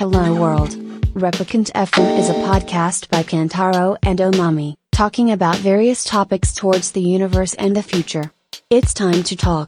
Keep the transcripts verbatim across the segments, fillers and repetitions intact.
Hello World. Replicant エフエム is a podcast by Kantaro and Omami, talking about various topics towards the universe and the future. It's time to talk.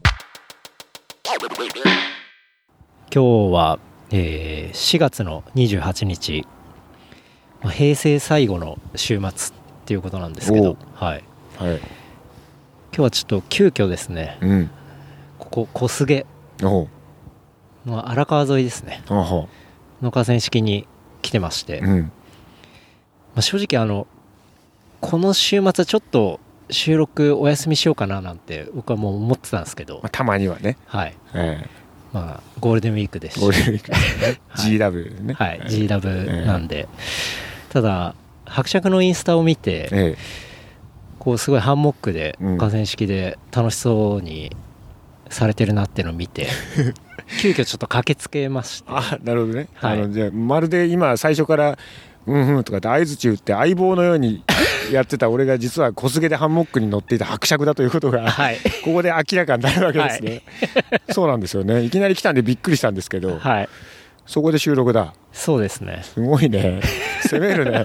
今日は、えー、しがつのにじゅうはちにち、まあ、平成最後の週末っていうことなんですけど、はい、はい、今日はちょっと急遽ですね、うん、ここ小菅の荒川沿いですねの河川敷に来てまして、うん、まあ、正直あのこの週末はちょっと収録お休みしようかななんて僕はもう思ってたんですけど、 まあ、たまにはね、 はい、 えーまあ、ゴールデンウィークですし、 ゴールデンウィークですね、はい、ジーダブリュー ね、 はい、ジーダブリュー なんで、えー、ただ伯爵のインスタを見て、えー、こうすごいハンモックで河川敷で楽しそうにされてるなっていうのを見て、うん、急遽ちょっと駆けつけましてあ、なるほどね、はい、あのじゃあまるで今最初からうんうんとかって相槌打って相棒のようにやってた俺が実は小菅でハンモックに乗っていた伯爵だということが、はい、ここで明らかになるわけですね、はい、そうなんですよね。いきなり来たんでびっくりしたんですけど、はい、そこで収録だ。 そうですね。 すごいね、攻めるね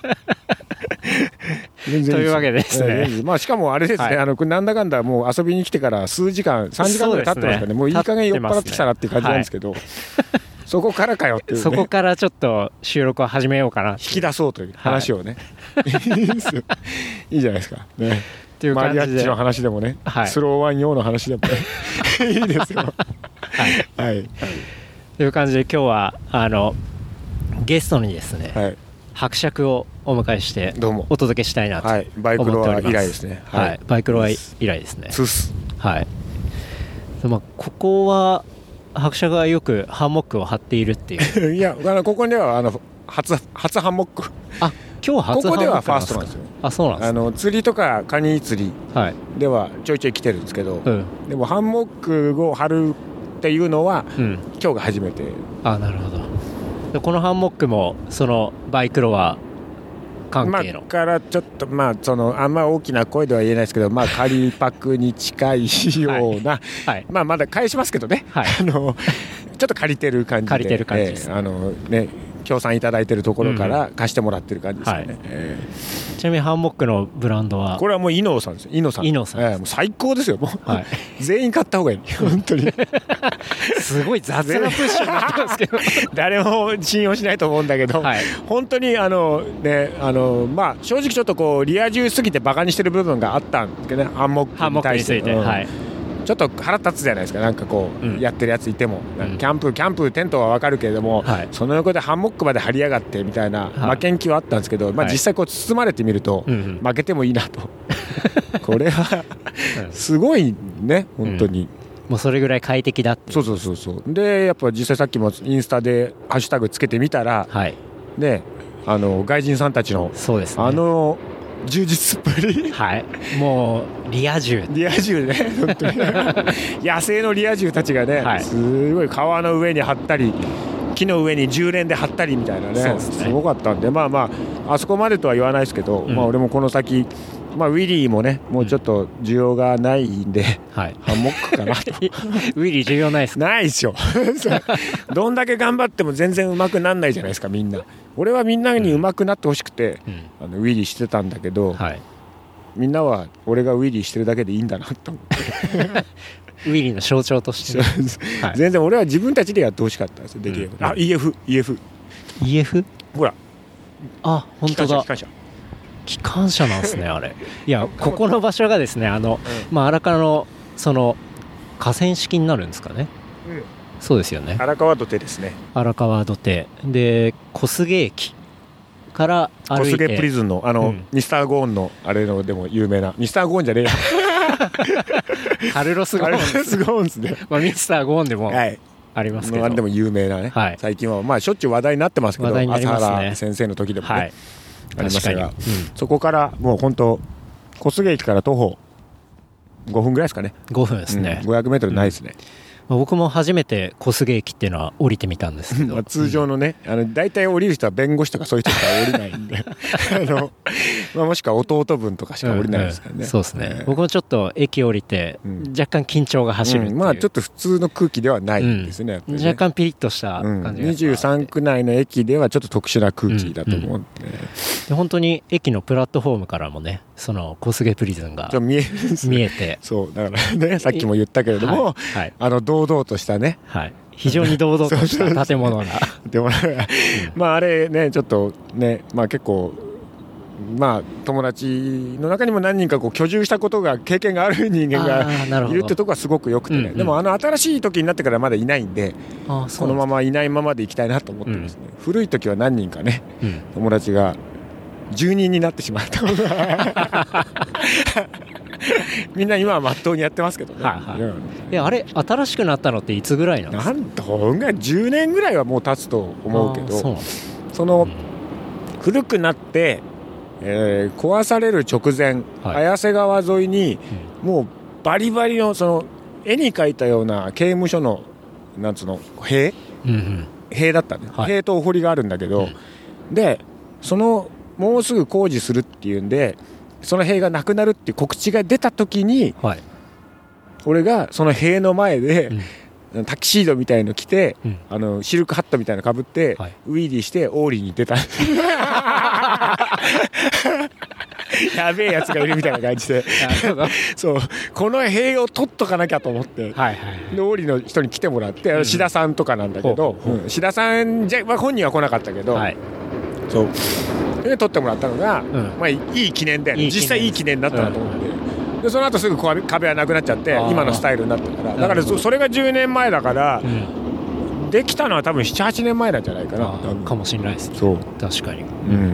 全然というわけですね、 まあ、しかもあれですね、はい、あのなんだかんだもう遊びに来てから数時間さんじかんぐらい経ってますかね。もういい加減酔っ払ってきたなっていう感じなんですけど、はい、そこからかよっていう、ね、 そこからちょっと収録を始めようかな、 引き出そうという話をね、はい、いいじゃないですか、ね、っていう感じでマリアッチの話でもね、はい、スローワン用の話でもねいいですよ、はいはい、 という感じで今日はあのゲストにですね、はい、伯爵をお迎えしてお届けしたいなと思っております、はい、バイクロア以来ですね、はいはい、バイクロア以来ですね、 ツース、 はい、まあ、ここは伯爵がよくハンモックを張っているっていういやあのここではあの 初, 初ハンモック、 あ、今日初ハンモック、 ここではファーストなんですよ。 あ、そうなんです、ね、 あの釣りとかカニ釣りではちょいちょい来てるんですけど、はい、でもハンモックを張るっていうのは、うん、今日が初めて。 あ、なるほど。でこのハンモックもそのバイクロア関係の、 まあ、からちょっと、まあ、そのあんま大きな声では言えないですけど、まあ、仮パクに近いような、はいはい、まあ、まだ返しますけどね、はい、あのちょっと借りてる感じで、 借りてる感じです、 えー、あのね、協賛いただいてるところから貸してもらってる感じですよね、うん、はい、えー、ちなみにハンモックのブランドはこれはもうイノーさんですよ。イノさん、 イノさん、 えー、もう最高ですよ。もう、はい、全員買った方がいい本当にすごい雑なプッシュになってますけど誰も信用しないと思うんだけど、はい、本当にあの、ね、あの、まあ、正直ちょっとこうリア充すぎてバカにしてる部分があったんですけどね、ハンモックに対して、 ハンモックについて、うん、はい、 ちょっと腹立つじゃないですか。なんかこう、うん、やってるやついても、うん、キャンプキャンプテントは分かるけれども、はい、その横でハンモックまで張りやがってみたいな、はい、負けん気はあったんですけど、まあ、実際こう包まれてみると、はい、負けてもいいなとこれはすごいね本当に、うん、 もうそれぐらい快適だって。 そうそうそうそう。でやっぱ実際さっきもインスタでハッシュタグつけてみたら、はい、ね、あの外人さんたちの、 そうですね、 あの充実っぷり、 はい、もうリア充リア充ね本当に野生のリア充たちがね、はい、すごい川の上に張ったり木の上に充連で張ったりみたいな ね, そうですね、すごかったんで、まあまああそこまでとは言わないですけど、うん、まあ、俺もこの先、まあ、ウィリーもねもうちょっと需要がないんで、うん、はい、ハンモックかなとウィリー需要ないですか？ ないですよどんだけ頑張っても全然うまくなんないじゃないですか。みんな、俺はみんなにうまくなってほしくて、うん、あのウィリーしてたんだけど、はい、みんなは俺がウィリーしてるだけでいいんだなと思ってウィリーの象徴として、 はい、全然俺は自分たちでやってほしかったんですよ、できれば、うん、あ、イーエフ イーエフイーエフほら、 あ、本当だ、 機関車機関車なんですねあれ。いや、ここの場所がですね、あの、うん、まあ、荒川のその河川敷になるんですかね、うん、そうですよね、 荒川土手ですね。 荒川土手で小菅駅から歩いて、 小菅プリズンのあの、うん、ミスターゴーンのあれのでも有名な、ミスターゴーンじゃねえやカルロス・ゴーンズ、 スゴーンズね、 まあ、ミスターゴーンでもありますけど、 あれでも有名なね、はい、最近はまあしょっちゅう話題になってますけど、 話題になりますね、 朝原先生の時でもね、はい、ありましたが、うん、そこからもう本当小菅駅から徒歩ごふんぐらいですかね。 ごふんですね、 うん、ごひゃくメートルないですね、 ままあ、僕も初めて小菅駅っていうのは降りてみたんですけど、 まあ通常のね、うん、あの大体降りる人は弁護士とかそういう人しか降りないんであの、まあ、もしくは弟分とかしか降りないですからね、うんうん、 そうですね、えー、僕もちょっと駅降りて若干緊張が走るっていう、 うん、まあちょっと普通の空気ではないですね、 うん、若干ピリッとした感じが、うん、 にじゅうさんく内の駅ではちょっと特殊な空気だと思うんで、うんうん、 で本当に駅のプラットフォームからもねその小菅プリズンが見え、見えてそうだからねさっきも言ったけれども、はいはい、あの堂々としたね、 はい、非常に堂々とした建物がでも、まああれねちょっとねまあ結構まあ友達の中にも何人かこう居住したことが経験がある人間がいるってとこはすごくよくてね、うんうん、でもあの新しい時になってからまだいないんで、あこのままいないままでいきたいなと思ってますね、うん、古い時は何人かね、うん、友達が住人になってしまったことがみんな今はまっとうにやってますけどね、はいはい、 えあれ新しくなったのっていつぐらいなんですか？ なんどんぐらいじゅうねんぐらいはもう経つと思うけど、そ, その、うん、古くなって、えー、壊される直前、はい、綾瀬川沿いに、うん、もうバリバリのその絵に描いたような刑務所のなんつうの塀、うんうん、塀だったね、はい、塀とお堀があるんだけど、うん、でそのもうすぐ工事するっていうんでその塀がなくなるっていう告知が出た時に、はい、俺がその塀の前で、うん、タキシードみたいの着て、うん、あのシルクハットみたいなの被って、はい、ウィーリーしてオーリーに出たやべえやつがいるみたいな感じでそうこの塀を取っとかなきゃと思って、はいはい、でオーリーの人に来てもらって、うん、志田さんとかなんだけど、うん、志田さんじゃ、まあ、本人は来なかったけど、はい、そうで撮ってもらったのが、うんまあ、いい記念で、ね、実際いい記念になったなと思って、うん、でその後すぐ壁はなくなっちゃって今のスタイルになったからだからそれがじゅうねんまえだから、うん、できたのは多分 ななはちねんまえなんじゃないかなかもしれないですね。 そう確かに、うん、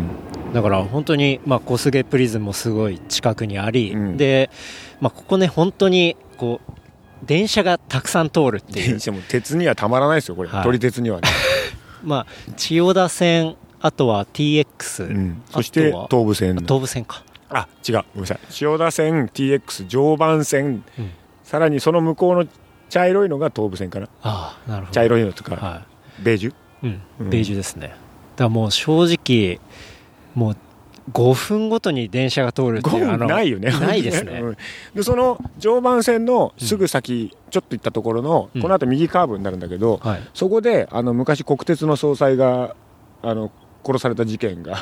だから本当に、まあ、小菅プリズンもすごい近くにあり、うん、で、まあ、ここね本当にこう電車がたくさん通るっていう電車も鉄にはたまらないですよこれ、はい、撮り鉄にはねまあ千代田線あとは ティーエックス、うん、 そして東武線東武線かあ違うごめんなさい千代田線 ティーエックス 常磐線、うん、さらにその向こうの茶色いのが東武線かなあなるほど茶色いのとか、はい、ベージュ、 うんうん、ベージュですね。だからもう正直もうごふんごとに電車が通るっていうあのないよねないですね、 うん、でその常磐線のすぐ先、うん、ちょっと行ったところの、うん、この後右カーブになるんだけど、はい、そこであの昔国鉄の総裁があの殺された事件が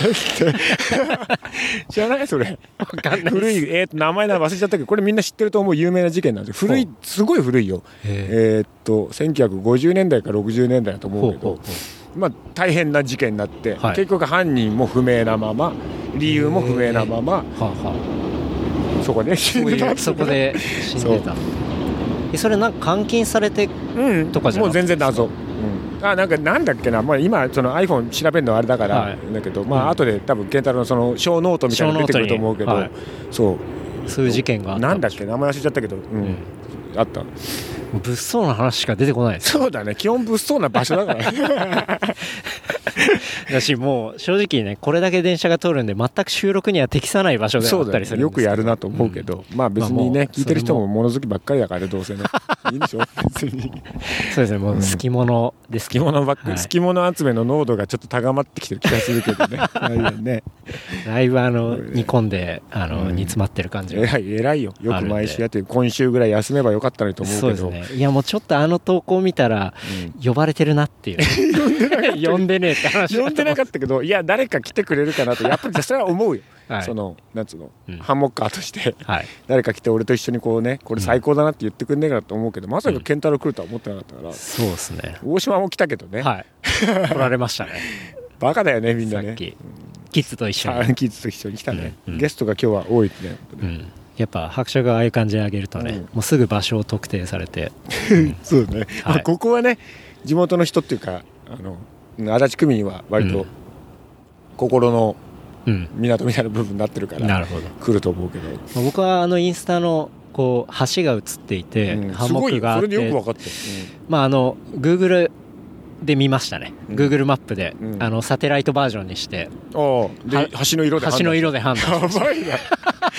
知らないそれ分かんない古い、えー、と名前忘れちゃったけどこれみんな知ってると思う有名な事件なんですよ。古いすごい古いよえー、っとせんきゅうひゃくごじゅうねんだいかろくじゅうねんだいだと思うけどほうほうほう、まあ、大変な事件になって、はい、結局犯人も不明なまま理由も不明なまま、はあはあ、そこで死んでたそこで死んでたそ, それなんか監禁されてとかじゃなくて、うん、もう全然謎あなんかなんだっけな、まあ、今その iPhone 調べるのはあれだから、はい、だけど、まあ後で多分健太郎のその小ノートみたいなの出てくると思うけど、はい、そうそういう事件があったなんだっけ名前忘れちゃったけど、うんうん、あった物騒な話しか出てこないです。 そうだね基本物騒な場所だからだしもう正直ねこれだけ電車が通るんで全く収録には適さない場所であったりするんですけど、ね、 よくやるなと思うけど、うん、まあ別にね、まあ、聞いてる人も物好きばっかりだからどうせねいいでしょ別にそうですねもう好き物です、 好き物ばっかり、はい、好き物集めの濃度がちょっと高まってきてる気がするけどねねだいぶあの煮込んであの、うん、煮詰まってる感じが偉い偉いよよく毎週やって今週ぐらい休めばよかったのにと思うけどそうですねいやもうちょっとあの投稿見たら、うん、呼ばれてるなっていう呼んでねえって話呼んでなかったけどいや誰か来てくれるかなとやっぱりそれは思うよ、はい、そのなんつうの、うん、ハンモッカーとして、はい、誰か来て俺と一緒にこうねこれ最高だなって言ってくんねえかなと思うけど、うん、まさか健太郎来るとは思ってなかったから、うん、 そうですね大島も来たけどね、 はい、来られましたねバカだよねみんなねさっき、うん、キッズと一緒にキッズと一緒に来たね、うんうん、ゲストが今日は多いってね、 うんやっぱ伯爵がああいう感じであげるとね、うん、もうすぐ場所を特定されてそうね、はいまあ、ここはね地元の人っていうかあの足立区民は割と心の港みたいな部分になってるから、うん、なるほど来ると思うけど、まあ、僕はあのインスタのこう橋が映っていて、うん、ハンモックがあってすごいそれでよく分かった、 うんまあ、あの Googleで見ましたね、うん、Google マップで、うん、あのサテライトバージョンにしてあで橋の色で橋の色で判断しましたやばいな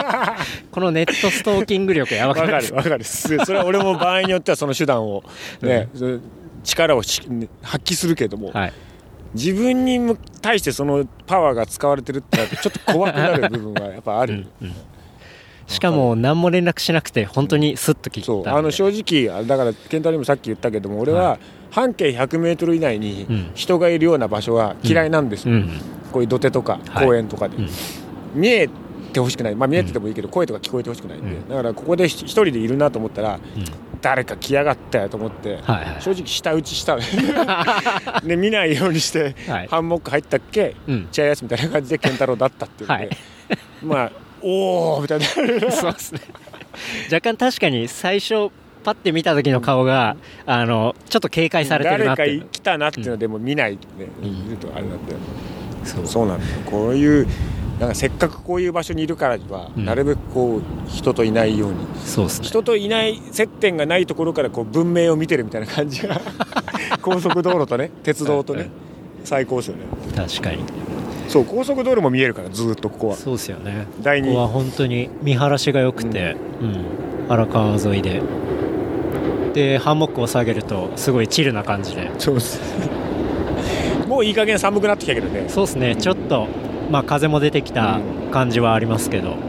このネットストーキング力やばくないですか。 わかるわかる。それは俺も場合によってはその手段をね、うん、力を発揮するけども、はい、自分に対してそのパワーが使われてるってなるとちょっと怖くなる部分がやっぱある。うんうん、 しかも何も連絡しなくて本当にスッと切ったんで、 そうあの正直だから健太郎にもさっき言ったけども、俺は半径ひゃくメートル以内に人がいるような場所は嫌いなんですよ、うんうん、こういう土手とか公園とかで、はい、うん、見えてほしくない、まあ見えててもいいけど声とか聞こえてほしくないんで、うん、だからここで一人でいるなと思ったら、うん、誰か来やがったよと思って、はいはい、正直舌打ちしたで見ないようにして、はい、ハンモック入ったっけ、うん、チャイアスみたいな感じで健太郎だったっていうので、はい、まあおーみたいなそうですね。若干確かに最初パッて見た時の顔が、うん、あのちょっと警戒されてるなって、 誰か来たなっていうのでも見ないで、うん、見るとあれなんだよ、そう、そうなんだよ。こういうなんかせっかくこういう場所にいるからには、うん、なるべくこう人といないように、 そうですね、 人といない接点がないところからこう文明を見てるみたいな感じが高速道路とね鉄道とね、最高ですよね。 確かにそう高速道路も見えるからずっとここは。 そうですよね。 第二ここは本当に見晴らしが良くて、うんうん、荒川沿いででハンモックを下げるとすごいチルな感じで。 そうですもういい加減寒くなってきたけどね。 そうですね、ちょっと、まあ、風も出てきた感じはありますけど、うん、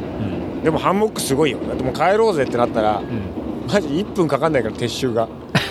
でもハンモックすごいよ。だってもう帰ろうぜってなったら、うん、マジいっぷんかかんないから撤収が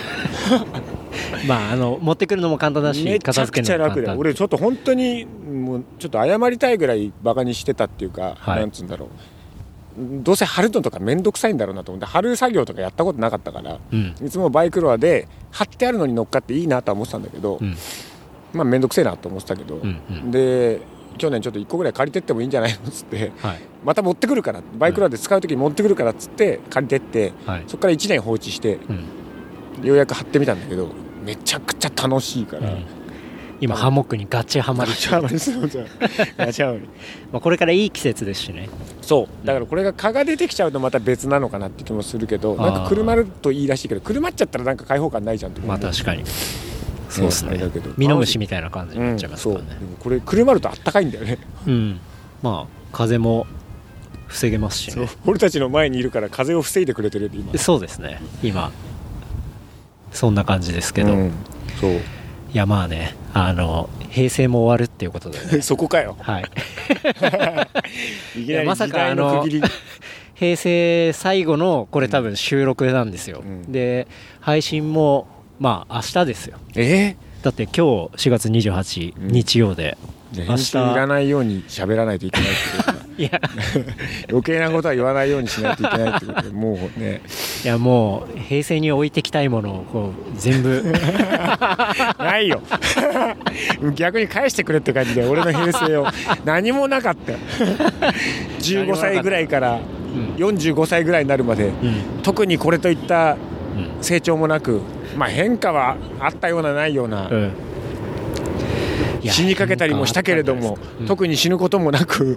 まあ、あの持ってくるのも簡単だし、片付けるのも簡単。めちゃくちゃ楽だよ。 俺ちょっと本当にもうちょっと謝りたいぐらいバカにしてたっていうか、はい、なんつうんだろう、どうせ貼るのとかめんどくさいんだろうなと思って、貼る作業とかやったことなかったから、うん、いつもバイクロアで貼ってあるのに乗っかっていいなとは思ってたんだけど、うん、まあめんどくせえなと思ってたけど、うんうん、で去年ちょっといっこぐらい借りてってもいいんじゃないのっつって、はい、また持ってくるからバイクロアで使う時に持ってくるからっつって借りてって、はい、そこからいちねん放置して、うん、ようやく貼ってみたんだけどめちゃくちゃ楽しいから、うん、今ハンモックにガチハマりしてる。ガチハマりガチハマりまあこれからいい季節ですしね。 そうだからこれが蚊が出てきちゃうとまた別なのかなって気もするけど、なんかくるまるといいらしいけど、くるまっちゃったらなんか開放感ないじゃんって。 まあ確かにそうですね、ミノムシみたいな感じになっちゃいますからね、うん、そうでもこれくるまるとあったかいんだよね。 うん、まあ風も防げますしね。 そう俺たちの前にいるから風を防いでくれてる今。 そうですね、今そんな感じですけど、うん、 そういやまあね、あの平成も終わるっていうことで、ね、 そこかよ。 はいいきなり時代の区切り。 まさかあの平成最後のこれ多分収録なんですよ、うん、で配信もまあ明日ですよ。 えー、 だって今日しがつにじゅうはちにち、うん、日曜で、 じゃあ編集いらないように喋らないといけないってこといや余計なことは言わないようにしないといけないってことで、もうね、 いやもう平成に置いてきたいものをこう全部ないよ逆に返してくれって感じで俺の平成を何もなかったじゅうごさいぐらいからよんじゅうごさいぐらいになるまで、うん、特にこれといった成長もなく、まあ変化はあったようなないような、うん、死にかけたりもしたけれども、うん、特に死ぬこともなく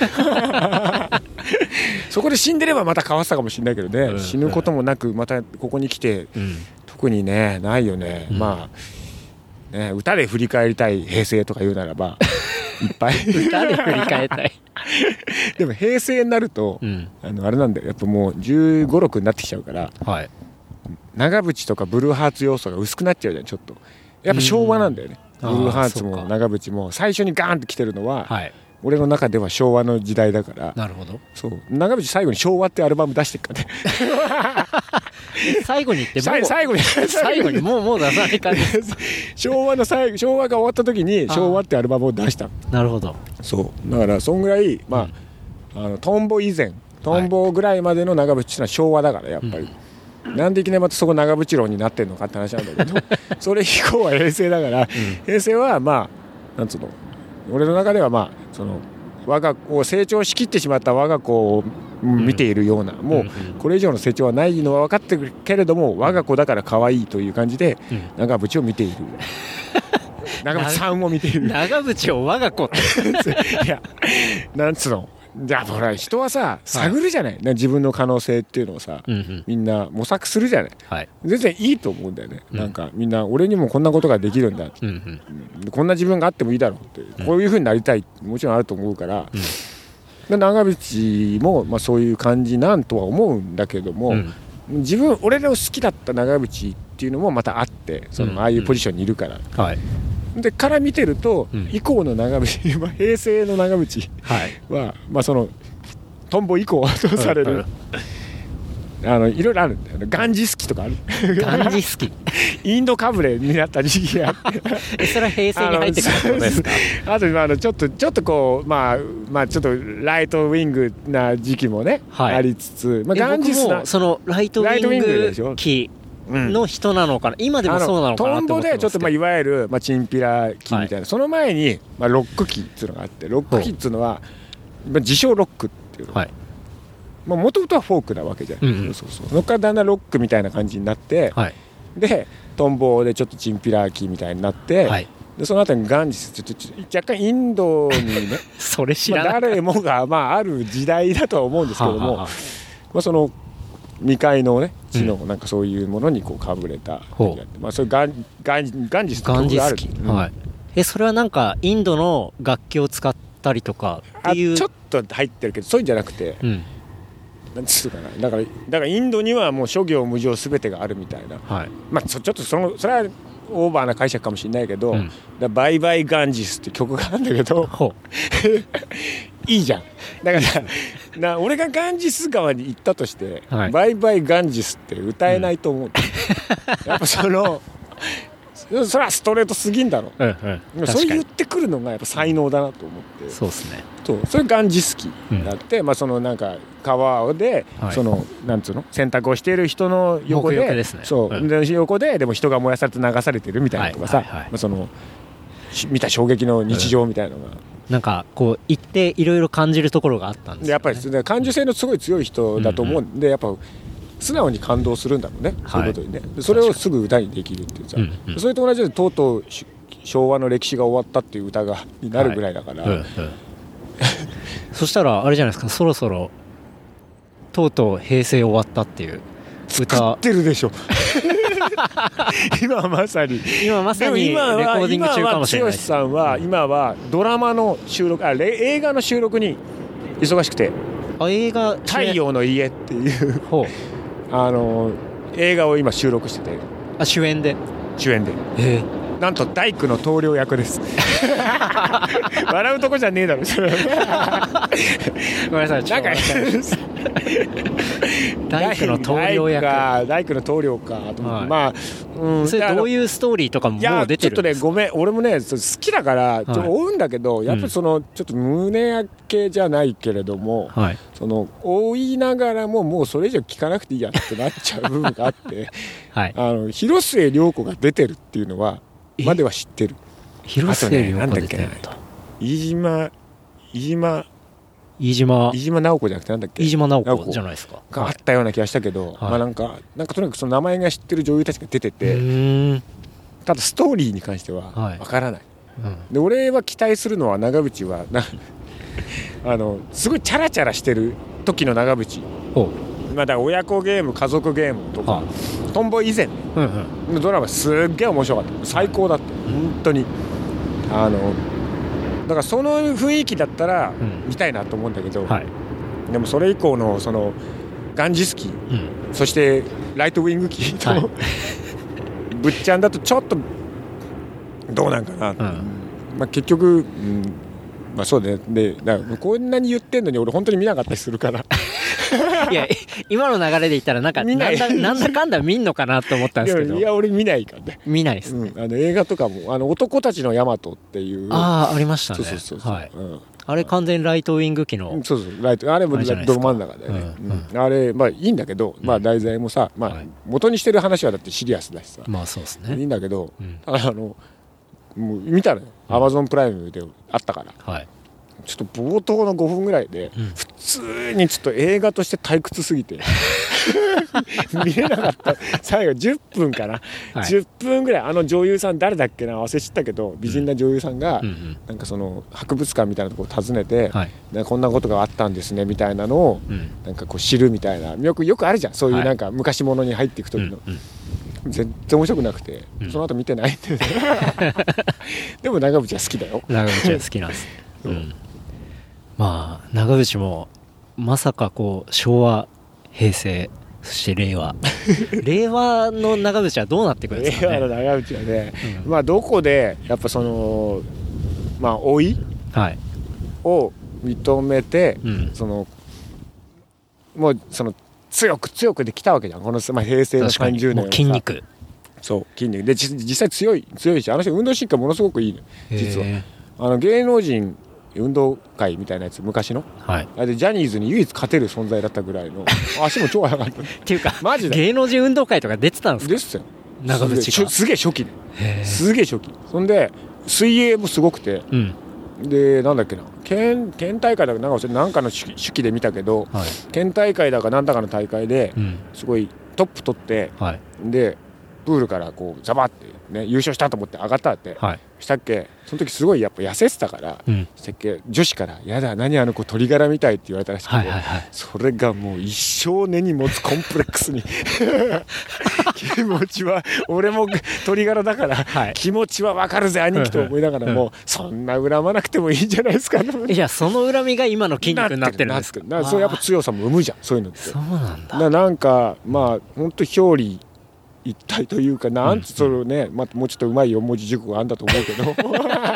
そこで死んでればまた変わってたかもしれないけどね、うん、死ぬこともなくまたここに来て、うん、特にねないよね、うん、まあね、歌で振り返りたい平成とか言うならばいっぱい歌で振り返りたいでも平成になると、うん、あのあれなんだよ、やっぱもうじゅうご、ろくになってきちゃうから、はい、長渕とかブルーハーツ要素が薄くなっちゃうじゃん。ちょっとやっぱ昭和なんだよね、ブルーハーツも長渕も最初にガーンと来てるのは、はい、俺の中では昭和の時代だから。 なるほど。 そう長渕最後に昭和ってアルバム出してっからね最後にってもう最後に最後にもうもう出さない感じ昭和の最後、昭和が終わった時に昭和ってアルバムを出した。 なるほど。 そうだからそんぐらい、まあ、うん、あのトンボ以前トンボぐらいまでの長渕っていうのは昭和だからやっぱり、うん、なんでいきなりまたそこ長渕論になってんのかって話なんだけどそれ以降は平成だから、うん、平成はまあなんつうの、俺の中ではまあその我が子を成長しきってしまった我が子を見ているような、うん、もうこれ以上の成長はないのは分かってるけれども我が子だから可愛いという感じで長渕を見ている長渕さんを見ている長渕を我が子っていやなんつうの、じゃあほら人はさ探るじゃない、はい、自分の可能性っていうのをさ、うんうん、みんな模索するじゃない、はい、全然いいと思うんだよね、うん、なんかみんな俺にもこんなことができるんだって、うんうん、こんな自分があってもいいだろうって、うん、こういう風になりたいもちろんあると思うから、うん、 長渕もまあそういう感じなんとは思うんだけども、うん、自分俺の好きだった長渕っていうのもまたあってその、うん、ああいうポジションにいるから、うんはい、でから見てると、うん、以降の長渕、まあ、平成の長渕は、はいまあ、そのトンボ以降とされる、うんあのいろいろあるんだよね。ガンジスキとかある。 ガンジスキインドかぶれになった時期があってえそれは平成に入ってからってことですか？ あとあのちょっとちょっとこうまあまあちょっとライトウィングな時期もね、はい、ありつつ、まあ、 ガンジスな僕もそのライトウィング期の人なのかな、うん、今でもそうなのかなって思ってますけど、トンボでちょっとまあいわゆるまあチンピラ期みたいな、はい、その前にまあロック期っていうのがあって、ロック期っていうのはまあ自称ロックっていうの。はいもともとはフォークなわけじゃん、うんうん、そうそうそのからだんだんロックみたいな感じになって、はい、でトンボでちょっとチンピラーキーみたいになって、はい、でその後にガンジスちょっと若干インドにねそれ知らない、 まあ、誰もがまあある時代だとは思うんですけどもははは、まあ、その未開のね知のなんかそういうものにこうかぶれた、うん、まあ、そういうガンガンガンジスって曲がある、うんはい、えそれはなんかインドの楽器を使ったりとかっていうちょっと入ってるけどそういうんじゃなくて、うんなんつうかな、だからだからインドにはもう諸行無常すべてがあるみたいな、はい、まあちょっとそのそれはオーバーな解釈かもしれないけど、うん、だバイバイガンジスって曲があるんだけどいいじゃん。だからな俺がガンジス川に行ったとして、はい、バイバイガンジスって歌えないと思う、うん、やっぱそのそれはストレートすぎんだろ、うんうん、そう言ってくるのがやっぱ才能だなと思って、 そうですね。 そうそれガンジスキだって、うん、まあそのなんか川で、はい、そのなんつうの洗濯をしている人の横で、 ですね、 そう、うん、で横ででも人が燃やされて流されてるみたいなのとかさ、はいはいはい、まあ、その見た衝撃の日常みたいなのが、うん、 なんかこう行っていろいろ感じるところがあったんですよね。 でやっぱり感受性のすごい強い人だと思うんで、うんうん、やっぱ素直に感動するんだもんね、はい、そういうことにね。でそれをすぐ歌にできるっていうさ、うんうん、それと同じでとうとう昭和の歴史が終わったっていう歌がになるぐらいだから、はい、うんうん、 そしたらあれじゃないですか、そろそろとうとう平成終わったっていう歌作ってるでしょ今まさに今まさにレコーディング中かもしれないです。 今は剛さんは今はドラマの収録、あ映画の収録に忙しくて、 あ映画太陽の家っていうあの映画を今収録してて、 あ主演で主演で、えーなんと大工の棟梁役です笑うとこじゃねえだろごめんなさい、なんか大工の棟梁役か大工の棟梁かと思って、はい、まあ、 うん、それどういうストーリーとかももう出てるんですか？ いやちょっとねごめん、俺もね好きだからちょっと追うんだけど、はい、やっぱりそのちょっと胸焼けじゃないけれども、はい、その追いながらももうそれ以上聞かなくていいやってなっちゃう部分があって、はい、あの広末涼子が出てるっていうのはまでは知ってる。 広末涼子出てるんだ。 飯島飯島飯島飯島直子じゃなくてなんだっけ、 飯島直子じゃないですかがあったような気がしたけど、はい、まあなんかなんかとにかくその名前が知ってる女優たちが出てて、ただストーリーに関してはわからない、はい、うん、で俺は期待するのは長渕はなあのすごいチャラチャラしてる時の長渕、まあ、だから親子ゲーム家族ゲームとか、はあ、トンボ以前のドラマすっげえ面白かった、最高だった、本当にあのだからその雰囲気だったら見たいなと思うんだけど、うん、はい、でもそれ以降のそのガンジスキ、うん、そしてライトウィングキと、はい、ぶっちゃんだとちょっとどうなんかな、うん、まあ、結局、うん、まあそうだね、でだからこんなに言ってんのに俺本当に見なかったりするからいや今の流れで言ったらなんかなんだなんだかんだ見んのかなと思ったんですけど、 いや俺見ないからね、 見ないですね、 うん、あの映画とかもあの男たちのヤマトっていう、 ああありましたね、 そうそうそう、はい、うん、あれ完全ライトウィング機の、 うん、そうそうライト、あれもど真ん中でね、うんうん、あれまあいいんだけど、まあ題材もさ、まあ元にしてる話はだってシリアスだしさ、 まあそうですね、 いいんだけど、うん、あのもう見たのよ、アマゾンプライムであったから、はい、ちょっと冒頭のごふんぐらいで、うん、普通にちょっと映画として退屈すぎて見れなかった。最後じゅっぷんかな、はい、じゅっぷんぐらいあの女優さん誰だっけな忘れちゃったけど、美人な女優さんが、うん、なんかその博物館みたいなところを訪ねて、はい、こんなことがあったんですねみたいなのを、うん、なんかこう知るみたいな、よくよくあるじゃん、そういうなんか昔物に入っていく時の、はい、うん、全然面白くなくて、うん、その後見てないんででも長渕は好きだよ。 長渕は好きなんです、うん、 まあ長渕もまさかこう昭和平成そして令和令和の長渕はどうなってくるんですかね。 令和の長渕はね、うん、まあどこでやっぱそのまあ老いを認めて、はい、そのもうその強く強くできたわけじゃんこの、まあ、平成のさんじゅうねんは筋肉そう筋肉で実際強い強いしあの人運動神経ものすごくいいの実はあの芸能人運動会みたいなやつ昔の、はい、あれでジャニーズに唯一勝てる存在だったぐらいの足も超速かったっていうかマジで芸能人運動会とか出てたんですか。 ですよ長渕がすげえ初期ですげえ初期そんで水泳もすごくて、うん、でなんだっけな 県, 県大会だかなんかなんかの手記で見たけど、はい、県大会だかなんだかの大会ですごいトップ取って、はい、でプールからこうザバって、ね、優勝したと思って上がったって、はい、したっけその時すごいやっぱ痩せてたから、うん、したっけ女子からやだ何あの子鳥柄みたいって言われたらしくて、はいはいはい、それがもう一生根に持つコンプレックスに気持ちは俺も鳥柄だから、はい、気持ちは分かるぜ兄貴と思いながらも、うん、そんな恨まなくてもいいんじゃないですか、ね、 いやその恨みが今の筋肉になってるんですか。 なそうやっぱ強さも生むじゃんそういうのって。 そうなんだ。 な, なんかまあ本当表裏一体というかなんつそれね、うんうんまあ、もうちょっとうまい四文字熟語があるんだと思うけど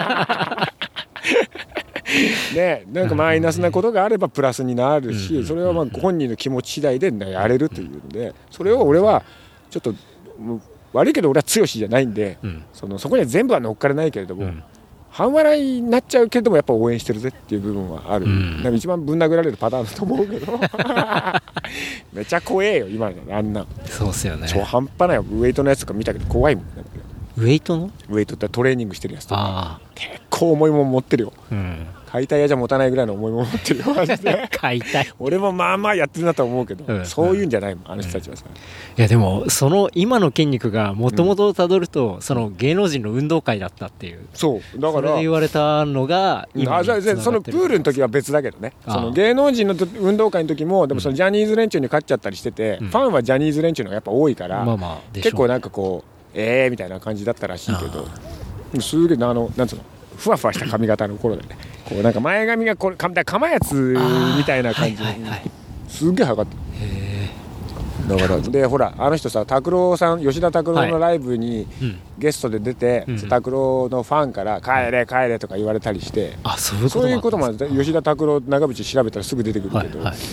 ねなんかマイナスなことがあればプラスになるし、うんうん、それはまあ本人の気持ち次第でやれるというんでそれを俺はちょっと悪いけど俺は強しじゃないんで、うん、そのそこには全部は乗っかれないけれども、うん半笑いになっちゃうけどもやっぱ応援してるぜっていう部分はある、うん、一番ぶん殴られるパターンだと思うけどめちゃ怖えよ今のあんなそうっすよね超半端ないよウエイトのやつとか見たけど怖いもんウエイトのウエイトってトレーニングしてるやつとか結構重いもん持ってるよ、うん解体屋じゃ持たないぐらいの重いもの持ってるよマジで解体俺もまあまあやってるなと思うけど、うん、そういうんじゃないもんあの人たちはさ、うん、 いやでもその今の筋肉がもともとたどると、うん、その芸能人の運動会だったっていうそうだからそれで言われたのが今につながってる、うん、そのプールの時は別だけどねその芸能人の運動会の時もでもそのジャニーズ連中に勝っちゃったりしてて、うん、ファンはジャニーズ連中のがやっぱ多いから、まあまあ結構なんかこうえーみたいな感じだったらしいけどすげえあのなんつうのふわふわした髪型の頃でねこうなんか前髪がこれ鎌やつみたいな感じで、はいはいはい、すげえ測ってるだからでほらあの人さ拓郎さん吉田拓郎のライブにゲストで出て拓郎、うん、のファンから帰れ帰れとか言われたりしてあそういうことそういうことも吉田拓郎長渕調べたらすぐ出てくるけど、はいはい、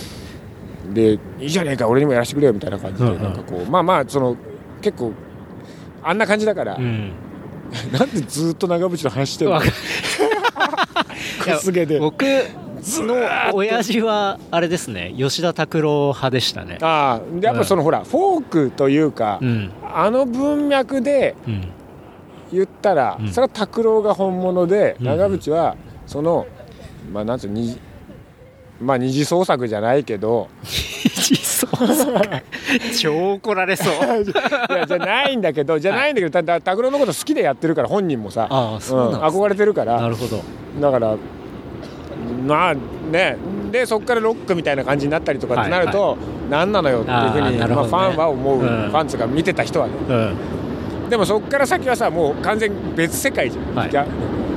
でいいじゃねえか俺にもやらせてくれよみたいな感じで、うんうん、なんかこうまあまあその結構あんな感じだから、うんなんでずっと長渕の話してるのかすげで僕の親父はあれですね吉田拓郎派でしたね。 ああやっぱその、うん、ほらフォークというか、うん、あの文脈で言ったら、うん、それは拓郎が本物で、うん、長渕はそのまあなんつうにまあ二次創作じゃないけど二次創作超怒られそういやじゃないんだけどじゃないんだけど、はい、拓郎のこと好きでやってるから本人もさああそうなんです、 うん、憧れてるからなるほどだからまあねでそこからロックみたいな感じになったりとかってなると、はいはい、何なのよっていうふうに、ねまあ、ファンは思う、うん、ファンツが見てた人はね、うん、でもそこから先はさもう完全に別世界じゃん、はい、じゃ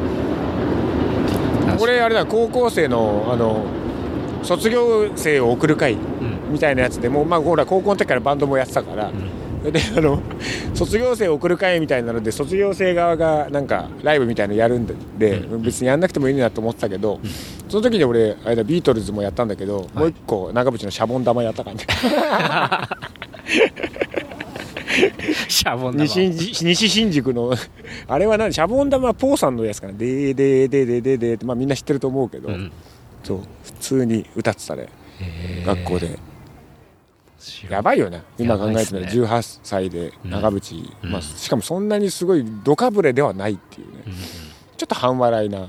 俺あれだ高校生のあの卒業生を送る会みたいなやつでもう、まあ、ほら高校の時からバンドもやってたから、うん、であの卒業生を送る会みたいなので卒業生側がなんかライブみたいなのやるんで、うん、別にやんなくてもいいなと思ってたけど、うん、その時に俺あれだビートルズもやったんだけど、はい、もう一個長渕のシャボン玉やった感じシャボン玉西, 西新宿のあれは何シャボン玉はポーさんのやつかなでーでーでーでーでーでーって、まあ、みんな知ってると思うけど、うんそう普通に歌ってたね学校でやばいよな今考えてみたらじゅうはっさいで長渕、うんまあ、しかもそんなにすごいドカブレではないっていうね、うん、ちょっと半笑いな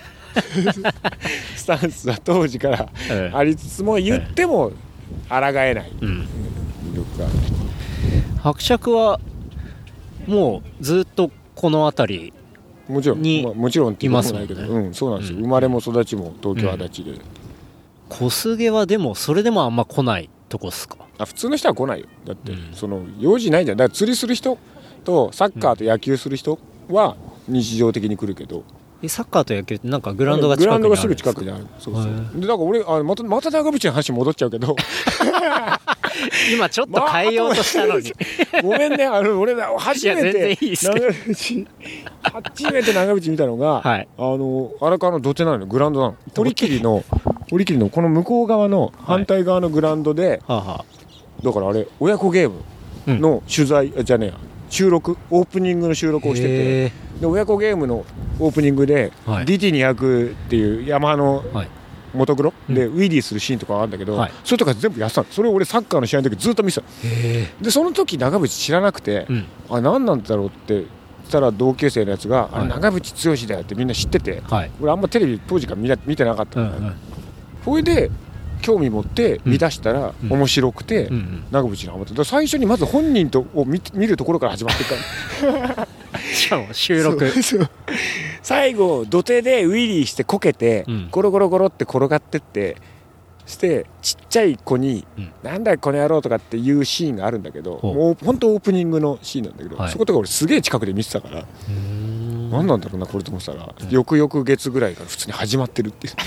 スタンスは当時からありつつも言っても抗えない魅力がある、 うん、伯爵はもうずっとこの辺りもちろん、まあ、もちろんっていうこともないけど、うん、そうなんですよ、うん、生まれも育ちも東京足立で、うん、 小菅はでもそれでもあんま来ないとこっすか。 あ普通の人は来ないよだって、うん、その用事ないじゃんだから釣りする人とサッカーと野球する人は日常的に来るけど、 えサッカーと野球ってなんかグラウンドが近くにあるんですか？ グラウンドがすぐ近くにある。そうそう。でなんか俺あまたまた長渕の話戻っちゃうけど今ちょっと変えようとしたのに、 まあ、ごめんねあの俺初めていい長渕初めて長渕見たのが、はい、あの荒川の土手なのグラウンドなの堀切の堀切のこの向こう側の反対側のグラウンドで、はい、ははだからあれ親子ゲームの取材、うん、じゃねえや収録オープニングの収録をしててで親子ゲームのオープニングで、はい、ディーティーにひゃく っていうヤマハの、はいモトクロでウィリーするシーンとかがあるんだけど、はい、それとか全部やってたの。それを俺サッカーの試合の時ずっと見てたでその時長渕知らなくて、うん、あ何なんだろうって言ったら同級生のやつが、はい、あれ長渕剛だよってみんな知ってて、はい、俺あんまテレビ当時から見見てなかったんだ、うんうん、それで興味持って見出したら面白くて、うんうん、長渕にハマって最初にまず本人とを 見, 見るところから始まっていくからしかも収録そうそう最後土手でウィリーしてこけて、うん、ゴロゴロゴロって転がってってしてちっちゃい子に、うん、なんだよこの野郎とかっていうシーンがあるんだけどもう本当オープニングのシーンなんだけど、はい、そことか俺すげえ近くで見てたから何なんだろうなこれと思ってたら、うん、翌々月ぐらいから普通に始まってるって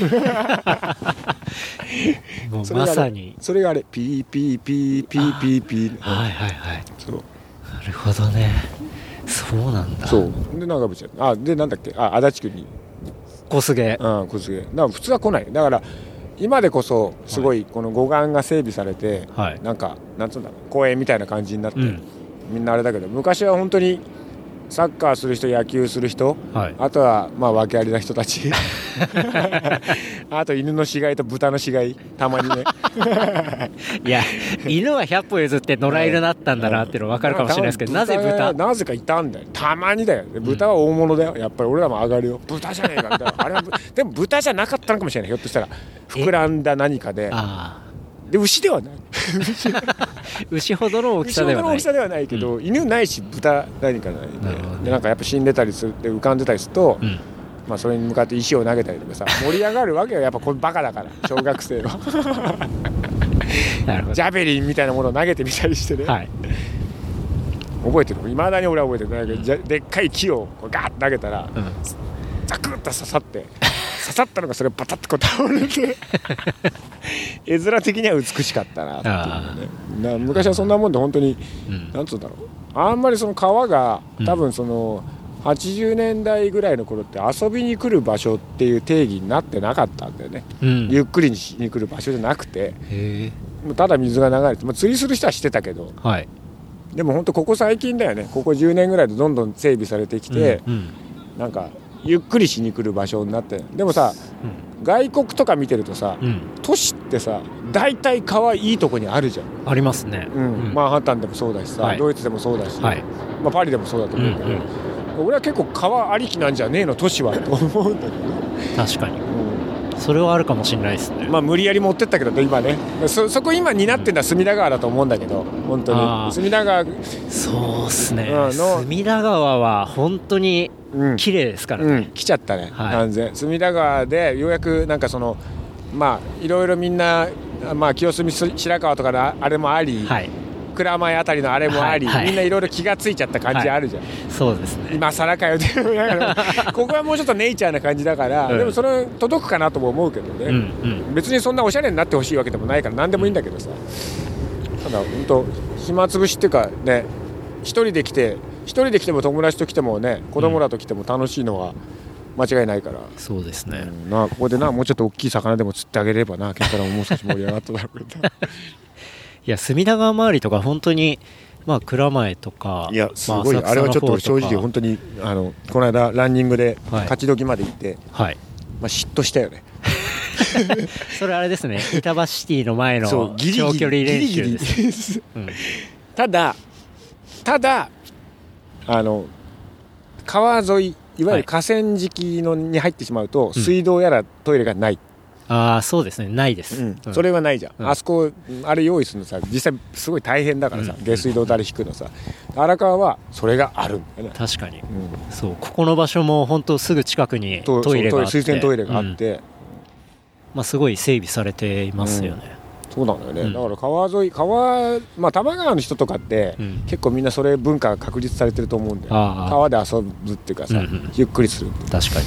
もうまさにそれがあれピーピーピーピーピーピーはいはいはいそうなるほどねそうなんだそうで長渕あでなんだっけあ足立区に小菅うん小菅だから普通は来ないだから今でこそすごいこの護岸が整備されて、はい、なんかなんつうんだろう公園みたいな感じになって、うん、みんなあれだけど昔は本当にサッカーする人野球する人、はい、あとはまあ訳ありな人たちあと犬の死骸と豚の死骸たまにねいや犬はひゃっぽ譲って野良犬だったんだなっていうの分かるかもしれないですけど、なぜ豚なぜかいたんだよたまにだよ豚は大物だよやっぱり俺らも上がるよ豚じゃねえかみたいなあれはでも豚じゃなかったのかもしれないひょっとしたら膨らんだ何かであで牛ではない牛ほどの大きさではない牛ほどの大きさではないけど、うん、犬ないし豚何かないで、ね、でなんかやっぱ死んでたりするで浮かんでたりすると、うんまあ、それに向かって石を投げたりとかさ盛り上がるわけよやっぱこれバカだから小学生はなるほどジャベリンみたいなものを投げてみたりしてね、はい、覚えてるいまだに俺は覚えてる、うん、でっかい木をこうガーッと投げたら、うん、ザクッと刺さって刺さったのがそれバタッとこう倒れて絵面的には美しかったなっていうね。昔はそんなもんで本当に、うん、なんつうんだろうあんまりその川が多分その、うん、はちじゅうねんだいぐらいの頃って遊びに来る場所っていう定義になってなかったんだよね、うん、ゆっくりしに来る場所じゃなくてへただ水が流れて、まあ、釣りする人はしてたけど、はい、でも本当ここ最近だよねここじゅうねんぐらいでどんどん整備されてきて、うんうん、なんかゆっくりしに来る場所になってでもさ、うん、外国とか見てるとさ、うん、都市ってさ大体川いいとこにあるじゃんありますね、 うんうん、マンハッタンでもそうだしさ、はい、ドイツでもそうだし、はいまあ、パリでもそうだと思うけど、うんうん、俺は結構川ありきなんじゃねえの都市はと思うんだけど確かに、うん、それはあるかもしれないですねまあ無理やり持ってったけど今ね そ, そこ今担ってるのは隅田川だと思うんだけど本当に隅田川そうっすね、うん、隅田川は本当に綺麗ですからね、うん、 来ちゃったね、はい、完全隅田川でようやくなんかそのまあいろいろみんな、まあ、清澄白河とかのあれもあり、はい、蔵前あたりのあれもあり、はいはい、みんないろいろ気がついちゃった感じあるじゃん、はい、 そうですね今更かよってここはもうちょっとネイチャーな感じだから、うん、でもそれ届くかなとも思うけどね、うんうん、別にそんなおしゃれになってほしいわけでもないから何でもいいんだけどさ、うん、ただ本当暇つぶしっていうかね一人で来て一人で来ても友達と来てもね子供らと来ても楽しいのは間違いないから、うん、 そうですね、 うん、なここでなもうちょっと大きい魚でも釣ってあげればな健太郎ももう少し盛り上がっただろうけどいや隅田川周りとか本当にまあ蔵前とかいやすごい、まあ、あれはちょっと正直本当にあのこの間ランニングで勝ち時まで行って、はいはいまあ、嫉妬したよねそれあれですね板橋シティの前の長距離練習です、ギリギリです、うん、 ただただあの川沿いいわゆる河川敷のに入ってしまうと、はい、水道やらトイレがない、 うん、ああそうですねないです、 うんうん、それはないじゃん、うん、あそこあれ用意するのさ実際すごい大変だからさ、うん、下水道誰引くのさ荒川はそれがあるんだよね確かに、うん、そうここの場所も本当すぐ近くにトイレがあって水洗トイレがあって、うんまあ、すごい整備されていますよね、うんそうなんだよね、うん、だから川沿い川、まあ、多摩川の人とかって、うん、結構みんなそれ文化が確立されてると思うんだよ川で遊ぶっていうかさ、うんうん、ゆっくりするって確かに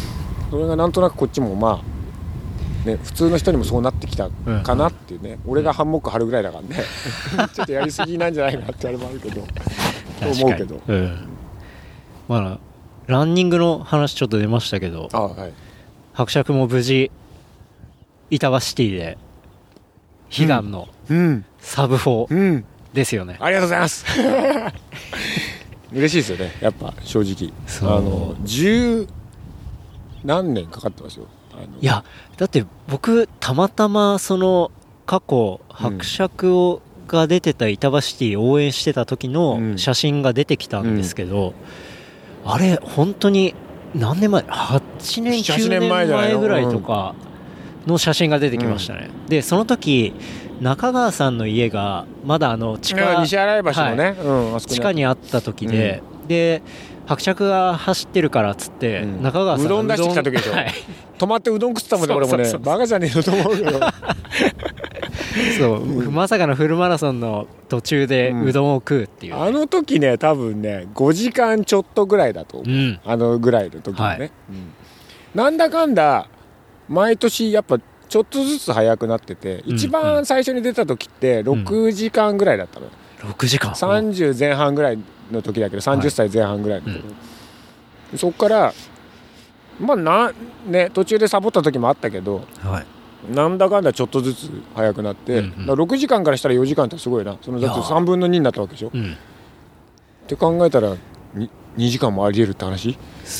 それがなんとなくこっちもまあね普通の人にもそうなってきたかなっていうね、うん、俺がハンモック張るぐらいだからねちょっとやりすぎなんじゃないかってあれもあるけどと思うけど、うん、 まあランニングの話ちょっと出ましたけど、 あ、はい、 伯爵も無事板橋シティで悲願のサブフォーですよね、 うんうん、ありがとうございます嬉しいですよねやっぱ正直あの十何年かかってますよ。あのいやだって僕たまたまその過去伯爵をが出てた板橋シティを応援してた時の写真が出てきたんですけど、うん、あれ本当に何年前はちねんきゅうねんまえぐらいとかの写真が出てきましたね、うん、でその時中川さんの家がまだあの地下西新井橋のね、はいうん、あそこに地下にあった時で、うん、で伯爵が走ってるからっつって、うん、中川さんがうどん出してきた時でしょ、はい、止まってうどん食ってたもんね俺もねバカじゃねえのと思うけどそう、うん、まさかのフルマラソンの途中でうどんを食うっていう、ねうん、あの時ね多分ねごじかんちょっとぐらいだと思う、うん、あのぐらいの時にね、はいうん、なんだかんだ毎年やっぱちょっとずつ速くなってて、うん、一番最初に出た時ってろくじかんぐらいだったの、 うん、ろくじかんさんじゅう前半ぐらいの時だけどさんじゅっさいぜん半ぐらいの時、はいうん、そっからまあなね途中でサボった時もあったけど、はい、なんだかんだちょっとずつ速くなって、うんうん、だからろくじかんからしたらよじかんってすごいなそのだってさんぶんのにになったわけでしょ、うん、って考えたらににじかんもありえるって話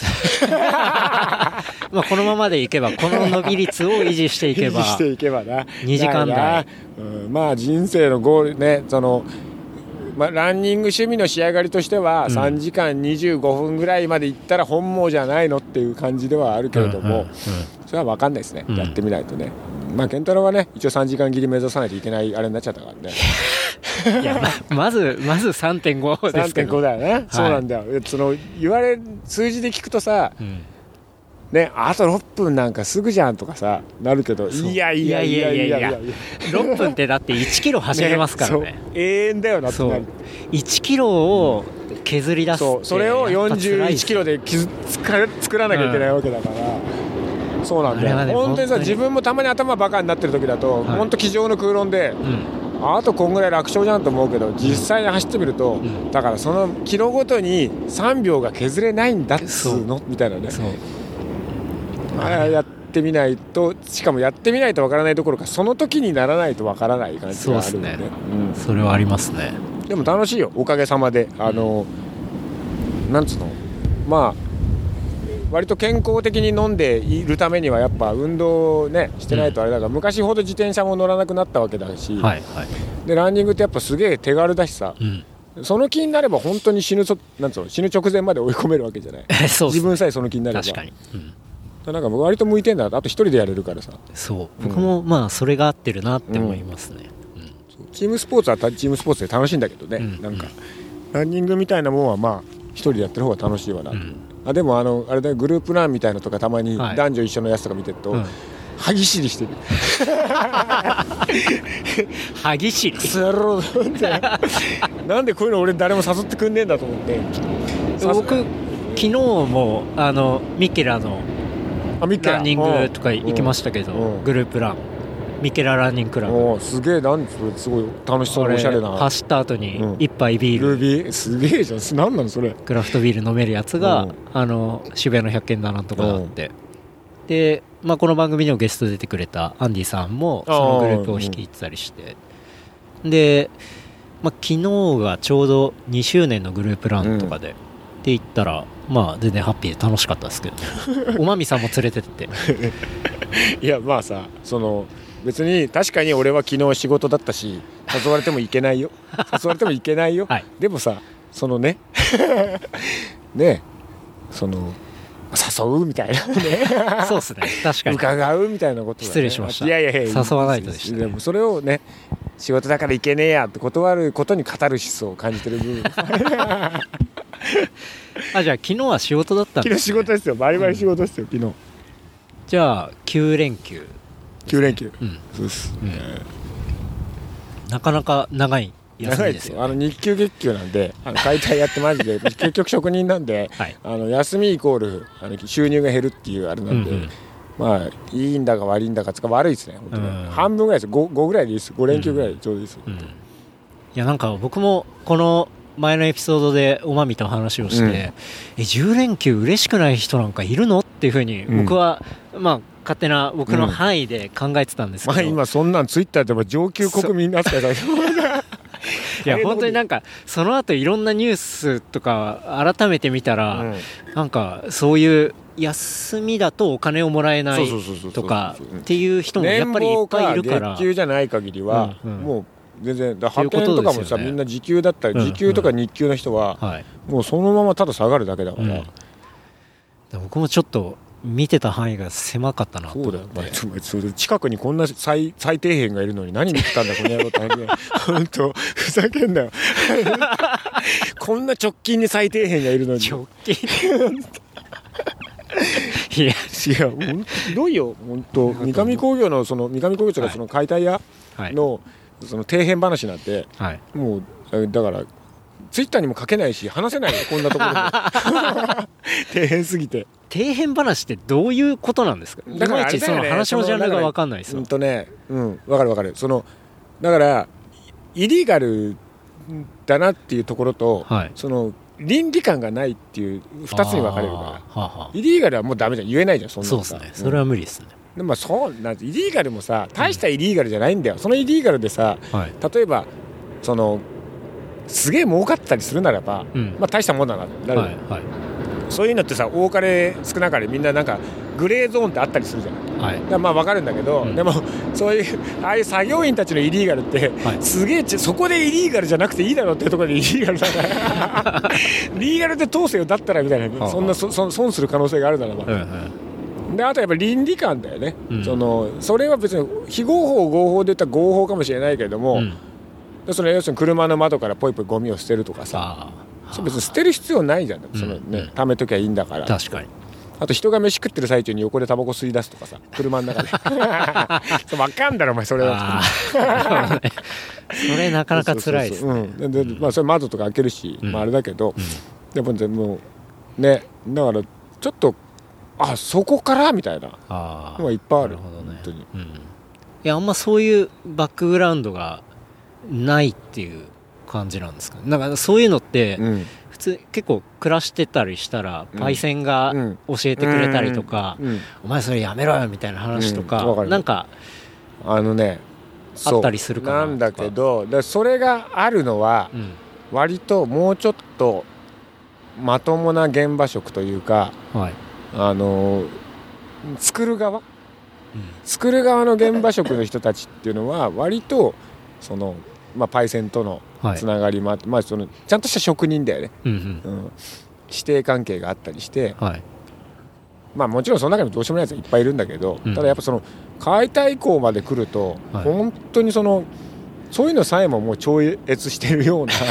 まあこのままでいけばこの伸び率を維持していけば維持していけばなにじかん台、 うん、まあ人生のゴールねそのまあ、ランニング趣味の仕上がりとしてはさんじかんにじゅうごふんぐらいまでいったら本望じゃないのっていう感じではあるけれども、うんうんうん、それは分かんないですね、うん、やってみないとね。まあ健太郎はね一応さんじかん切り目指さないといけないあれになっちゃったからねいや ま, まずまず さんてんご ですけどさんてんご だよね、はい、そうなんだよ。その言われ数字で聞くとさ、うんね、あとろっぷんなんかすぐじゃんとかさなるけどいやいやいやいやいやいやろっぷんってだっていちキロ走れますからね、ね永遠だよなってなる。 いちキロを削り出すって、 そうそれをよんじゅういちキロで作らなきゃいけないわけだから、うん、そうなんだよ、ね、本当にさ自分もたまに頭バカになってる時だと、はい、本当机上の空論で、うん、あとこんぐらい楽勝じゃんと思うけど実際に走ってみると、うん、だからそのキロごとにさんびょうが削れないんだっつうのみたいなね。そうあやってみないとしかもやってみないとわからないところかその時にならないとわからない感じがあるので、そうですね、 うん、それはありますね。 でも楽しいよおかげさまであの、うん、なんつうのまあ割と健康的に飲んでいるためにはやっぱ運動ねしてないとあれだから、うん、昔ほど自転車も乗らなくなったわけだし、はいはい、でランニングってやっぱすげえ手軽だしさ、うんその気になれば本当に死ぬ、なんつうの死ぬ直前まで追い込めるわけじゃないそう、ね、自分さえその気になれば確かに、うん、 なんか割と向いてんだあと一人でやれるからさそう僕もまあそれが合ってるなって思いますね、うんうん、 チームスポーツはチームスポーツで楽しいんだけどね、うん、なんか、うん、ランニングみたいなもんはまあ一人でやってる方が楽しいわな、うん、あでもあのあれだよグループランみたいなとかたまに男女一緒のやつとか見てると、はいうん歯ぎしりしてる歯ぎしりなんでこういうの俺誰も誘ってくんねえんだと思って僕昨日もあのミケラのランニングとか行きましたけど、うんうん、グループランミケラランニングクラブすげえなんそれすごい楽しそうなおしゃれな走った後に一杯ビール、 うん、ビーすげえじゃん何なのそれクラフトビール飲めるやつが、うん、あの渋谷のひゃくえんだなんとかあって、うん、でまあ、この番組にもゲスト出てくれたアンディさんもそのグループを率いてたりして、うん、で、まあ、昨日がちょうどにしゅうねんのグループランとかで、うん、って言ったらまあ全然ハッピーで楽しかったですけどおまみさんも連れてっていやまあさその別に確かに俺は昨日仕事だったし誘われてもいけないよ誘われてもいけないよ、はい、でもさそのねねその誘うみたいなねそうですね確かに伺うみたいなこと、ね、 失礼しましたいやいやいや誘わないとでした、ね、 でもそれをね仕事だからいけねえやって断ることにカタルシスを感じてる部分あじゃあ昨日は仕事だったんですね。 昨日仕事ですよバリバリ仕事ですよ、うん、昨日じゃあきゅうれんきゅう、ね、 きゅうれんきゅう、 うん、 そうです、うん、 なかなか長い休みですよ、ね、 あの日給月給なんで、あの解体やってマジで結局職人なんで、はい、あの休みイコールあの収入が減るっていうあれなんで、うんうん、まあいいんだか悪いんだかつか悪いですね本当に、うん、半分ぐらいです 5, ごぐらいでいいですご連休ぐらいでちょうどいいです、うんうん、いやなんか僕もこの前のエピソードでおまみと話をして、うん、えじゅう連休嬉しくない人なんかいるのっていうふうに僕は、うん、まあ勝手な僕の範囲で考えてたんですけど、 うんまあ、今そんなんツイッターでも上級国民扱いされていや本当になんかその後いろんなニュースとか改めて見たら、うん、なんかそういう休みだとお金をもらえないとかっていう人もやっぱりいっぱいいるから、 年俸か月給じゃない限りは、うんうん、もう全然だ派遣とかもさ、ね、みんな時給だったり、うんうん、時給とか日給の人は、はい、もうそのままただ下がるだけだから、 うん、僕もちょっと見てた範囲が狭かったなと思って。 そうだよ、近くにこんな 最, 最底辺がいるのに何見てたんだこの野郎って本当ふざけんなよこんな直近に最底辺がいるのに直近いやいや本当ひどいよ本当三上工業のその三上工業というかその解体屋の、はい、その底辺話なんて、はい、もうだからツイッターにも書けないし話せないよこんなところで底辺すぎて。 底辺話ってどういうことなんですか。 だからあれだよね、 その話のジャンルが分かんないですよ。 うんとね、うん分かる分かる。そのだからイリーガルだなっていうところと、はい、その倫理観がないっていうふたつに分かれるから、ははイリーガルはもうダメじゃん、言えないじゃんそんなの。 そうですね、それは無理ですね。 うん、でもそうなんイリーガルもさ大したイリーガルじゃないんだよ。そのイリーガルでさ、はい、例えばそのすげえ儲かったりするならば、うん、まあ大したもんだなってなる、はいはい、そういうのってさ多かれ少なかれみんななんかグレーゾーンってあったりするじゃない、はい、だからまあ分かるんだけど、うん、でもそういうああいう作業員たちのイリーガルって、はい、すげえそこでイリーガルじゃなくていいだろうっていうところでイリーガルだからリーガルで通せよだったらみたいなそんなそそ損する可能性があるならば、うんうん、であとやっぱ倫理観だよね、うん、そのそれは別に非合法合法で言ったら合法かもしれないけれども、うんでその要するに車の窓からポイポイゴミを捨てるとかさ、そ別に捨てる必要ないじゃん、そのね、うんうん、貯めときゃいいんだから。 確かに。あと人が飯食ってる最中に横でタバコ吸い出すとかさ、車の中で分かんだろお前それはそれなかなか辛いですね。 そうそうそう、うん、でまあそれ窓とか開けるし、うん、まあ、あれだけど、うん、でもでもねだからちょっとあそこからみたいなのがいっぱいある。なるほどね、本当に、 うん、いやあんまそういうバックグラウンドがないっていう感じなんですかね。なんかそういうのって、うん、普通結構暮らしてたりしたら、うん、パイセンが教えてくれたりとか、うんうん、お前それやめろよみたいな話とか、うん、なんかあのねあったりするかななんだけどだそれがあるのは、うん、割ともうちょっとまともな現場職というか、はい、あの作る側、うん、作る側の現場職の人たちっていうのは割とそのまあ、パイセンとのつながりもあって、はいまあ、そのちゃんとした職人だよね、うんうんうん、指定関係があったりして、はいまあ、もちろんその中にもどうしようもないやつはいっぱいいるんだけど、うん、ただやっぱその解体工まで来ると、はい、本当にそのそういうのさえももう超越してるような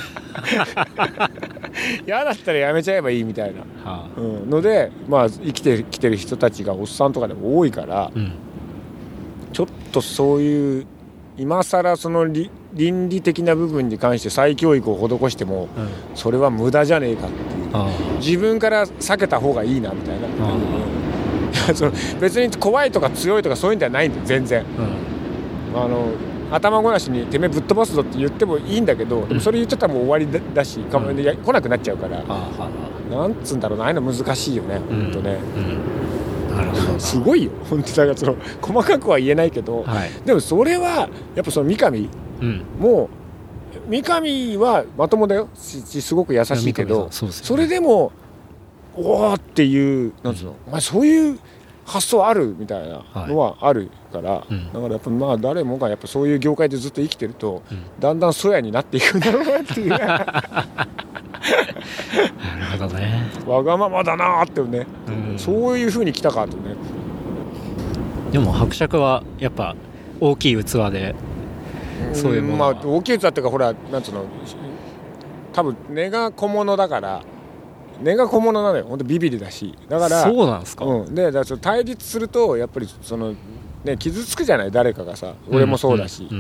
嫌だったらやめちゃえばいいみたいな、はあうん、ので、まあ、生きてきてる人たちがおっさんとかでも多いから、うん、ちょっとそういう今更その倫理的な部分に関して再教育を施しても、うん、それは無駄じゃねえかっていう自分から避けた方がいいなみたいな、うん、その別に怖いとか強いとかそういうんではないんだよ全然、うん、あの頭ごなしにてめえぶっ飛ばすぞって言ってもいいんだけど、うん、でもそれ言っちゃったらもう終わり だ, だし、うん、来なくなっちゃうから、うん、なんつうんだろうなああいうの難しいよね、うん、ほんとね、うんすごいよ本当だからその細かくは言えないけど、はい、でもそれはやっぱその三上、うん、もう三上はまともだよすごく優しいけど そ, う、ね、それでもおーっていうなんつうの、うん、お前そういう発想あるみたいなのはあるから、はいうん、だからやっぱまあ誰もがやっぱそういう業界でずっと生きてると、うん、だんだんそやになっていくんだろうなっていうなるほどねわがままだなってね、うん、そういう風に来たかとね。 でも伯爵はやっぱ大きい器でそういうものは、 まあ、大きい器っていうかほらなんつうの多分根が小物だから根が小物なのよ本当ビビりだしだからそうなんですか、 うん、でだから対立するとやっぱりその、ね、傷つくじゃない誰かがさ俺もそうだし、うんうんうん、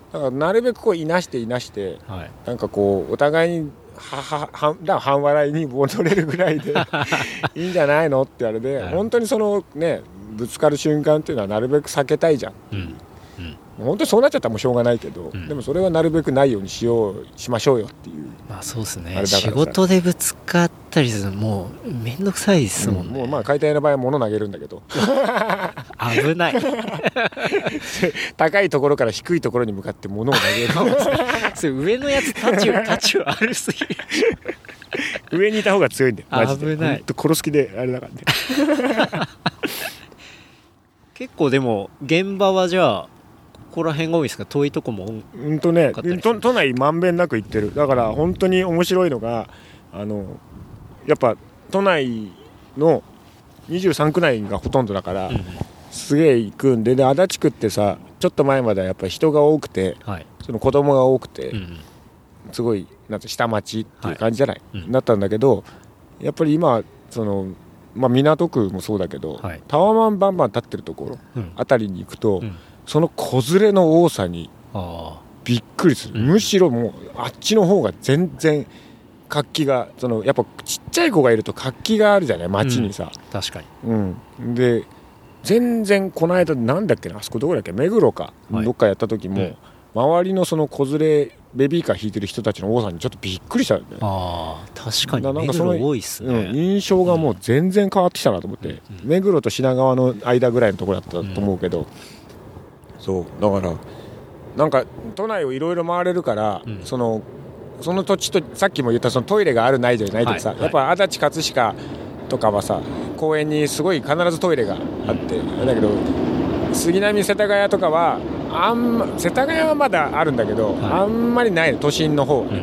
だからなるべくこういなしていなして、はい、なんかこうお互いにはははだ半笑いに戻れるぐらいでいいんじゃないのって言われて、はい、本当にそのねぶつかる瞬間っていうのはなるべく避けたいじゃん、うんうん、本当にそうなっちゃったらもうしょうがないけど、うん、でもそれはなるべくないようにしようしましょうよっていう。 まあそうですね。仕事でぶつかったりするのもうめんどくさいですもんね、うん、 もうまあ解体の場合は物投げるんだけど危ない高いところから低いところに向かって物を投げるそれ上のやつタチュタチュ悪すぎる上にいた方が強いんだよマジで。 危ない。 殺す気であれだからね結構でも現場はじゃあここら辺が多いですか？遠いとこもうんとね都, 都内まんべんなく行ってる。だから本当に面白いのがあのやっぱ都内のにじゅうさんく内がほとんどだから、うん、すげえ行くんで、で足立区ってさちょっと前まではやっぱり人が多くて、はい、その子供が多くて、うん、すごいなんて下町っていう感じじゃない、はい、なったんだけど、やっぱり今その、まあ、港区もそうだけど、はい、タワマンバンバン立ってるところ、うん、あたりに行くと、うん、その子連れの多さにびっくりする、うん、むしろもうあっちの方が全然活気が、そのやっぱちっちゃい子がいると活気があるじゃない街にさ、 うん、確かに、 うん、で全然この間なんだっけな、あそこどこだっけ、目黒か、はい、どっかやった時も、うん、周りのその子連れベビーカー引いてる人たちの多さにちょっとびっくりしたんだよね。 ああ確かに目黒多いっすね、 うん、印象がもう全然変わってきたなと思って、うん、目黒と品川の間ぐらいのところだったと思うけど、うん、そうだからなんか都内をいろいろ回れるから、うん、そのその土地とさっきも言ったそのトイレがあるないじゃないけどさ、はいはい、やっぱ足立葛飾とかはさ公園にすごい必ずトイレがあって、だけど杉並世田谷とかはあん、ま、世田谷はまだあるんだけど、はい、あんまりない都心の方、うん、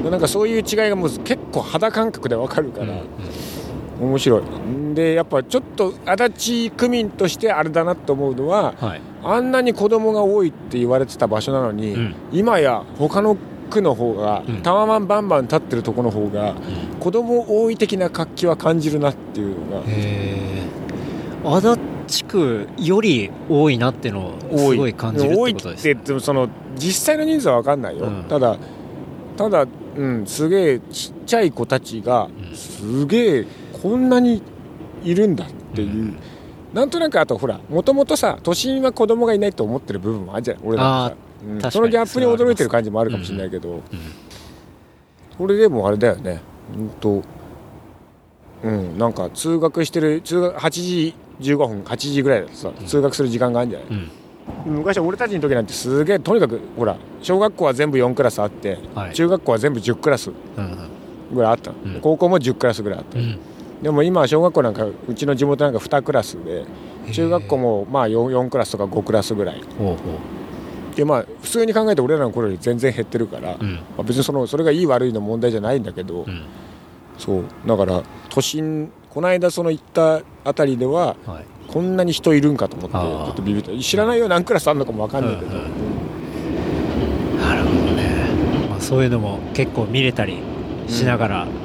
なんかそういう違いがもう結構肌感覚で分かるから、うん、面白い。でやっぱちょっと足立区民としてあれだなと思うのは、はい、あんなに子供が多いって言われてた場所なのに、うん、今や他の区の方が、うん、タワマンバンバン立ってるとこの方が、うん、子供多い的な活気は感じるなっていうのが、 へー、足立区より多いなっていうのをすごい感じるってことですね。多いって言ってもその実際の人数は分かんないよ、うん、ただただ、うん、すげえちっちゃい子たちが、うん、すげえこんなにいるんだっていう、うん、なんとなくあとほらもともとさ都心は子供がいないと思ってる部分もあるじゃん俺らもさ、うん、そのギャップに驚いてる感じもあるかもしれないけど、うんうん、それでもあれだよね、うんとうん、なんか通学してる通学はちじじゅうごふんはちじぐらいだとさ、うん、通学する時間があるんじゃない、うん、昔俺たちの時なんてすげえとにかくほら小学校は全部よんクラスあって、はい、中学校は全部じゅっクラスぐらいあったの、うん、高校もじゅっクラスぐらいあった、うん、でも今は小学校なんかうちの地元なんかにクラスで中学校もまあ 4, よんクラスとかごクラスぐらいで、まあ普通に考えて俺らの頃より全然減ってるから、うんまあ、別に そ, のそれがいい悪いの問題じゃないんだけど、うん、そうだから都心この間その行ったあたりでは、はい、こんなに人いるんかと思ってちょっとビビった。知らないよ何クラスあるのかも分かんないけど、うんうん、なるほどね、まあ、そういうのも結構見れたりしながら、うん、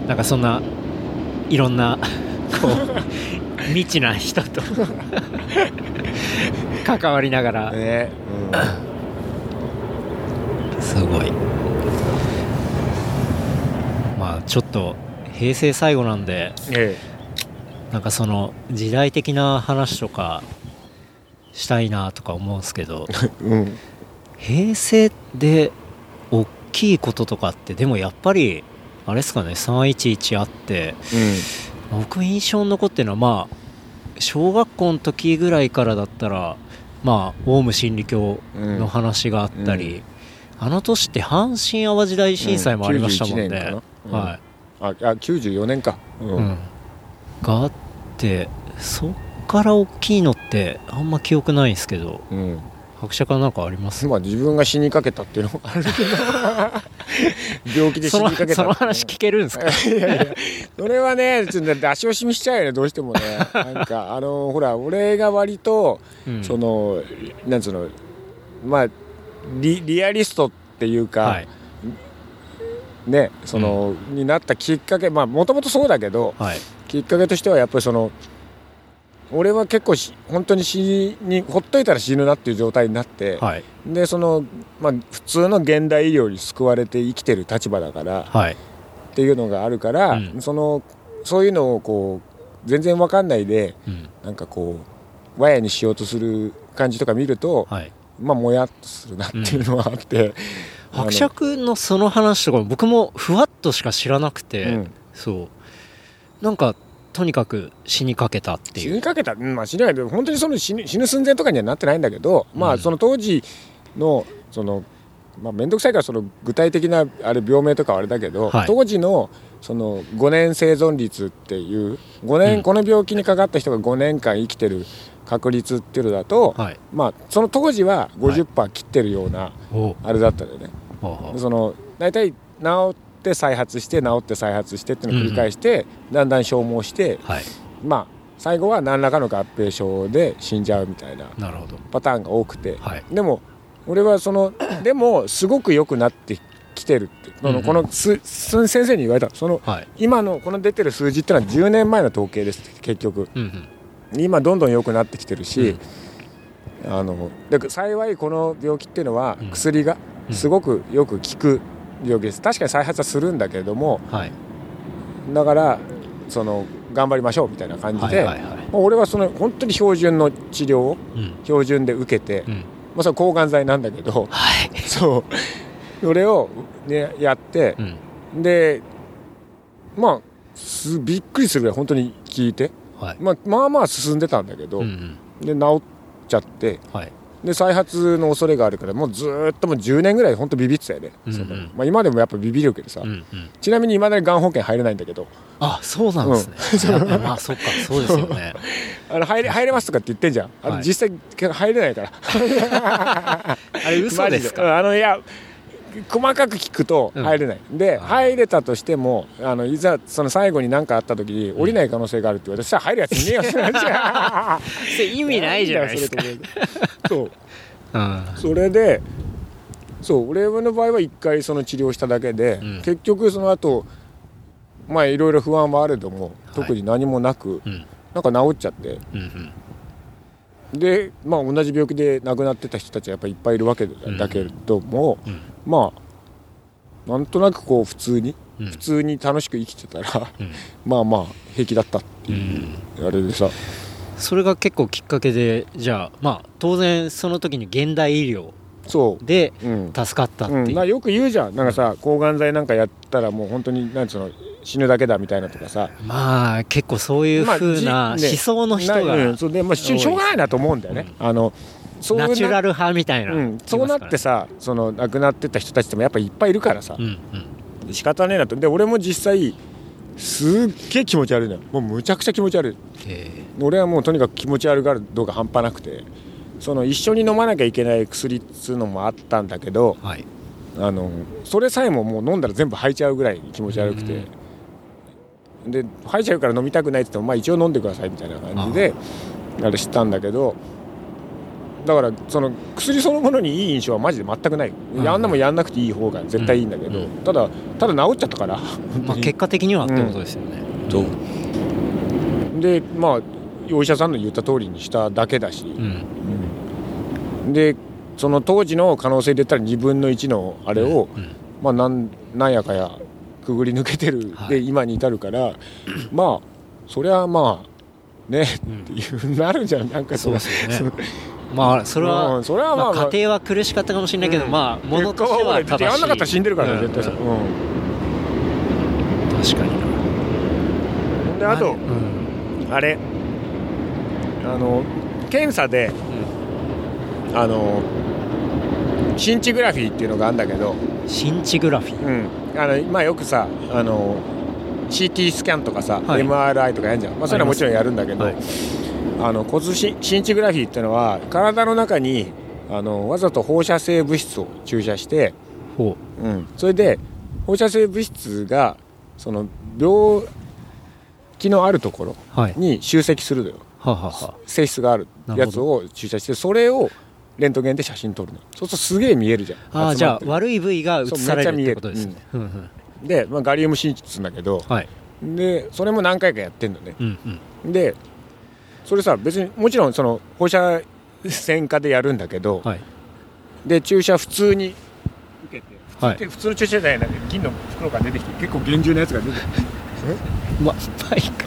なんかそんないろんなこう未知な人と関わりながら、ねうん、すごい。まあちょっと平成最後なんで、ええ、なんかその時代的な話とかしたいなとか思うんですけど、うん、平成で大きいこととかってでもやっぱりあれですかね、さんいちいちあって、うん、僕印象に残ってるのはまあ小学校の時ぐらいからだったらまあオウム真理教の話があったり、うんうん、あの年って阪神・淡路大震災もありましたもんね、うん、きゅうじゅういちねんかな、はい、 ああきゅうじゅうよねんか、うんうん、 があって、そっから大きいのってあんま記憶ないんですけど、うん、伯爵は何かあります？ まあ自分が死にかけたっていうのもあるけど病気で死にかけた、ね、 その、その話聞けるんですか？いやいやそれはねちょっと出し惜しみしちゃうよねどうしてもねなんかあのほら俺が割と、うん、そのなんつうのまあ リ, リアリストっていうか、はいね、その、うん、になったきっかけ、まあもともとそうだけど、はい、きっかけとしてはやっぱりその俺は結構本当に死にほっといたら死ぬなっていう状態になって、はい、でその、まあ、普通の現代医療に救われて生きてる立場だから、はい、っていうのがあるから、うん、そのそういうのをこう全然分かんないで、うん、なんかこうわやにしようとする感じとか見ると、はい、まあもやっとするなっていうのはあって、うん、 伯爵のその話とか僕もふわっとしか知らなくて、うん、そうなんかとにかく死にかけたっていう死にかけた、まあ、死にかけた本当にその死ぬ、死ぬ寸前とかにはなってないんだけど、まあその当時のそのまあ面倒くさいからその具体的なあれ病名とかはあれだけど、はい、当時のそのごねん生存率っていうごねん、うん、この病気にかかった人がごねんかん生きてる確率っていうのだと、はい、まあその当時は ごじゅっパーセント 切ってるようなあれだったんだよね、はい、その大体治って再発して治って再発してっていうのを繰り返して、うん、だんだん消耗して、はい、まあ最後は何らかの合併症で死んじゃうみたいなパターンが多くて、はい、でも俺はそのでもすごく良くなってきてるってこの、うんうん、このす先生に言われたその、はい、今のこの出てる数字ってのはじゅうねんまえの統計です結局、うんうん、今どんどん良くなってきてるし、うん、あので幸いこの病気っていうのは薬がすごくよく効く病気です。確かに再発はするんだけれども、はい、だからその頑張りましょうみたいな感じで、はいはいはい、俺はその本当に標準の治療を標準で受けて、うん、まあ、それ抗がん剤なんだけど、はい、そうそれを、ね、やって、うん、でまあすびっくりするぐらい本当に効いて、はい、まあ、まあまあ進んでたんだけど、うんうん、で治っちゃって、はい、で再発の恐れがあるからもうずっともうじゅうねんぐらい本当ビビってたよね、うんうん、まあ、今でもやっぱビビるけどさ、うんうん、ちなみに未だにがん保険入れないんだけど。 あ、そうなんですね、うん、まあそっかそうですよねあの 入れ、入れますとかって言ってんじゃん、あの、はい、実際入れないからあれ嘘ですか。あのいや細かく聞くと入れない、うん、で入れたとしてもあのいざその最後に何かあった時に降りない可能性があるって言われてさ、入るやついねえよって話それ意味ないじゃないですかそう、うん、それでそう俺の場合はいっかいその治療しただけで、うん、結局その後まあいろいろ不安はあれども特に何もなく、はい、うん、なんか治っちゃって、うんうん、でまあ同じ病気で亡くなってた人たちはやっぱりいっぱいいるわけだけれども、うんうん、まあなんとなくこう普通に、うん、普通に楽しく生きてたら、うん、まあまあ平気だったっていう、うん、あれでさ、 それが結構きっかけでじゃあまあ当然その時に現代医療で助かったっていう、うんうん、まあ、 よく言うじゃん、なんかさ抗がん剤なんかやったらもう本当になんつうの死ぬだけだみたいなとかさ、 まあ結構そういう風な思想の人が、まあね、うん、 そうで、まあ、しょうがないなと思うんだよね、うん、あのそうナチュラル派みたいな、 うん、そうなってさその亡くなってた人たちってもやっぱりいっぱいいるからさ、うんうん、仕方ねえなと。で俺も実際すっげえ気持ち悪いのよ、もうむちゃくちゃ気持ち悪い。俺はもうとにかく気持ち悪がる度が半端なくて、その一緒に飲まなきゃいけない薬っつうのもあったんだけど、はい、あのそれさえももう飲んだら全部吐いちゃうぐらい気持ち悪くて、で吐いちゃうから飲みたくないって言っても、まあ、一応飲んでくださいみたいな感じであれしたんだけど、だからその薬そのものにいい印象はマジで全くない。やんなもやんなくていい方が絶対いいんだけど、うん、ただただ治っちゃったから、 まあ、結果的にはってことですよね、 うん、でまあお医者さんの言った通りにしただけだし、うんうん、でその当時の可能性で言ったらにぶんのいちのあれを、うんうん、まあ、なんなんやかやくぐり抜けてるで今に至るから、はい、まあそりゃまあね、うん、っていうなるじゃん、なんかそうですよねまあそれは、うん、それはまあ、まあ、家庭は苦しかったかもしれないけど、うん、まあ物としては正しい。 やんなかったら死んでるからね、うん、絶対さ、うん、 確かにな。であと、うん、あれあの検査で、うん、あのシンチグラフィーっていうのがあるんだけど、 シンチグラフィー、 うん、あのまあよくさあの シーティー スキャンとかさ、はい、エムアールアイ とかやるじゃん、まあ、それはもちろんやるんだけど、はい、あの骨シンチグラフィーっていうのは体の中にあのわざと放射性物質を注射して、ほう、うん、それで放射性物質がその病気のあるところに集積するのよ、はい、ははは性質があるやつを注射して、それをレントゲンで写真撮るの。そうするとすげえ見えるじゃん。 あ、じゃあ悪い部位が映されるってことですね。うんうん、で、まあ、ガリウムシンチって言うんだけど、はい、でそれも何回かやってんのね、うんうん、でそれさ別にもちろんその放射線科でやるんだけど、はい、で注射普通に受けて、はい、普通の注射じゃないなんか銀の袋から出てきて結構厳重なやつが出てきてま、マイク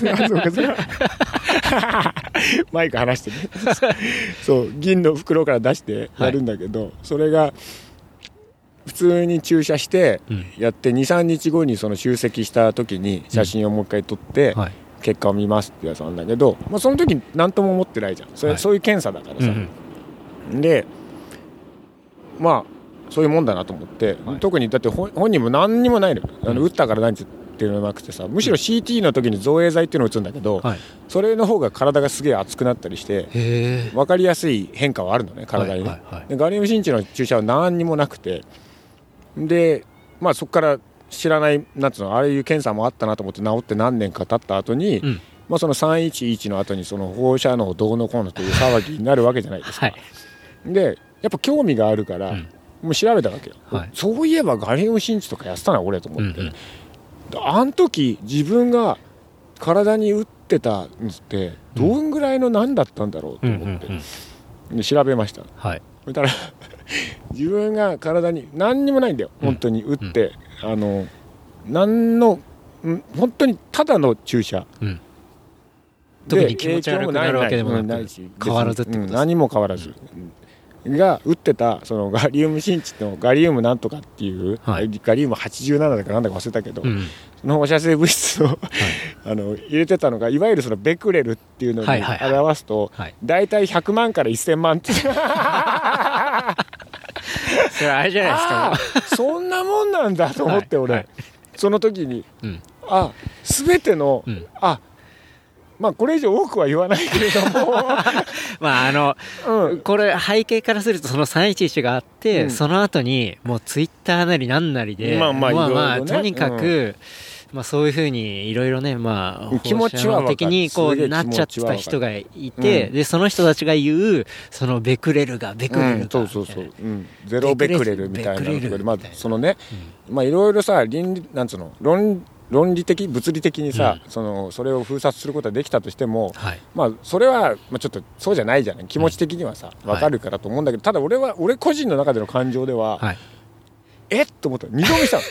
マイク離してねそう銀の袋から出してやるんだけど、はい、それが普通に注射してやって にさんにちごにその集積した時に写真をもう一回撮って結果を見ますってやつなんだけど、まあ、その時何とも思ってないじゃんそれ、はい、そういう検査だからさ、うんうん、でまあそういうもんだなと思って、はい、特にだって本人も何にもないのよ、あの打ったから何っていうのなくてさ、むしろ シーティー の時に造影剤っていうのを打つんだけど、はい、それの方が体がすげえ熱くなったりして分かりやすい変化はあるのね体にね、はいはいはい、でガリウムシンチの注射は何にもなくて、でまあそこから知らないなんつうのああいう検査もあったなと思って治って何年か経った後に、うん、まあそのさんいちいちの後にその放射能どうのこうのという騒ぎになるわけじゃないですか、はい、でやっぱ興味があるから、うん、もう調べたわけよ、はい、そういえばガリウムシンチとかやってたな俺と思って、うんうん、あの時自分が体に打ってたんってどんぐらいの何だったんだろうと思って、うんうんうん、で調べました、はい、そしたら自分が体に何にもないんだよ本当に打って、うん、あの何の本当にただの注射、うん、 特に気持ち悪くなるわけでもないし変わらずってことです、 うん、何も変わらず、うん、が打ってたそのガリウムシンチのガリウムなんとかっていう、はい、ガリウムはちじゅうななだかなんだか忘れたけど、うん、その放射性物質を、はい、あの入れてたのがいわゆるそのベクレルっていうのに表すと、はいはいはい、だいたいひゃくまんからせんまんってそれあれじゃないですかそんなもんなんだと思って俺、はいはい、その時に、うん、あ全ての、うん、あまあこれ以上多くは言わないけれどもまああの、うん、これ背景からするとそのさんいちいちがあって、うん、その後にもうツイッターなりなんなりでまあまあまあまあとにかく、うん、まあそういう風にいろいろねまあ気持ちは的にこうなっちゃった人がいて、うん、でその人たちが言うそのベクレルがベクレルが、うん、 そうそうそう、うん、ゼロベクレルみたいなのとかでまあそのね、うん、まあいろいろさ倫理なんつうの論論理的物理的にさ、うん、そのそれを封殺することができたとしても、はい、まあそれはまあちょっとそうじゃないじゃない気持ち的にはさ、うん、分かるからと思うんだけど、ただ俺は俺個人の中での感情では、はい、えっと思った二度見したの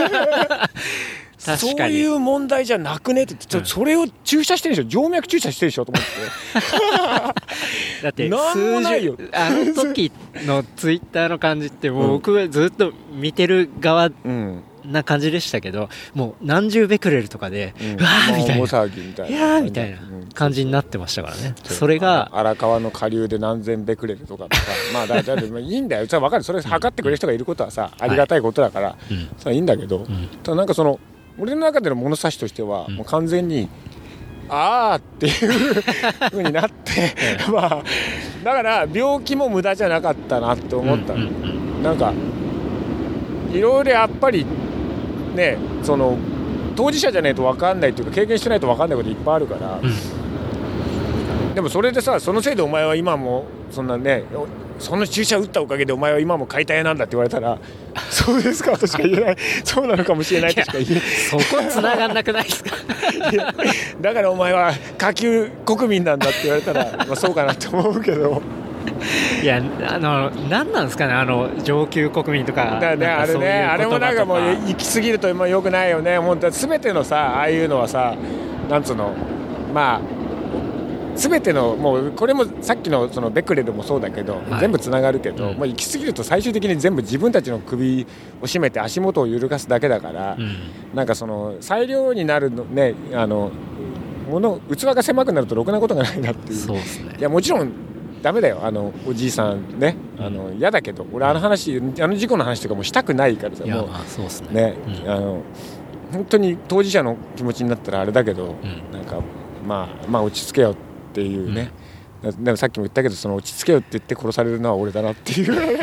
そういう問題じゃなくねってちょ、うん、それを注射してるでしょ静脈注射してるでしょと思ってだって数十あの時のツイッターの感じってもう僕はずっと見てる側、うんな感じでしたけどもう何十ベクレルとかで、うん、うわーみたいな、 騒ぎみたいな、 いやーみたいな感じになってましたからね、うん、それが荒川の下流で何千ベクレルとかとかまあだだいいんだよそれ分かるそれ測ってくれる人がいることはさ、うん、ありがたいことだから、はい、それはいいんだけど、うん、ただなんかその俺の中での物差しとしては、うん、もう完全にあーっていう風になってまあだから病気も無駄じゃなかったなって思ったの、うんうんうん、なんかいろいろやっぱりね、その当事者じゃないと分かんないというか経験してないと分かんないこといっぱいあるから、うん、でもそれでさそのせいでお前は今もそんなねその注射打ったおかげでお前は今も解体なんだって言われたらそうですかとしか言えないそうなのかもしれないとしか言えないそこ繋がんなくないですかいやだからお前は下級国民なんだって言われたら、まあ、そうかなって思うけどいやあの何なんですかねあの上級国民とかだ、ね、あれねあれもなんかもう行き過ぎるともう良くないよね本当全てのさああいうのはさなんつうのまあ全てのもうこれもさっきのそのベクレルもそうだけど、はい、全部つながるけど、うん、もう行き過ぎると最終的に全部自分たちの首を絞めて足元を揺るがすだけだから、うん、なんかその裁量になるのねあのもの器が狭くなるとろくなことがないなっていう。 そうですね。 いやもちろんダメだよあのおじいさんねあの嫌だけど俺あの話あの事故の話とかもしたくないからさいやもうまあそうですね、 ね、うん、あの本当に当事者の気持ちになったらあれだけど、うん、なんかまあまあ落ち着けよっていうね、うん、でもさっきも言ったけどその落ち着けよって言って殺されるのは俺だなっていう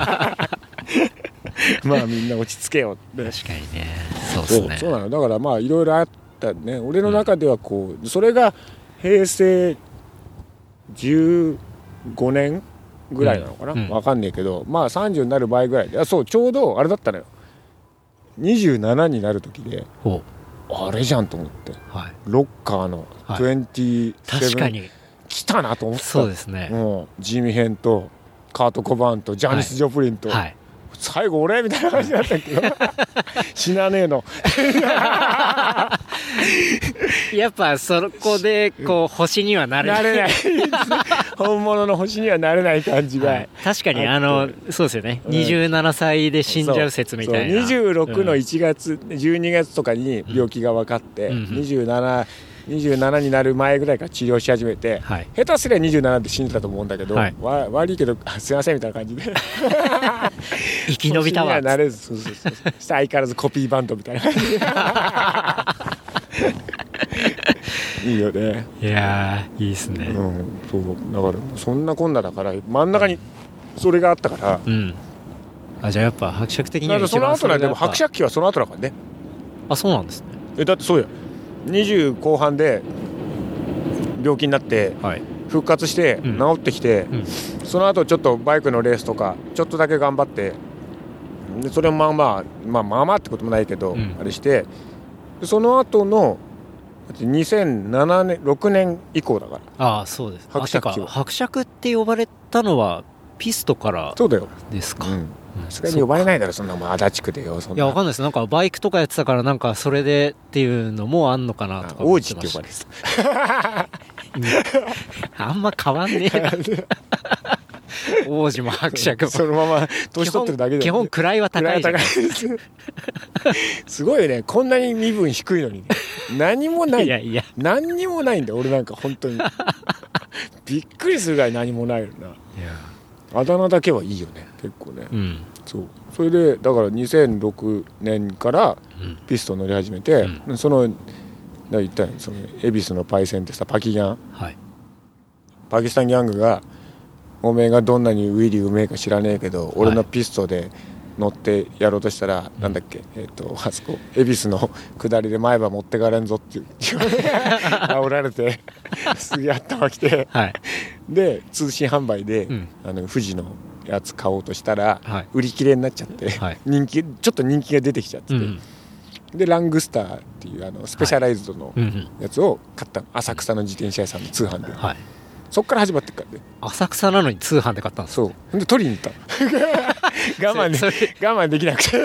まあみんな落ち着けよって確かにねそうですねそうなのだからまあいろいろあったね俺の中ではこうそれが平成じゅうごねんぐらいなのかな、うん、分かんねえけどまあさんじゅうになる場合ぐらいであそうちょうどあれだったのよにじゅうななになる時であれじゃんと思って、 はい、 ロッカーのにじゅうなな、 はい、確かに来たなと思った。 そうですね。 もうジミヘンとカート・コバーンとジャニス・ジョプリンと、はいはい、最後俺みたいな感じだったけど死なねえのやっぱそこでこう星にはなれないなれない本物の星にはなれない感じが、はい、 確かにあのそうですよね、うん、にじゅうななさいで死んじゃう説みたいな。 にじゅうろくのいちがつ、うん、じゅうにがつとかに病気が分かって、うん、にじゅうななにじゅうななになる前ぐらいから治療し始めて、はい、下手すりゃにじゅうななで死んでたと思うんだけど、はい、わ悪いけどすいませんみたいな感じで生き延びたわっなれず、そうそうそうそうしたら相変わらずコピーバンドみたいな感じでいいよね。 いやいいですね、 うん、そうだからそんなこんなだから真ん中にそれがあったから、うん、 あじゃあやっぱ伯爵的には一番それがその後なんでも伯爵期はその後だからね。 あそうなんですね。 えだってそうやにじゅう後半で病気になって復活して治ってきて、うんうん、その後ちょっとバイクのレースとかちょっとだけ頑張ってでそれもまあまあまあまあまあってこともないけど、うん、あれしてその後のにせんななねんろくねん以降だから。 ああそうです。伯爵期は伯爵って呼ばれたのはピストからですか。 それに呼ばれないだろそんなもん足立区でよ。そんないやわかんないです。なんかバイクとかやってたからなんかそれでっていうのもあんのかなとか思ってました。王子って呼ばれてたあんま変わんねえな王子も伯爵もそのまま年取ってるだけで、ね、 基本位は高いじゃないですかすごいよね。こんなに身分低いのに、ね、何もない。いやいや何にもないんだよ俺なんか本当にびっくりするぐらい何もないよな。いやあだ名だけはいいよね結構ね、うん、そうそれでだからにせんろくねんからピスト乗り始めて、うん、その言ったよその恵比寿のパイセンってさパキギャン、はい、パキスタンギャングがおめえがどんなにウィリーうめえか知らねえけど、はい、俺のピストで乗ってやろうとしたら、うん、なんだっけえっ、ー、とあそこ恵比寿の下りで前歯持ってかれんぞっていう煽られてすげえ頭きて、はい、で通信販売で、うん、あの富士のやつ買おうとしたら、はい、売り切れになっちゃって、はい、人気ちょっと人気が出てきちゃってて、うん、でラングスターっていうあのスペシャライズドのやつを買ったの、浅草の自転車屋さんの通販で、はい、そっから始まってっからね。 浅草なのに通販で買ったんですか。 そうで取りに行った我慢で我慢できなくて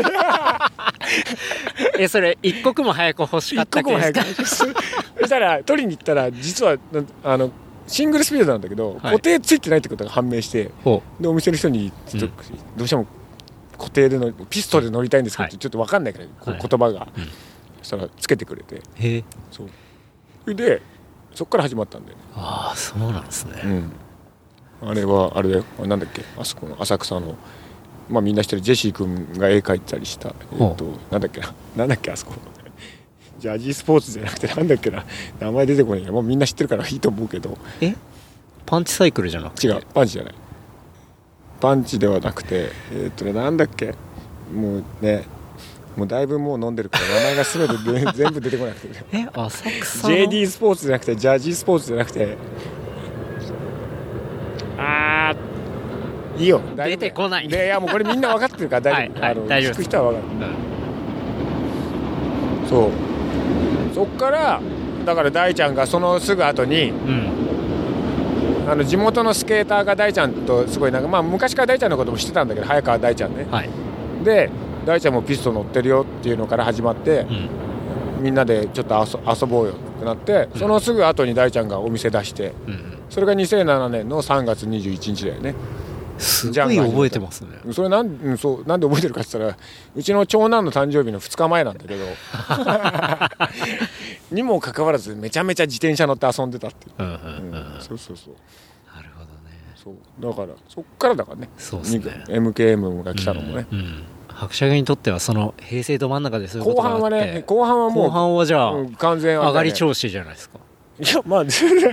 えそれ一刻も早く欲しかったわけですか。 そしたら取りに行ったら実はあのシングルスピードなんだけど、はい、固定ついてないってことが判明して、でお店の人にちょっと、うん、どうしても固定でのピストで乗りたいんですけど、はい、ちょっと分かんないから、はい、言葉が、うん、そしたらつけてくれて、へそうそれでそっから始まったんだよね。 ああそうなんですね、 うん、あれはあれだよなんだっけあそこの浅草のまあみんな知ってるジェシー君が絵描いたりした、えー、となんだっけななんだっけあそこジャージースポーツじゃなくてなんだっけな名前出てこない。もうみんな知ってるからいいと思うけど。 えパンチサイクルじゃなくて。 違うパンチじゃないパンチではなくてえー、っとねなんだっけもうねもうだいぶもう飲んでるから名前が全て全部出てこなくてえ浅草ジェーディー スポーツじゃなくてジャージースポーツじゃなくてあーいいよ出てこないでいやもうこれみんな分かってるから大丈夫、はいはい、あの大丈夫聞く人は分かる、うん、そうそっからだから大ちゃんがそのすぐ後に、うん、あの地元のスケーターが大ちゃんとすごいなんかまあ昔から大ちゃんのことも知ってたんだけど早川大ちゃんね、はい、で大ちゃんもピスト乗ってるよっていうのから始まって、うん、みんなでちょっと 遊, 遊ぼうよってなって、うん、そのすぐ後に大ちゃんがお店出して、うん、それがにせんななねんのさんがつにじゅういちにちだよね。 すごい覚えてますね。 それなん、うん、そうなんで覚えてるかって言ったらうちの長男の誕生日のふつかまえなんだけどにもかかわらずめちゃめちゃ自転車乗って遊んでたっていう、うんうんうん、そうそうそうなるほどね。 そうだからそっからだからね。 そうですねエムケーエム が来たのもね、うんうん伯爵にとってはその平成ど真ん中でそういうことがあって後半はね後半はもう後半はじゃあ、 うん、完全は、ね、 上がり調子じゃないですか。 いやまあ全然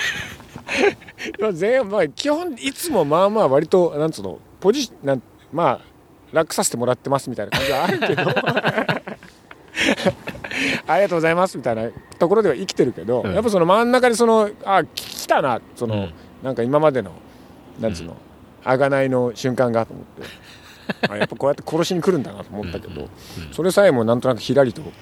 全まあ基本いつもまあまあ割となんつうのポジなんまあ楽させてもらってますみたいな感じはあるけどありがとうございますみたいなところでは生きてるけど、うん、やっぱその真ん中でそのあ来たなその、うん、なんか今までのなんつうの贖いの瞬間がと思ってあやっぱこうやって殺しに来るんだなと思ったけど、うんうんうん、それさえもなんとなくひらりと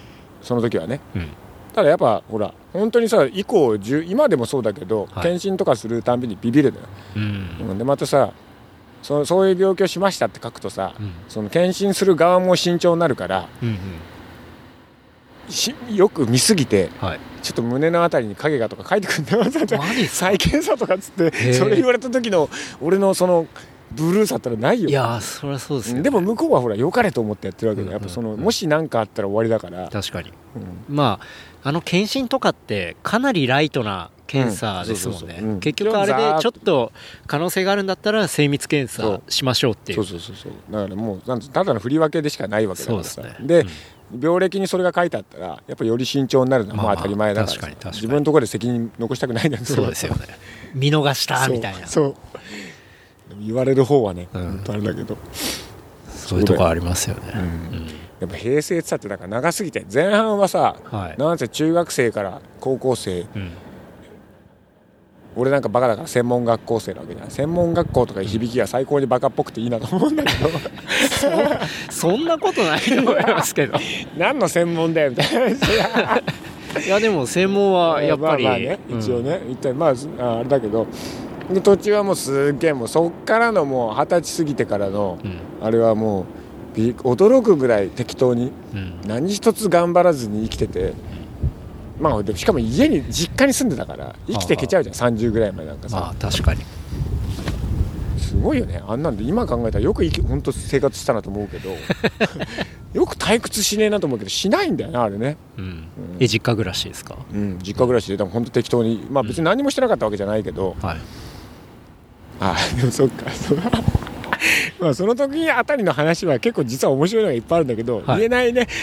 その時はね、 うん、 ただやっぱほら本当にさ以降今でもそうだけど、はい、検診とかするたんびにビビるのよ、うんうん、でまたさそ, そういう病気をしましたって書くとさ、うん、その検診する側も慎重になるから、うんうんしよく見すぎて、はい、ちょっと胸のあたりに影がとか書いてくるんだよ再検査とかっつってそれ言われた時の俺のそのブルーさったらないよ。 いやそりゃそうですよ、ね、 でも向こうはほら良かれと思ってやってるわけで、やっぱそのもし何かあったら終わりだから。 確かに、うん、まああの検診とかってかなりライトな検査ですもんね。結局あれでちょっと可能性があるんだったら精密検査しましょうっていう。 そうそうそうそうだからもうなんただの振り分けでしかないわけだからさ。 そうですね。 で、うん、病歴にそれが書いてあったらやっぱりより慎重になるのはまあ当たり前だから、まあ、確かに確かに自分のところで責任残したくないんだけど。 そうですよね。見逃したみたいな。 そうそう言われる方はね、うん、本当あれだけどそういうとこありますよね、うんうん、 やっぱ平成ってさってだから長すぎて前半はさ、はい、なんせ中学生から高校生、うん、俺なんかバカだから専門学校生なわけじゃん。専門学校とか響きが最高にバカっぽくていいなと思うんだけどそ, そんなことないと思いますけど何の専門だよみたいないやでも専門はやっぱり、まあまあね、 一応ね、うん、一体まああれだけどで途中はもうすっげえもうそっからのもう二十歳過ぎてからの、うん、あれはもう驚くぐらい適当に、うん、何一つ頑張らずに生きてて、うん、まあでしかも家に実家に住んでたから生きてけちゃうじゃん、さんじゅうぐらいまでなんかさ。 まあ確かにすごいよねあんなんで。今考えたらよく本当生活したなと思うけどよく退屈しねえなと思うけどしないんだよなあれね、 うんうん、え実家暮らしですか？ うん、実家暮らしででも本当適当に、まあ別に何もしてなかったわけじゃないけど、うん、はい、あでもそっかまあその時あたりの話は結構実は面白いのがいっぱいあるんだけど、はい、言えないね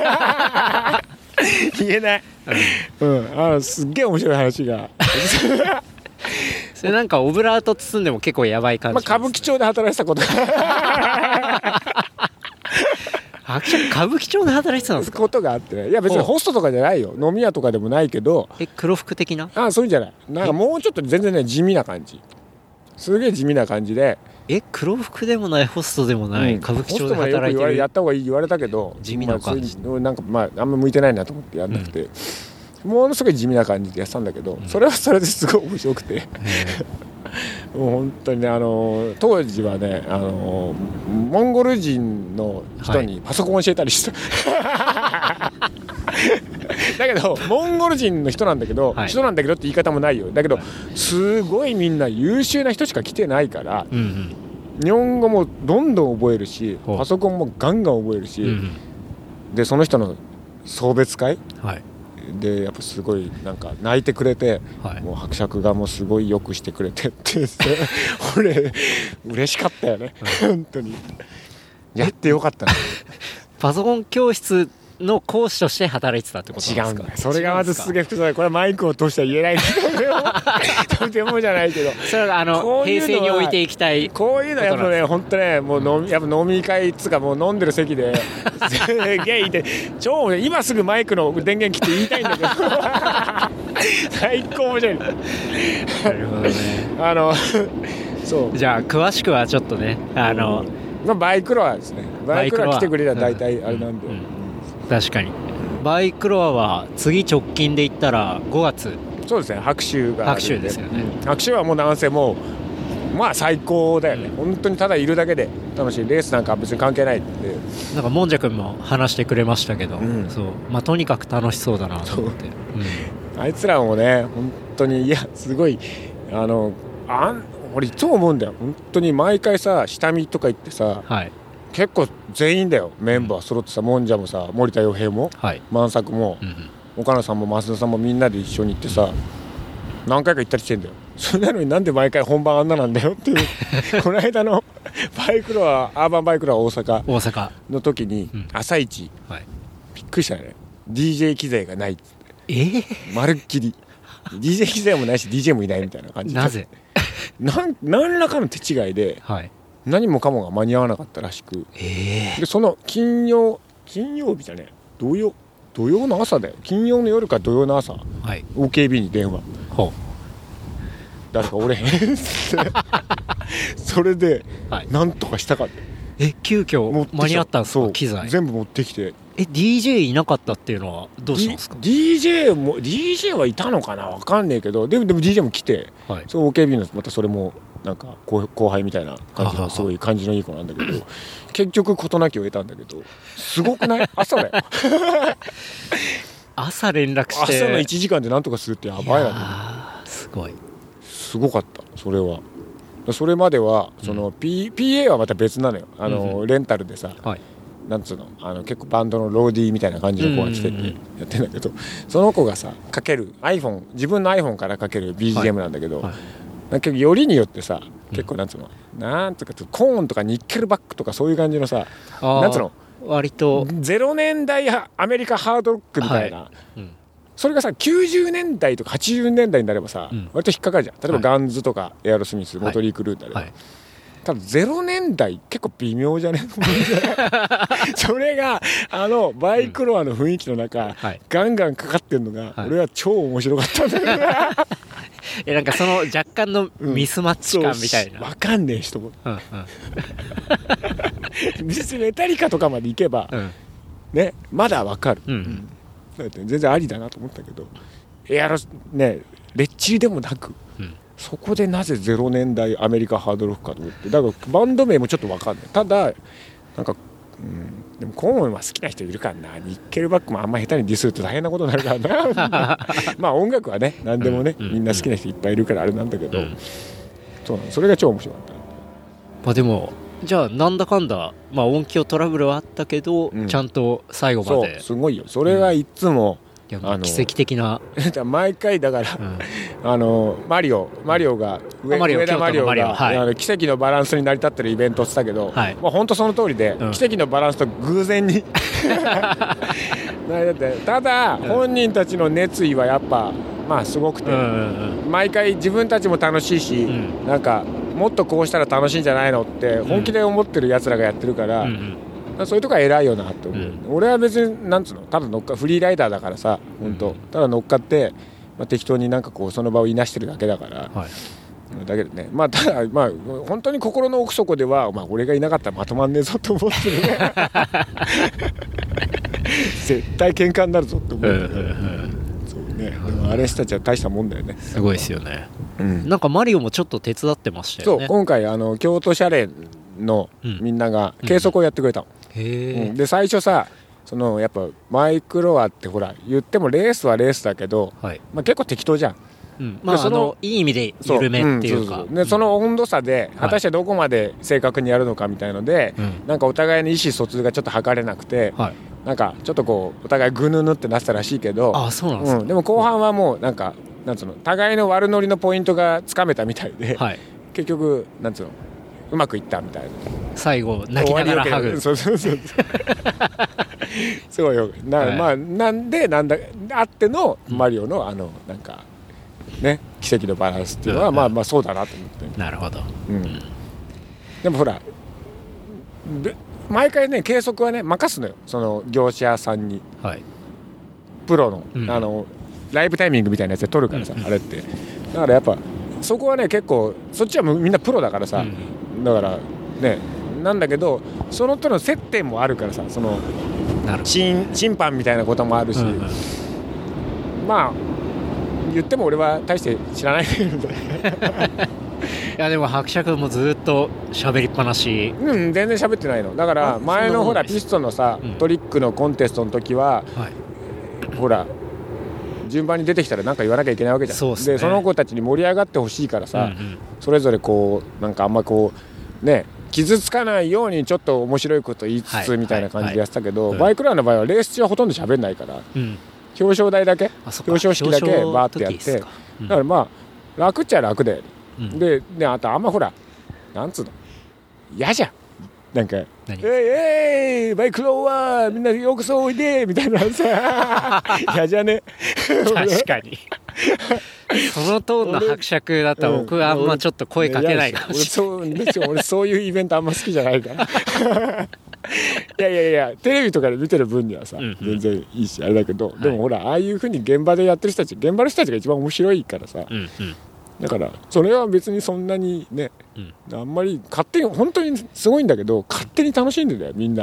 言えない、うん、あすっげえ面白い話がそれなんかオブラート包んでも結構やばい感じ、 まあ、歌舞伎町で働いてたこと歌舞伎町で働いてたんですか？ ことがあってね。いや別にホストとかじゃないよ、飲み屋とかでもないけど。 え黒服的な？ ああそういうんじゃない、なんかもうちょっと全然ね地味な感じ、すげえ地味な感じで。 え黒服でもないホストでもない、うん、歌舞伎町で働いてる。 やった方がいい言われたけど地味な感じ、 まあ、なんかまああんま向いてないなと思ってやんなくて、うん、ものすごい地味な感じでやってたんだけど、うん、それはそれですごい面白くてもう本当にねあの当時はねあのモンゴル人の人にパソコンを教えたりしてた、はい、だけどモンゴル人の人なんだけど、はい、人なんだけどって言い方もないよ。だけどすごいみんな優秀な人しか来てないから、うんうん、日本語もどんどん覚えるしパソコンもガンガン覚えるし、うんうん、でその人の送別会、はいでやっぱすごいなんか泣いてくれて、はい、もう伯爵がもうすごいよくしてくれてって俺嬉しかったよね、はい、本当にやってよかったねパソコン教室の講師として働いてたってことなんですか？ 違うんだよ、それがまずすげえ複雑で、これはマイクを通しては言えないとてもじゃないけどそれはあの平成に置いていきたいこういうのはやっぱね本当ねもう飲み、やっぱ飲み会っつうかもう飲んでる席ですげえいて超今すぐマイクの電源切って言いたいんだけど最高面白いなるほどねあのそうじゃあ詳しくはちょっとねあの、 うんまあ、バイクロアですね。バイクロア来てくれたら大体あれなんで、うんうんうん、 確かにバイクロアは次直近で言ったらごがつ。 そうですね白州があるんで。 白州ですよね、 うん、白州はもうなんせもうまあ最高だよね、うん、本当にただいるだけで楽しい。レースなんか別に関係ないってなんかもんじゃくんも話してくれましたけど、うん、そうまあ、とにかく楽しそうだなと思って、 うん、あいつらもね本当にいやすごいあのあん俺いつも思うんだよ本当に毎回さ下見とか行ってさ、はい、結構全員だよメンバー揃ってさ、うん、もんじゃもさ森田洋平も、はい、万作も、うんうん、岡野さんも増田さんもみんなで一緒に行ってさ、うん、何回か行ったりしてんだよ。それなのになんで毎回本番あんななんだよっていうこの間のバイクロアアーバンバイクロア大阪大阪の時に、うん、朝一、はい、びっくりしたね ディージェー 機材がないって、 えー、 まるっきりディージェー 機材もないし ディージェー もいないみたいな感じでなぜなん何らかの手違いで、はい、何もかもが間に合わなかったらしく、 えー、 でその金曜金曜日じゃね土曜土曜の朝だよ金曜の夜か土曜の朝、はい、オーケービー に電話ほう誰かおれへんってそれで、はい、なんとかしたかった。 え急遽間に合ったんですか機材全部持ってきてえ ディージェー いなかったっていうのはどうしたんですか？ ディージェー も ディージェー はいたのかな、分かんねえけど、でもでも ディージェー も来て、はい、そう オーケービー のまたそれもなんか後輩みたいな感じのすごい感じのいい子なんだけど、結局事なきを得たんだけど、すごくない？朝だよ朝連絡して朝のいちじかんでなんとかするってやばいなと思って。 いやすごいすごかった。それはそれまではその、うん、P、ピーエー はまた別なのよ。あの、うんうん、レンタルでさ、はい、なんつうの、あの結構バンドのローディーみたいな感じの子が来ててやってんだけど、その子がさかける iPhone 自分の iPhone からかける ビージーエム なんだけど、はいはい、なんかよりによってさ結構なんつうの、うん、なんつうかコーンとかニッケルバックとかそういう感じのさ、なんつうの割とゼロねんだいアメリカハードロックみたいな、はいうん、それがさきゅうじゅうねんだいとかはちじゅうねんだいになればさ、うん、割と引っかかるじゃん。例えばガンズとかエアロスミス、はい、モトリー・クルーになれば、はい、ただゼロねんだい結構微妙じゃねそれがあのバイクロアの雰囲気の中、うんはい、ガンガンかかってるのが、はい、俺は超面白かったんだよねえなんかその若干のミスマッチ感みたいな、 うん、分かんねえ人も、うんうん、別にメタリカとかまで行けば、うん、ねまだ分かる、うんうん、だって全然ありだなと思ったけど、エアロねレッチリでもなく、うん、そこでなぜゼロねんだいアメリカハードロックかと思って、だからバンド名もちょっと分かんない。ただなんか、うん、でもコーンは好きな人いるからな。ニッケルバックもあんま下手にディスると大変なことになるからなまあ音楽はね何でもね、うん、みんな好きな人いっぱいいるからあれなんだけど、うん、そうなの、それが超面白かった。 まあでもじゃあなんだかんだ、まあ、音響トラブルはあったけど、うん、ちゃんと最後まで。 そうすごいよ。それはいつも、 うん、あの奇跡的な毎回だから、うん、あのマリオマリオが 上, マリオ上田マリオが、はい、あの奇跡のバランスに成り立ってるイベントって言ったけど、はい、まあ、本当その通りで、うん、奇跡のバランスと偶然にただ、うん、本人たちの熱意はやっぱまあすごくて、うんうんうん、毎回自分たちも楽しいし、うん、なんかもっとこうしたら楽しいんじゃないのって本気で思ってるやつらがやってるから、うんうん、そういうとこは偉いよなって思う、うん、俺は別になんつうの、ただ乗っかフリーライダーだからさ、本当、うん、ただ乗っかって、まあ、適当になんかこうその場をいなしてるだけだから、はい、だけどね、まあただまあ本当に心の奥底では、まあ、俺がいなかったらまとまんねえぞと思ってるね絶対喧嘩になるぞって思う、うんうんうん、そうね、でもあれ人たちは大したもんだよね。 すごいですよね、うん、なんかマリオもちょっと手伝ってましたよね。 そう今回あの京都シャレのみんなが計測をやってくれたの、うんうん、へー、で最初さそのやっぱマイクロアってほら言ってもレースはレースだけど、はい、まあ、結構適当じゃん、 うん、まあ、そのあのいい意味で緩めっていうか、 そう、うん、そうそうでその温度差で果たしてどこまで正確にやるのかみたいので、はい、なんかお互いの意思疎通がちょっと図れなくて、はい、なんかちょっとこうお互いぐぬぬってなってたらしいけど、 あ、そうなんですか、 うん、でも後半はもうなんかなんつうの互いの悪ノリのポイントがつかめたみたいで、はい、結局なんつうのうまくいったみたいな、 最後泣きながらハグ、 そうそうそうすごいよな、はい、まあなんでなんだあってのマリオのあのなんかね奇跡のバランスっていうのは、うん、まあまあそうだなと思って。 なるほど、 うん、でもほら毎回ね計測はね任すのよ、その業者さんに、はい、プロの、うん、あのライブタイミングみたいなやつで撮るからさ、うん、あれってだからやっぱそこはね結構そっちはみんなプロだからさ、うん、だからねなんだけどそのとの接点もあるからさ、その審判みたいなこともあるし、うんうん、まあ言っても俺は大して知らないけどいやでも伯爵もずっと喋りっぱなし、 うん全然喋ってないのだから、前のほらピストンのさ、うん、トリックのコンテストの時は、はい、ほら順番に出てきたら何か言わなきゃいけないわけじゃん。 そうっすね、 でその子たちに盛り上がってほしいからさ、うんうん、それぞれこうなんかあんまこうね傷つかないようにちょっと面白いこと言いつつ、はい、みたいな感じでやってたけど、はいはい、バイクラーの場合はレース中はほとんど喋んないから、うん、表彰台だけ表彰式だけバーってやって、うん、だからまあ楽っちゃ楽で、うん、で, であとあんまほらなんつうの嫌じゃん、なんか「えいえいバイクローはみんなようこそおいで」みたいなさ嫌じゃね確かにそのトーンの伯爵だったら僕はあんまちょっと声かけないかもしれない、 うん、俺, そう俺そういうイベントあんま好きじゃないからいやいやいやテレビとかで見てる分にはさ、うんうん、全然いいしあれだけど、はい、でもほらああいう風に現場でやってる人たち現場の人たちが一番面白いからさ、うんうん、だからそれは別にそんなにね、うん、あんまり勝手に本当にすごいんだけど勝手に楽しんでんだよみんな。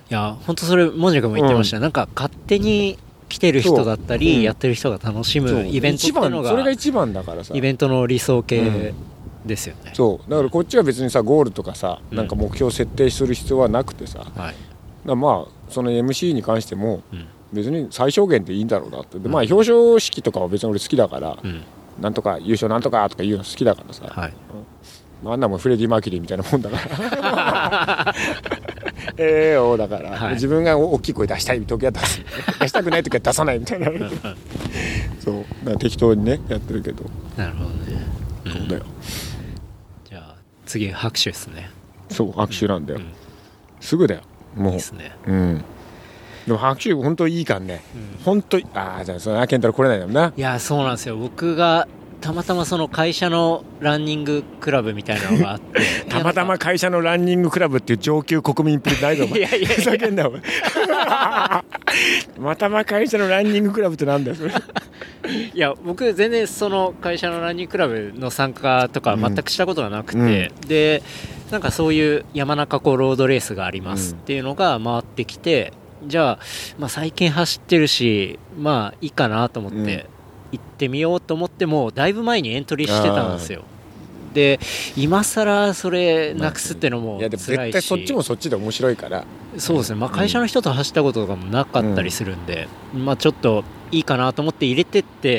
や本当それもじゃくんも言ってました、うん、なんか勝手に来てる人だったり、うん、やってる人が楽しむイベントっていうのがそれが一番だからさ、 イベントの理想形ですよね、 うん、そうだからこっちは別にさゴールとかさ、うん、なんか目標設定する必要はなくてさ、はい、だまあその エムシー に関しても別に最小限でいいんだろうなって、でまあ表彰式とかは別に俺好きだから、うん、なんとか優勝なんとかとか言うの好きだからさ、はい、うん、あんなもんフレディ・マーキュリーみたいなもんだからええよだから、はい、自分が大きい声出したい時は出す出したくない時は出さないみたいなそうだから適当にねやってるけど。 なるほどね、 うん、そうだよ。 じゃあ次拍手ですね。 そう拍手なんだよ、うん、すぐだよもう。いいですね、うん、でも拍手本当いいからね、うん、本当にああじゃあその健太郎来れないんだもんな。 いやそうなんですよ、僕がたまたまその会社のランニングクラブみたいなのがあってたまたま会社のランニングクラブっていう上級国民っぷりないぞお前。いやいやふざけんなお前たまたま会社のランニングクラブってなんだよそれ。 いや僕全然その会社のランニングクラブの参加とか全くしたことがなくて、うん、でなんかそういう山中湖ロードレースがありますっていうのが回ってきて、うん、じゃあ、まあ、最近走ってるしまあいいかなと思って行ってみようと思ってもだいぶ前にエントリーしてたんですよ。で今更それなくすってのも辛いし、いやでも絶対そっちもそっちで面白いから。 そうですね、まあ、会社の人と走ったこととかもなかったりするんで、うん、まあちょっといいかなと思って入れてって、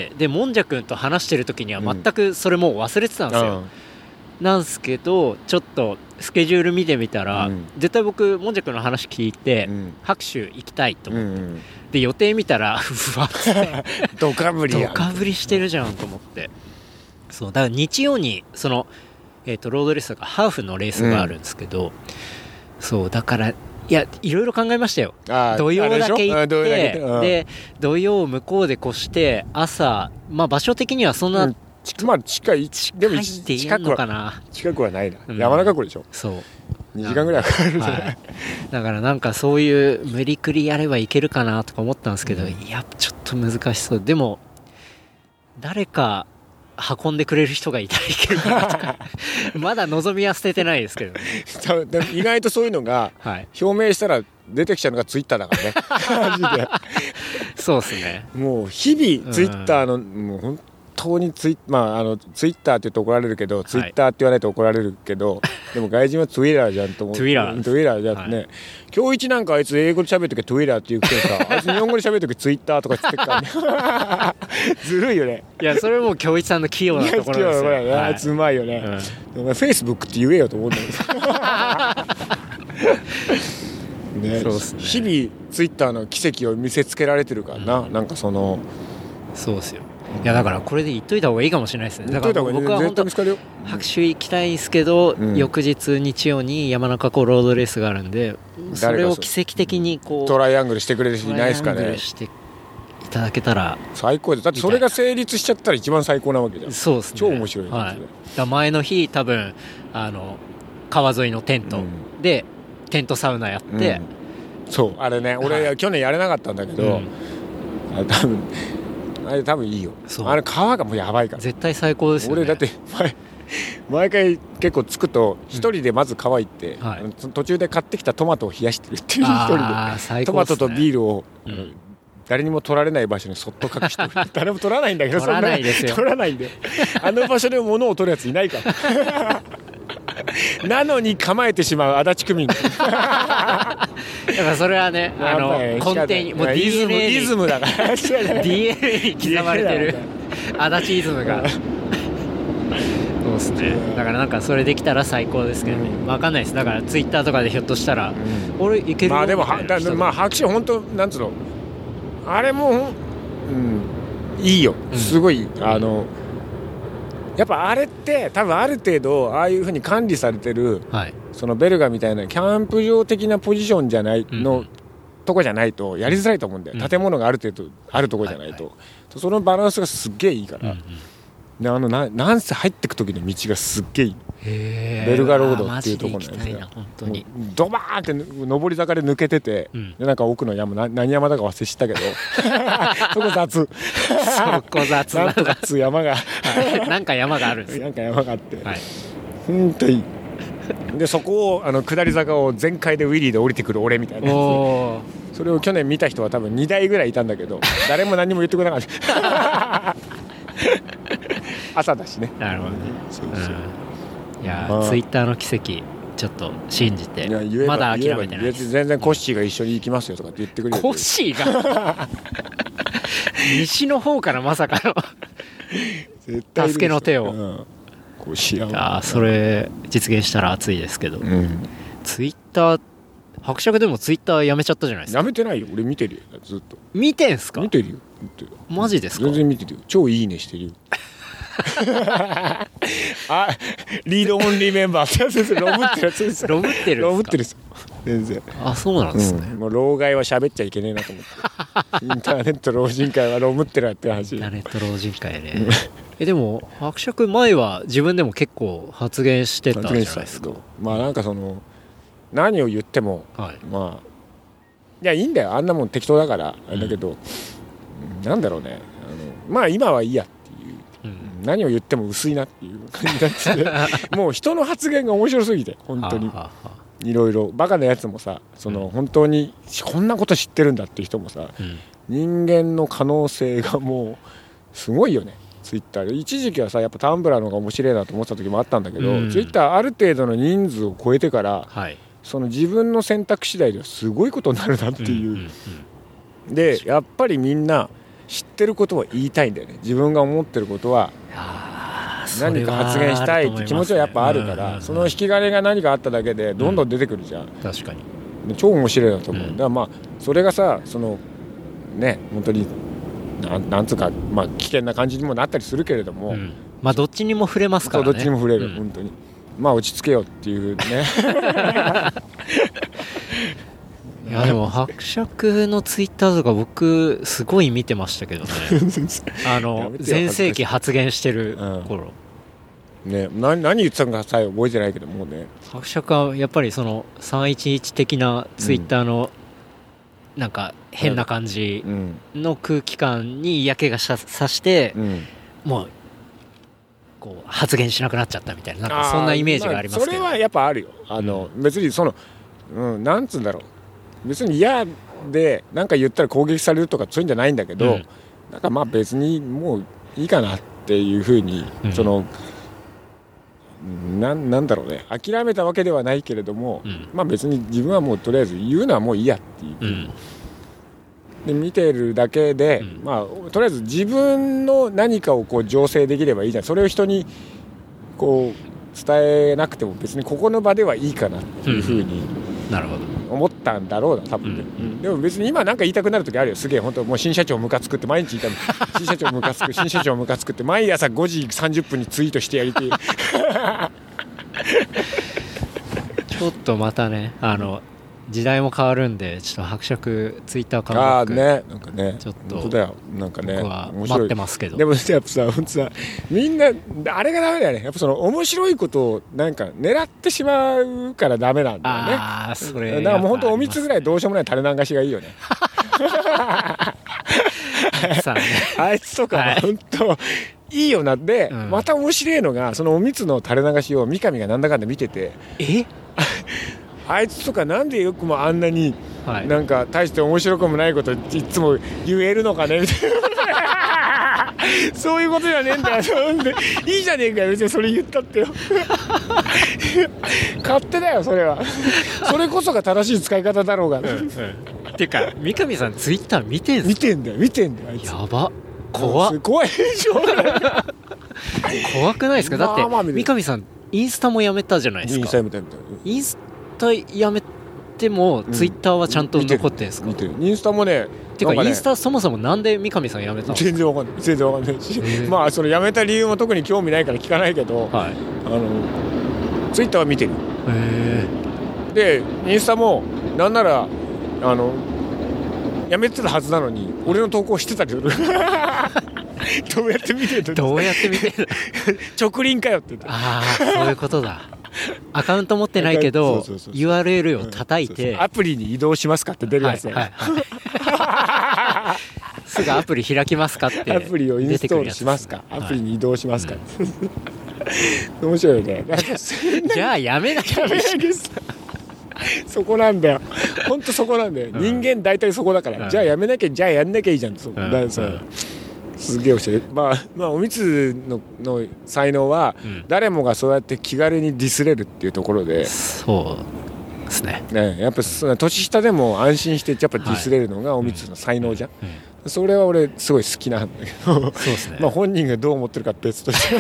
でもんじゃくんと話してる時には全くそれもう忘れてたんですよ、うん、なんすけどちょっとスケジュール見てみたら、うん、絶対僕もんじゃくんの話聞いて、うん、拍手行きたいと思って、うんうん、で予定見たらうわっつってドカぶりやん、 ドカぶりしてるじゃんと思って、そうだから日曜にその、えーと、ロードレースとかハーフのレースがあるんですけど、うん、そうだからいやいろいろ考えましたよ。土曜だけ行って、うん、で土曜向こうで越して朝、まあ場所的にはそんな、うん、 まあ近いでも近くはな近くはないな、うん、山中湖でしょ。 そうにじかんぐらいかかる、はい、 だからなんかそういう無理くりやればいけるかなとか思ったんですけど、うん、いやちょっと難しそう。でも誰か運んでくれる人がいたらいけるかなとかまだ望みは捨ててないですけどねでも意外とそういうのが表明したら出てきちゃうのがツイッターだからねマジでそうですね、 もう日々ツイッターの、うん、もう本当にツイ、まあ、あのツイッターって言うと怒られるけど、はい、ツイッターって言わないと怒られるけどでも外人はツイッターじゃんと思う。 ツイッターツイッターじゃんね、はい、今日一なんかあいつ英語で喋るときツイッターって言うけどさあいつ日本語で喋るときツイッターとか言ってっからねずるいよね。 いやそれも京一さんの器用なところですよ、 ね、あいつうまいよね、うん、お前フェイスブックって言えよと思うんだけどね、そうっすね、日々ツイッターの奇跡を見せつけられてるからな、うん、なんかそのそうですよ。いやだからこれで言っといた方がいいかもしれないですね。だから僕は本当拍手行きたいんですけど、うん、翌日日曜に山中湖ロードレースがあるんで、それを奇跡的にこうトライアングルしてくれる人いないですかね。トライアングルしていただけたら最高で、だってそれが成立しちゃったら一番最高なわけじゃん。 そうですね、 超面白い、 はい、だ前の日多分あの川沿いのテントで、うん、テントサウナやって、 うん、そうあれね俺、はい、去年やれなかったんだけど、うん、あれ多分あれ多分いいよ。あれ川がもうやばいから絶対最高ですよね。 俺だって毎毎回結構着くと一人でまず川行って、うんはい、途中で買ってきたトマトを冷やしてるっていう一人で、ね、トマトとビールを、うん、誰にも取られない場所にそっと隠してる誰も取らないんだけど取らないですよ取らないんだよあの場所で物を取るやついないからなのに構えてしまう足立区民だからそれはねあの根底にもう ディーエヌエー にイズムだから ディーエヌエー に刻まれてる足立イズムがそうですね。だからなんかそれできたら最高ですけどね、うん、分かんないです。だからツイッターとかでひょっとしたら、うん、俺いけるよまあでもはだまあ拍手本当なんつうのあれも、うん、いいよすごい、うん、あのやっぱあれって多分ある程度ああいう風に管理されてる、はい、そのベルガみたいなキャンプ場的なポジションじゃないの、うん、とこじゃないとやりづらいと思うんだよ、うん、建物がある程度あるとこじゃないと、はいはい、そのバランスがすっげえいいから、うんうん、であのななんせ入ってく時の道がすっげえいい。ベルガロードっていうところなんですよ。ドバーンって上り坂で抜けてて、うん、でなんか奥の山な何山だか忘れしたけどそこ雑そこ雑なんとかつ山がなんか山があるんですよ。 なんか山があって、 はい、 ほんといいでそこをあの下り坂を全開でウィリーで降りてくる俺みたいなそれを去年見た人は多分にだいぐらいいたんだけど誰も何も言ってくれなかった朝だしね。 なるほどね。そうそう、うん、いやツイッターの奇跡ちょっと信じてまだ諦めてないです。 全然コッシーが一緒に行きますよとかって言ってくれる。 コッシーが西の方からまさかの絶対助けの手を、うん、 コッシーあそれ実現したら熱いですけど、うん、ツイッター伯爵でもツイッターやめちゃったじゃないですか。 やめてないよ俺見てるよずっと。 見てんすか。 見てるよ見てる。 マジですか。 全然見てるよ。超いいねしてるよあリードオンリーメンバーってやつです。ロブってるやつです。 ロブってるロブってるです全然。 あそうなんですね、 うん、もう老害は喋っちゃいけねえなと思ってインターネット老人会はロブってるやって話。 インターネット老人会ねえでも伯爵前は自分でも結構発言してたじゃないですか。 まあなんかその何を言っても、はい、まあいやいいんだよあんなもん適当だからあれだけど、うん、なんだろうねあのまあ今はいいやっていう、うん、何を言っても薄いなっていう感じになってもう人の発言が面白すぎて本当にいろいろバカなやつもさその本当にこんなこと知ってるんだっていう人もさ、うん、人間の可能性がもうすごいよね。ツイッターで一時期はさやっぱタンブラーの方が面白いなと思ってた時もあったんだけど、うん、ツイッターある程度の人数を超えてから、はい、その自分の選択次第ではすごいことになるなっていう、うんうんうん、でやっぱりみんな知ってることは言いたいんだよね。自分が思ってることは何か発言したいって気持ちはやっぱあるから、うんうんうん、その引き金が何かあっただけでどんどん出てくるじゃん、うん、 確かに超面白いなと思う、うん、だからまあそれがさそのね本当にな ん, なんつうか、まあ、危険な感じにもなったりするけれども、うん、 まあどっちにも触れますからね。 どっちにも触れる、うん、本当にまあ落ち着けよっていうねいやでも伯爵のツイッターとか僕すごい見てましたけどねあの全盛期発言してる頃、 うんね、何, 何言ってたのかさえ覚えてないけどもうね伯爵はやっぱりそのさんいちいち的なツイッターの、うん、なんか変な感じの空気感に嫌気がさして、うん、もうこう発言しなくなっちゃったみたい な, なんかそんなイメージがありますけど、 まあ、それはやっぱあるよあの、うん、別にその、うん、なんつうんだろう別に嫌で何か言ったら攻撃されるとかそういうんじゃないんだけど、うん、なんかまあ別にもういいかなっていうふうに、うん、そのな, なんだろうね諦めたわけではないけれども、うん、まあ別に自分はもうとりあえず言うのはもういいやっていう、うんで見てるだけで、うんまあ、とりあえず自分の何かをこう醸成できればいいじゃん。それを人にこう伝えなくても別にここの場ではいいかなっていうふうに思ったんだろうな多分ね、うんうん、でも別に今なんか言いたくなる時あるよ。すげえ本当もう新社長ムカつくって毎日言いたい新社長ムカつく新社長ムカつくって毎朝ごじさんじゅっぷんにツイートしてやりてちょっとまたねあの時代も変わるんでちょっと伯爵ツイッターからああねなんかねちょっと本当だよなんかね僕は待ってますけどでもやっぱさ本当さみんなあれがダメだよね。やっぱその面白いことをなんか狙ってしまうからダメなんだよね。 ああそれだからもう本当おみつぐらいどうしようもない垂れ流しがいいよねさあねあいつとかは本当、はいいいよなで、うん、また面白いのがそのおみつの垂れ流しを三上がなんだかんだ見ててえあいつとかなんでよくもあんなになんか大して面白くもないこといつも言えるのかねみたいなそういうことじゃねえんだよいいじゃねえかよ別にそれ言ったってよ勝手だよそれはそれこそが正しい使い方だろうが、ねうんうん、 っていうか三上さんツイッター見てんすか。 見てんだよ見てんだよあいつやば怖っ怖いでしょ怖くないですか。だって三上さんインスタもやめたじゃないですか。 インスタやめたみたいインスタやめてもツイッターはちゃんと残ってるんですか。 見てる見てるインスタもねてか、ね、インスタそもそもなんで三上さん辞めたの。 全然わかんない全然わかんないしまあその辞めた理由も特に興味ないから聞かないけど、はい、あのツイッターは見てる。 へでインスタもなんならあの辞めてたはずなのに俺の投稿してたりするどうやって見てるのどうやって見てるの直輪かよって言った。 ああそういうことだアカウント持ってないけど ユーアールエル を叩いて、うん、そうそうアプリに移動しますかって出るやつだよ、はいはいはい、すぐアプリ開きますかってアプリをインストールしますかアプリに移動しますか、 はい面白いよね。 じゃあやめなきゃいいしそこなんだよ。本当そこなんだよ。うん、人間大体そこだから、うん、じゃあやめなきゃじゃあやんなきゃいいじゃん。そ、うん、だそうすげえ面白い。まあまあおみつ の, の才能は、うん、誰もがそうやって気軽にディスれるっていうところで。 そうですね。 ね、やっぱ年下でも安心してやっぱディスれるのがおみつの才能じゃん。はいうんうん、それは俺すごい好きなんだけど。そうですね。まあ本人がどう思ってるか別として。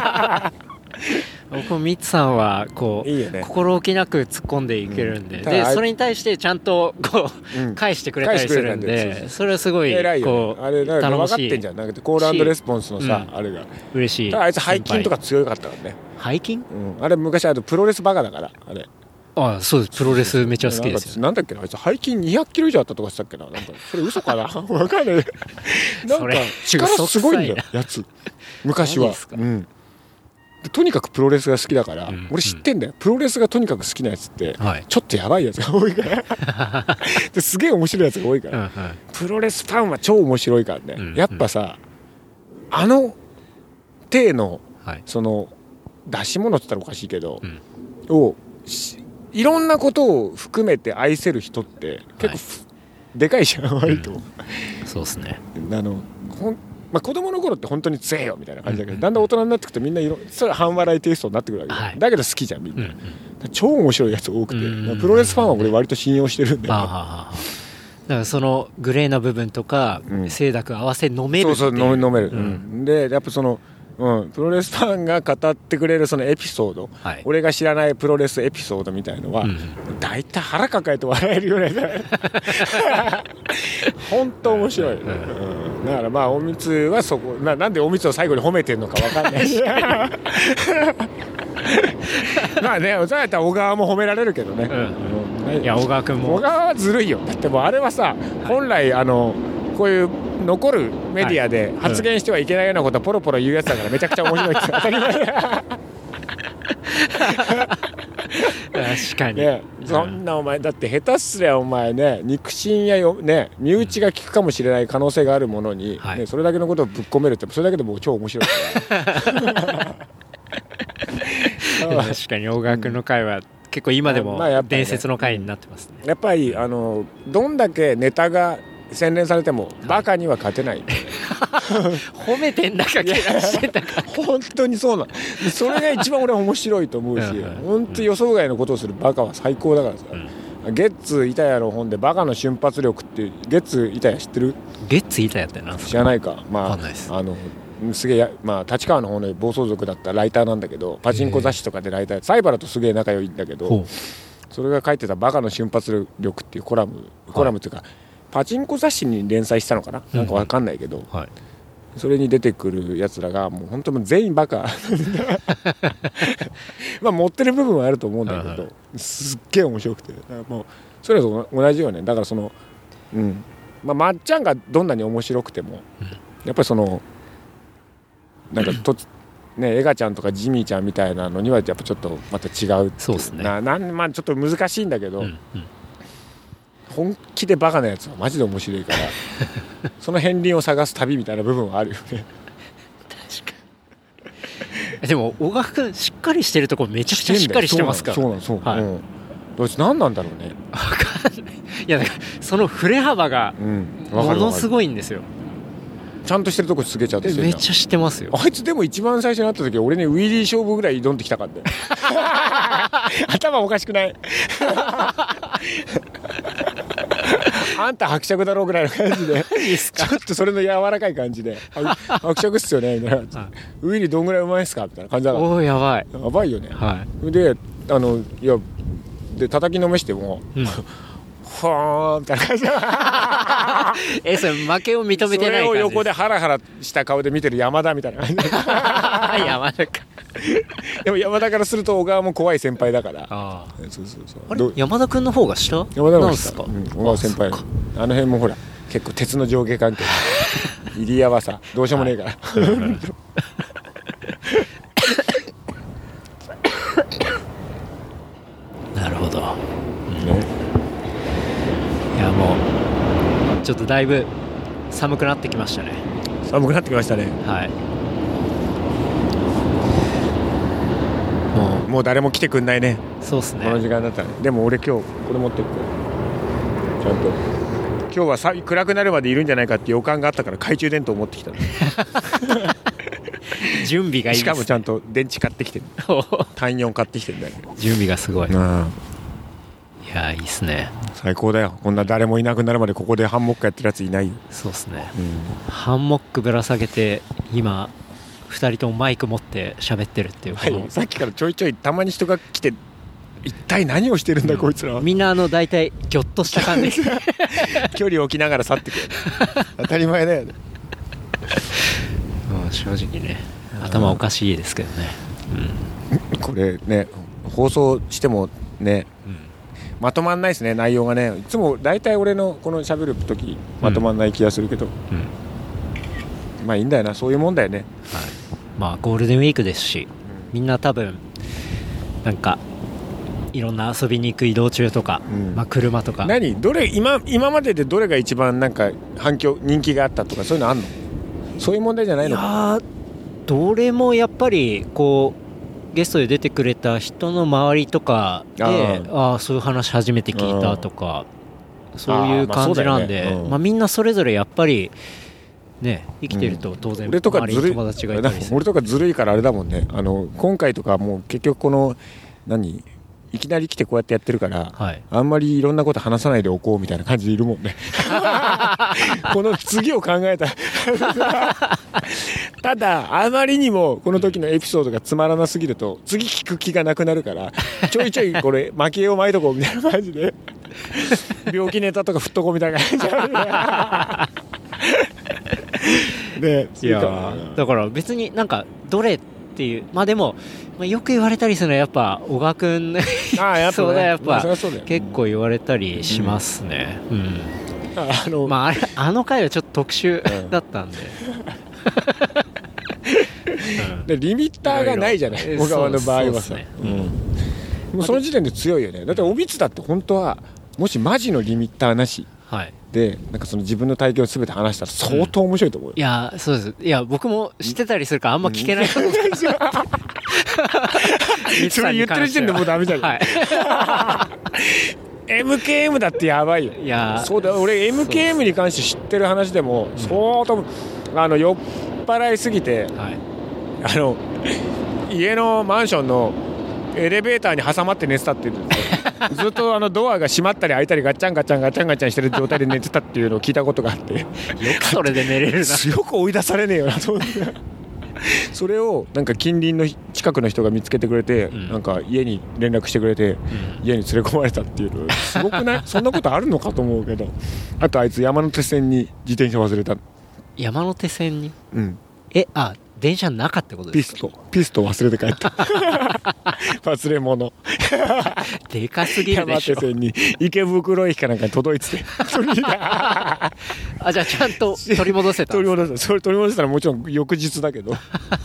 僕もミツさんはこういいよ、ね、心置きなく突っ込んでいけるんで、うん、でそれに対してちゃんとこう、うん、返してくれたりするんで、それはすごいこうあれだから分かってんじゃん。なんかコール&レスポンスのさ、うん、あれが嬉しい。 あいつ背筋とか強かったからね。 背筋？うん、 あれ昔あとプロレスバカだからあれ。 ああそうです。プロレスめっちゃ好きですよ。 なんだっけなあいつ背筋にひゃくキロ以上あったとかしたっけな。なんかそれ嘘かな分かんない。なんか力すごいんだよやつ昔は。うんとにかくプロレスが好きだから、うん、俺知ってんだよ、うん、プロレスがとにかく好きなやつって、はい、ちょっとやばいやつが多いからですげえ面白いやつが多いから、うんうん、プロレスファンは超面白いからね、うんうん、やっぱさあの体の、はい、その出し物って言ったらおかしいけど、うん、をいろんなことを含めて愛せる人って結構、はい、でかいじゃん割と、うん、 そうですね。 あのほんまあ、子供の頃って本当に強えよみたいな感じだけど、うん、だんだん大人になってくとみんな色それ半笑いテイストになってくるわけ、はい、だけど好きじゃんみんな、うんうん、超面白いやつ多くて、うん、プロレスファンは俺割と信用してるんだよ、ね、だからそのグレーな部分とか、うん、清濁合わせ飲めるっていうそうそう飲める、うん、でやっぱそのうん、プロレスファンが語ってくれるそのエピソード、はい、俺が知らないプロレスエピソードみたいのは、うん、大体腹抱えて笑えるよね本当面白い、うんうん、だからまあおみつはそこ な, なんでおみつを最後に褒めてるのか分かんないしまあねそうやったら小川も褒められるけどね、 うんうん、いや小川君も小川はずるいよ。だってもうあれはさ、はい、本来あのこういう残るメディアで発言してはいけないようなことをポロポロ言うやつだからめちゃくちゃ面白いって当たり前確かに、 ね、そんなお前だって下手すりゃお前ね肉親やよ、ね、身内が効くかもしれない可能性があるものに、はいね、それだけのことをぶっ込めるってそれだけでもう超面白いから確かに大川君の回は結構今でも伝説の回になってますね。 やっぱりあのどんだけネタが洗練されてもバカには勝てない、はい、 褒めてんだかけらしてたか本当にそうなの。それが一番俺は面白いと思うし本当予想外のことをするバカは最高だからさ、うん、ゲッツ板谷の本でバカの瞬発力っていうゲッツ板谷知ってる？ ゲッツ板谷って何ですか？ 知らないか。まあ、 ないです。 あのすげえ、まあ、立川の方の暴走族だったライターなんだけどパチンコ雑誌とかでライターサイバラとすげえ仲良いんだけどそれが書いてたバカの瞬発力っていうコラムコラムっていうか、はいパチンコ雑誌に連載したのかな、なんかわかんないけど、うんはい、それに出てくるやつらがもう本当に全員バカまあ持ってる部分はあると思うんだけど、はい、すっげえ面白くてもうそれと同じよね。だからそのうんまあまっちゃんがどんなに面白くても、うん、やっぱりそのなんかとねエガちゃんとかジミーちゃんみたいなのにはやっぱちょっとまた違う。 そうですね。 ななんまあちょっと難しいんだけど、うんうん本気でバカなやつはマジで面白いからその片鱗を探す旅みたいな部分はあるよね確かにでも小川君しっかりしてるところめちゃくちゃしっかりしてますからそうなんそうなんそう、はいうん、どいつ何なんだろうね分かんない。いやだからその振れ幅がものすごいんですよ、 うん、ちゃんとしてるとこすげえちゃんとしてるめっちゃ知ってますよ。 あいつでも一番最初に会った時俺ねウィリー勝負ぐらい挑んできたからね頭おかしくないあんた伯爵だろうぐらいの感じでいいちょっとそれの柔らかい感じで伯爵っすよねみたいな、はい、ウィリーどんぐらいうまいっすかみたいな感じだからおーやばいやばいよね、 はい、 であのいやで叩きのめしても、うんふわーみたいな感じえそれ負けを認めてない感じです。それを横でハラハラした顔で見てる山田みたいな感じ山田かでも山田からすると小川も怖い先輩だからあそうそうそうあれ山田君の方が下山田の方が下、うん、小川先輩 あ, あの辺もほら結構鉄の上下関係入谷はさどうしようもねえから、はいなるほど、うんねいやもうちょっとだいぶ寒くなってきましたね。 寒くなってきましたね。 はい。 もう誰も来てくんないね。 そうっすね。 この時間だったら、ね、でも俺今日これ持ってくちゃんと今日はさ暗くなるまでいるんじゃないかって予感があったから懐中電灯を持ってきたの準備がいいですね。 しかもちゃんと電池買ってきてる単よん買ってきてるんだよ。 準備がすごい。 あいやいいっすね。 最高だよ。こんな誰もいなくなるまでここでハンモックやってるやついないよ。 そうっすね、 うん、 ハンモックぶら下げて今ふたりともマイク持って喋ってるっていう、はい、 さっきからちょいちょいたまに人が来て一体何をしてるんだ、うん、こいつらは。 みんなあの大体ギョッとした感じ距離を置きながら去ってくる当たり前だよねうん、正直ね頭おかしいですけどね、 うん、これね放送してもね、うん、まとまんないですね内容がね。いつも大体俺のこの喋る時まとまんない気がするけど、うんうん、まあいいんだよな、そういうもんだよね、 はい、まあゴールデンウィークですし、うん、みんな多分なんかいろんな遊びに行く移動中とか、うんまあ、車とか何どれ 今, 今まででどれが一番なんか反響人気があったとかそういうのあんの？そういう問題じゃないのか。 いやどれもやっぱりこうゲストで出てくれた人の周りとかでああそういう話初めて聞いたとかそういう感じなんで、まあねうんまあ、みんなそれぞれやっぱりね生きてると当然周りに友達がいたりする、 うん、俺とかずるいからあれだもんね。あの今回とかもう結局この何いきなり来てこうやってやってるから、はい、あんまりいろんなこと話さないでおこうみたいな感じでいるもんねこの次を考えたただあまりにもこの時のエピソードがつまらなすぎると次聞く気がなくなるからちょいちょいこれ負けを巻いとこうみたいな感じで病気ネタとか振っとこうみたいな感じでいやだから別になんかどれっていうまあでも、まあ、よく言われたりするのはやっぱ小川くんあやっぱ、ね、そうだやっぱ、まあ、そうだよ結構言われたりしますね、うんうん、あの、まあ、あれあの回はちょっと特殊だったんで、 うん、でリミッターがないじゃない小川の場合はさ、ねうん、もうその時点で強いよね。だっておびつだって本当はもしマジのリミッターなし、はいでなんかその自分の体験を全て話したら相当面白いと思うよ、 うん、いやそうです。いや僕も知ってたりするからあんま聞けないと思うんですよそれ言ってる時点でもうダメじゃん、はい、エムケーエム だってやばいよ。いやそうだ俺 エムケーエム に関して知ってる話でも相当、うん、あの酔っ払いすぎて、はい、あの家のマンションのエレベーターに挟まって寝てたって言うんですよずっとあのドアが閉まったり開いたりガチャンガチャンガチャンガチャンしてる状態で寝てたっていうのを聞いたことがあってよくそれで寝れるなよく追い出されねえよなと思ってそれをなんか近隣の近くの人が見つけてくれて、うん、なんか家に連絡してくれて、うん、家に連れ込まれたっていうのすごくないそんなことあるのかと思うけどあとあいつ山手線に自転車忘れた。 山手線にうんえあ電車の中ってことですか。 ピストピスト忘れて帰った忘れ物でかすぎるでしょ。 山手線に池袋駅かなんかに届いててあじゃあちゃんと取り戻せた取り戻せたそれ取り戻せたらもちろん翌日だけど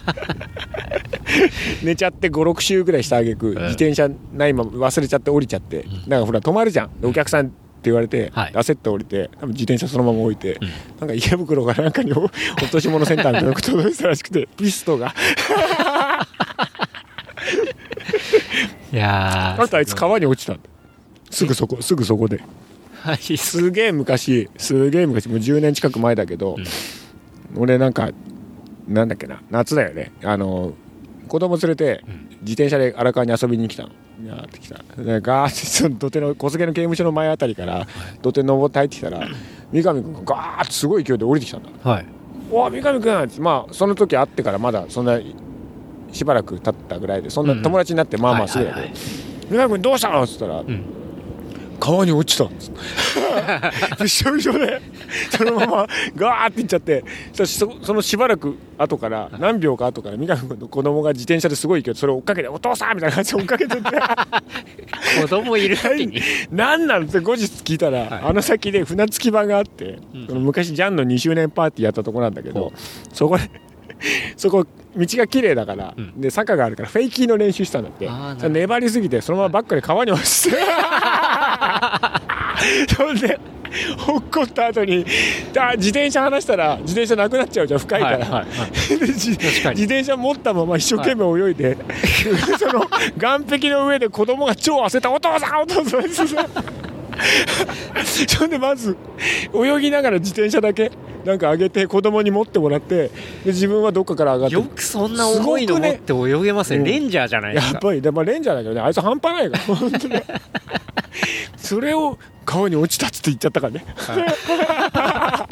寝ちゃってごろく周ぐらいしたあげく自転車ないまま忘れちゃって降りちゃって、うん、なんかほら止まるじゃんお客さんって言われて、はい、焦って降りて多分自転車そのまま置いて、うん、なんか池袋がなんかに落とし物センターみたいなの届いてたらしくてピストがいやあとあいつ川に落ちたんだすぐそこすぐそこで、はい、すげえ昔すげえ昔もうじゅうねん近く前だけど、うん、俺なんかなんだっけな夏だよねあの子供連れて自転車で荒川に遊びに来たの。いやってきたガーッて土手の小菅の刑務所の前あたりから土手登って入ってきたら三上君がガーッてすごい勢いで降りてきたんだ、はい、お三上君ってまあその時会ってからまだそんなしばらく経ったぐらいでそんな友達になってまあまあすぐだけど三上君どうしたのって言ったら、うん川に落ちたんですびしょびしょでそのままガーっていっちゃってそ, そのしばらく後から何秒か後から三上君の子供が自転車ですごい勢いでそれを追っかけてお父さんみたいな感じで追っかけてて子供いる時に何なんって後日聞いたら、はい、あの先で船着き場があって、うん、その昔ジャンのにしゅうねんパーティーやったとこなんだけど、うん、そこでそこ道が綺麗だから、うん、で坂があるからフェイキーの練習したんだって。そ粘りすぎてそのままバックで川に落ちてそんで落っこった後に自転車離したら自転車なくなっちゃうじゃん、深いから、はいはいはい、で自転車持ったまま一生懸命泳いで、はい、その岸壁の上で子供が超焦った、お父さんお父さんそんでまず泳ぎながら自転車だけなんか上げて子供に持ってもらって、で自分はどっかから上がって、 よくそんな重いの持って泳げますね、レンジャーじゃないですか。 やっぱりで、まあ、レンジャーだけどね、あいつ半端ないから本当にそれを川に落ちたっつって言っちゃったからね、はい、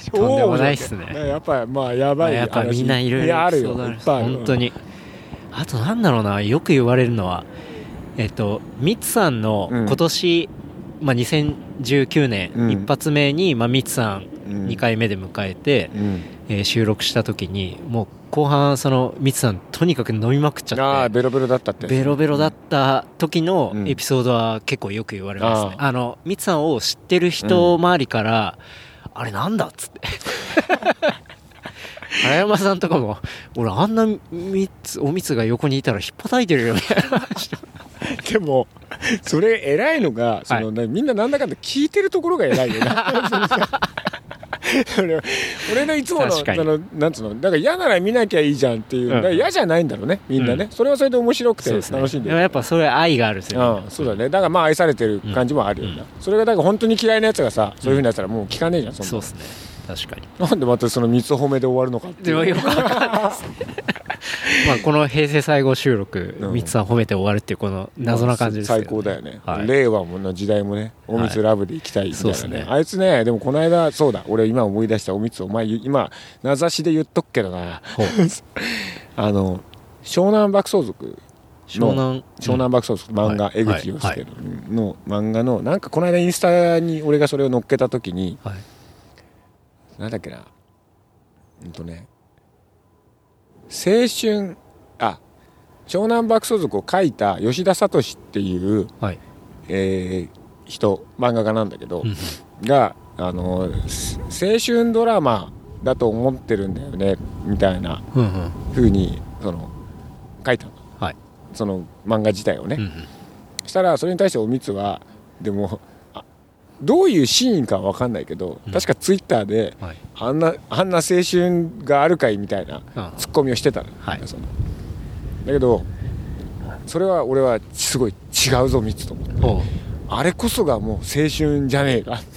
とんでもないっすね。 やっぱりまあやばい話、 やっぱみんないろいろあるよ、いっぱい本当に。あとなんだろうな、よく言われるのはえっとミツさんの今年、うんまあ、にせんじゅうきゅうねん、うん、一発目に、まあ、ミツさんにかいめで迎えて、うんえー、収録した時にもう後半そのミツさんとにかく飲みまくっちゃって、 あベロベロだったってベロベロだった時のエピソードは結構よく言われますね、うん、あのミツさんを知ってる人周りから、うん、あれなんだっつって荒山さんとかも俺あんなミツおミツが横にいたらひっぱたいてるよみたいなでもそれ偉いのがその、はい、みんななんだかんだ聞いてるところが偉いよな俺のいつものそのなんつうのだから嫌なら見なきゃいいじゃんっていう、うん、だから嫌じゃないんだろうねみんなね、うん、それはそれで面白くて楽しんでる、ね、 でもやっぱそれ愛があるんですよ、ねうん、そうだね。だからまあ愛されてる感じもあるよな、うん、それがだから本当に嫌いなやつがさそういう風になったらもう聞かねえじゃん、そんなそうですね確かに。 なんでまたその三つ褒めで終わるのかっていう。 でもよくわかんないですまあこの平成最後収録、うん、三つさん褒めて終わるっていうこの謎な感じですけど、ね、 最高だよね、はい、令和の時代もねおみつラブでいきたいみたいなね、はい、ねあいつねでもこの間そうだ俺今思い出したおみつお前今名指しで言っとくけどなあの湘南爆走族の湘南、湘南爆走族漫画、はい、江口洋介の漫画のなんかこの間インスタに俺がそれを載っけた時に、はいなんだっけなうんとね青春あ湘南爆走族を書いた吉田聡っていう、はいえー、人漫画家なんだけどがあの青春ドラマだと思ってるんだよねみたいな風にその書いたの、はい、その漫画自体をね、うんうん、したらそれに対しておみつはでもどういうシーンかは分かんないけど、うん、確かツイッターで、はい、あんなあんな青春があるかいみたいなツッコミをしてたの、はい、そのだけどそれは俺はすごい違うぞミツと思ってあれこそがもう青春じゃねえか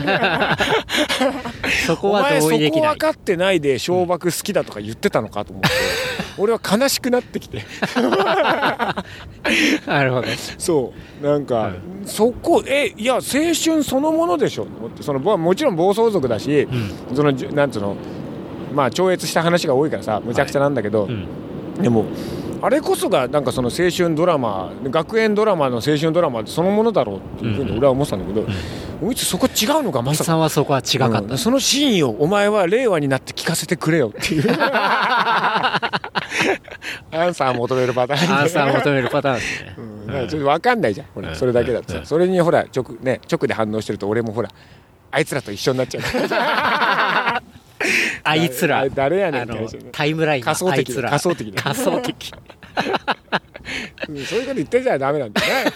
そこは同意できない。お前そこ分かってないで小爆好きだとか言ってたのかと思って、うん、俺は悲しくなってきてなるほどそうなんか、うん、そこえいや青春そのものでしょと思ってそのもちろん暴走族だし、うん、そのなんつうのまあ超越した話が多いからさむちゃくちゃなんだけど、はいうん、でもあれこそがなんかその青春ドラマ学園ドラマの青春ドラマそのものだろうっていうふうに俺は思ってたんだけど、うんうん、おいつそこ違うのかまさかさんはそこは違かった、 うん、そのシーンをお前は令和になって聞かせてくれよっていうアンサー求めるパターン、ね、 アンサー求めるパターンですね、 うん、だからちょっと分かんないじゃんほら、うん、それだけだとさ、うん、それにほら直、ね、直で反応してると俺もほらあいつらと一緒になっちゃうあいつら誰やねんって話、ね、タイムライン仮想的仮想的仮想的うん、そういうこと言ってんじゃダメなんだよね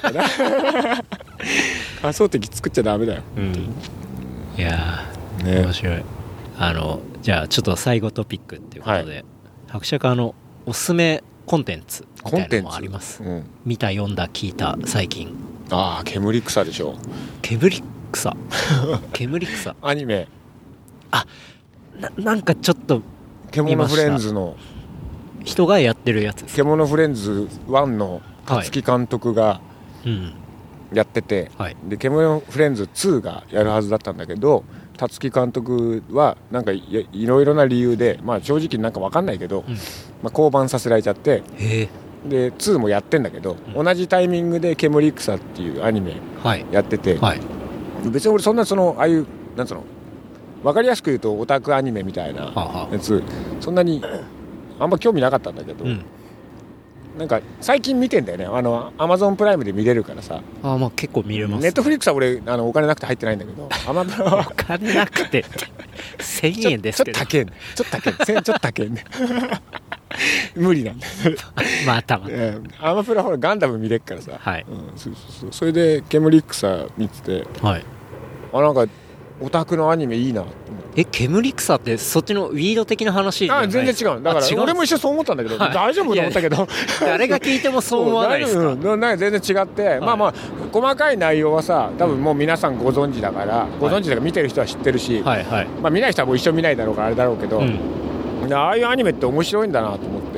仮想的作っちゃダメだよ、うん、 いやー、ね、面白い。あのじゃあちょっと最後トピックっていうことで、はい、伯爵あのおすすめコンテンツみたいなのもあります、うん、見た読んだ聞いた最近。 ああ煙草でしょ。 煙草煙草アニメあ な, なんかちょっと獣フレンズの人がやってるやつです。 獣フレンズワンの辰木監督がやってて、はいうん、で獣フレンズツーがやるはずだったんだけど辰木監督はなんか い, いろいろな理由で、まあ、正直なんか分かんないけど、うんまあ、降板させられちゃってへでツーもやってんだけど、うん、同じタイミングで煙草っていうアニメやってて、はいはい、別に俺そんなそのああいうなんつうの分かりやすく言うとオタクアニメみたいなやつ、ははそんなにあんま興味なかったんだけど、うん、なんか最近見てんだよね。あのアマゾンプライムで見れるからさ。 あまあ結構見れます、ね、 ネットフリックスは俺あのお金なくて入ってないんだけどアマプラお金なくてせんえんですけどちょっと高いねちょっと高いちょっと高いね無理なんだまたまたアマプラほらガンダム見れっからさ、はいうん、そうそうそうそれで煙草見てて、はい、 あなんかオタクのアニメいいな。 え煙草ってそっちのウィード的な話じゃない？ あ全然違う。だから俺も一緒そう思ったんだけど、はい、大丈夫と思ったけど誰が聞いてもそう思わないですか？ うん、なんか全然違って、はい、まあまあ細かい内容はさ多分もう皆さんご存知だから、うん、ご存知だから見てる人は知ってるし、はいはい、まあ、見ない人はもう一生見ないだろうからあれだろうけど、うん、ああいうアニメって面白いんだなと思って。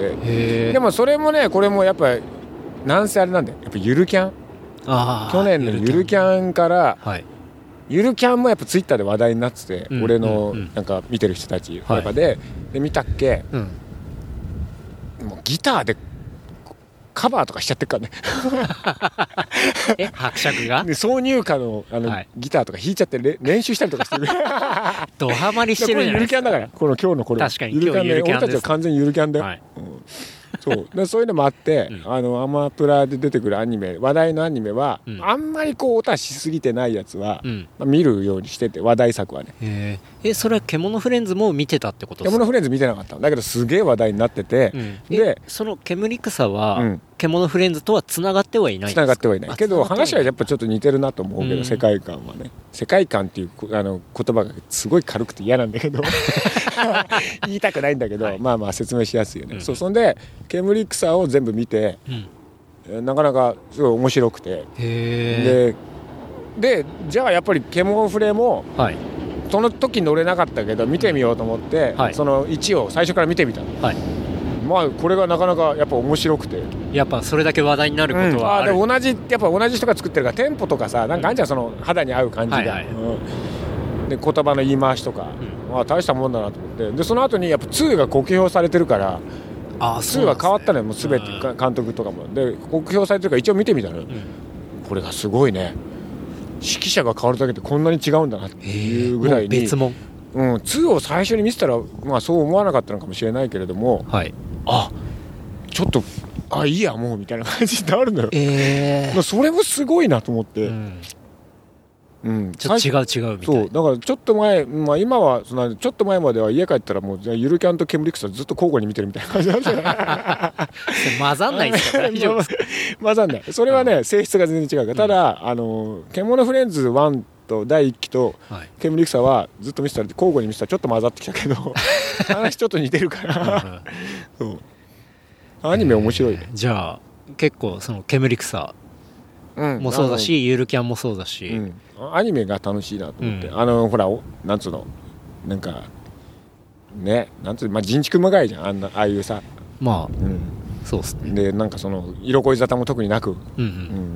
でもそれもねこれもやっぱなんせあれなんだよ、やっぱゆるキャン、あ去年のゆるキャンから、はい、ゆるキャンもやっぱツイッターで話題になってて、うん、俺のなんか見てる人たちの中で、はい、で見たっけ、うん、もうギターでカバーとかしちゃってるからねえ伯爵が挿入歌 の, あの、はい、ギターとか弾いちゃって練習したりとかしてるドハマりしてるじゃないですか。 これゆるキャンだからこの今日のこれ確かに今日ゆるキャンです。 俺たちは完全にゆるキャンだよ、はい、うん、そうでそういうのもあって、うん、あのアマプラで出てくるアニメ話題のアニメは、うん、あんまりこうオタしすぎてないやつは、うん、まあ、見るようにしてて話題作はね。 へえそれは獣フレンズも見てたってことですか？ 獣フレンズ見てなかったんだけどすげえ話題になってて、うん、 でその煙草は、うん、獣フレンズとはつながってはいないんですか？ つながってはいないけど話はやっぱちょっと似てるなと思うけど、うん、世界観はね世界観っていうあの言葉がすごい軽くて嫌なんだけど言いたくないんだけど、はい、まあまあ説明しやすいよね、うん、そうそんで煙草を全部見て、うん、なかなかすごい面白くてへででじゃあやっぱり獣フレも、はい、その時乗れなかったけど見てみようと思って、はい、そのいちを最初から見てみたの、はい、まあこれがなかなかやっぱ面白くてやっぱそれだけ話題になることはある、 うん、あで同じやっぱ同じ人が作ってるからテンポとかさなんかあんじゃんその肌に合う感じが、はいはい、うん、で言葉の言い回しとか、うん、まあ大したもんだなと思ってでその後にやっぱにが酷評されてるからあには変わったのよもう全て監督とかもで酷評されてるから一応見てみたのよ、うん、これがすごいね指揮者が変わるだけでこんなに違うんだなっていうぐらいに別物、 うん、にを最初に見てたら、まあ、そう思わなかったのかもしれないけれども、はい、あちょっとあいいやもうみたいな感じになるのよ、えー、それもすごいなと思って、うんうん、ちょっと違う違うみたいな。 そうだからちょっと前、まあ、今はそのちょっと前までは家帰ったらもうゆるキャンと煙草ずっと交互に見てるみたいな感じなんですよ混ざんないですか？大丈夫ですか？ 混ざんない。それはね、うん、性質が全然違うからただ、うん、あの獣フレンズワンとだいいっきと煙草はずっと見てたら交互に見てたらちょっと混ざってきたけど話ちょっと似てるからそうアニメ面白いね、 えー、じゃあ結構その煙草もそうだし、うん、ゆるキャンもそうだし、うん、 アニメが楽しいなと思って、うん、あのほらなんつうのなんかねなんつう、まあ、人畜無害じゃん あ, んなああいうさまあ、うん、そうっすねでなんかその色恋沙汰も特になく、うんうんうん、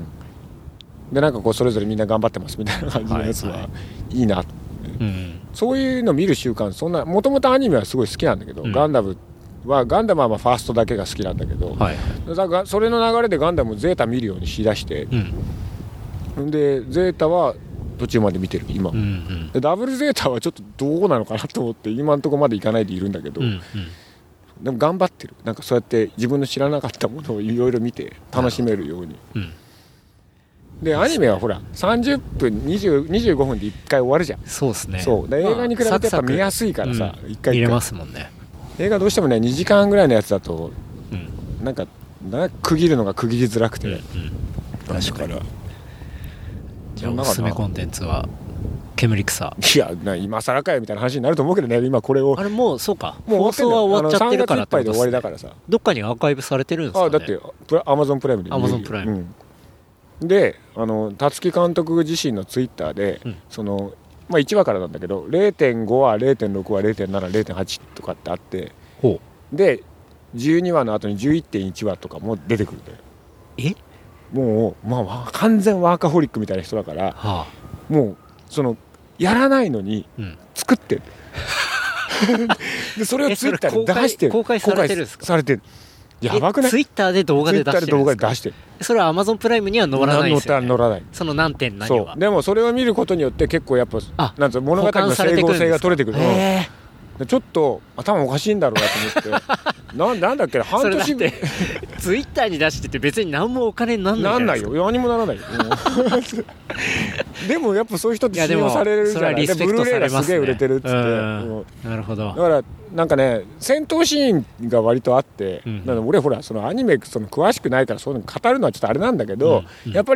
でなんかこうそれぞれみんな頑張ってますみたいな感じのやつはいいなと思って、うんうん、そういうの見る習慣そんなもともとアニメはすごい好きなんだけど、うん、ガンダムはガンダムはまあファーストだけが好きなんだけど、はい、だからそれの流れでガンダムゼータ見るようにしだして、うん、でゼータは途中まで見てる今、うんうん、でダブルゼータはちょっとどうなのかなと思って今のところまでいかないでいるんだけど、うんうん、でも頑張ってるなんかそうやって自分の知らなかったものをいろいろ見て楽しめるように、うん、でアニメはほらさんじゅっぷんにじゅう、にじゅうごふんでいっかい終わるじゃん。 そうですね。 そうで映画に比べてやっぱ見やすいからさ、 うん、いっかい見れますもんね。 映画どうしてもねにじかんぐらいのやつだと、うん、なんかな区切るのが区切りづらくて、うんうん、 確かに。じゃあおすすめコンテンツは煙草。 いやな今更かよみたいな話になると思うけどね今これをあれもうそうかもう放送は終わっちゃってるからってことですね。さんがついっぱいで終わりだからさどっかにアーカイブされてるんですかね。 あだってアマゾンプライムでアマゾンプライム、 うん、であの辰木監督自身のツイッターで、うん、そのまあ、いちわからなんだけど れいてんご は れいてんろく は れいてんなな れいてんはち とかってあってほうでじゅうにわの後に じゅういってんいちわとかも出てくるんだよ。 えもう、まあ、完全ワーカホリックみたいな人だから、はあ、もうそのやらないのに作ってる、うん、でそれをツイッターで出してる。 公開されてるんですか。 されてる。やばくない。 ツイッターで動画で出してるんですか。ツイッターで動画で出してる。それはアマゾンプライムには載らないですよね。 載らない。その何点何は。 でもそれを見ることによって結構やっぱなんつう物語の整合性が取れてくる。へー。ちょっと頭おかしいんだろうなと思ってな, なんだっけ半年それだってツイッターに出してて別に何もお金になんないじゃないですか。 なんないよ何もならないよでもやっぱそういう人って信用されるじゃない。 でブルーレイがすげえ売れてるっつって、 なるほど。 だからなんかね戦闘シーンが割とあって、うん、なん俺ほらそのアニメその詳しくないからそういうの語るのはちょっとあれなんだけど、うんうん、やっぱり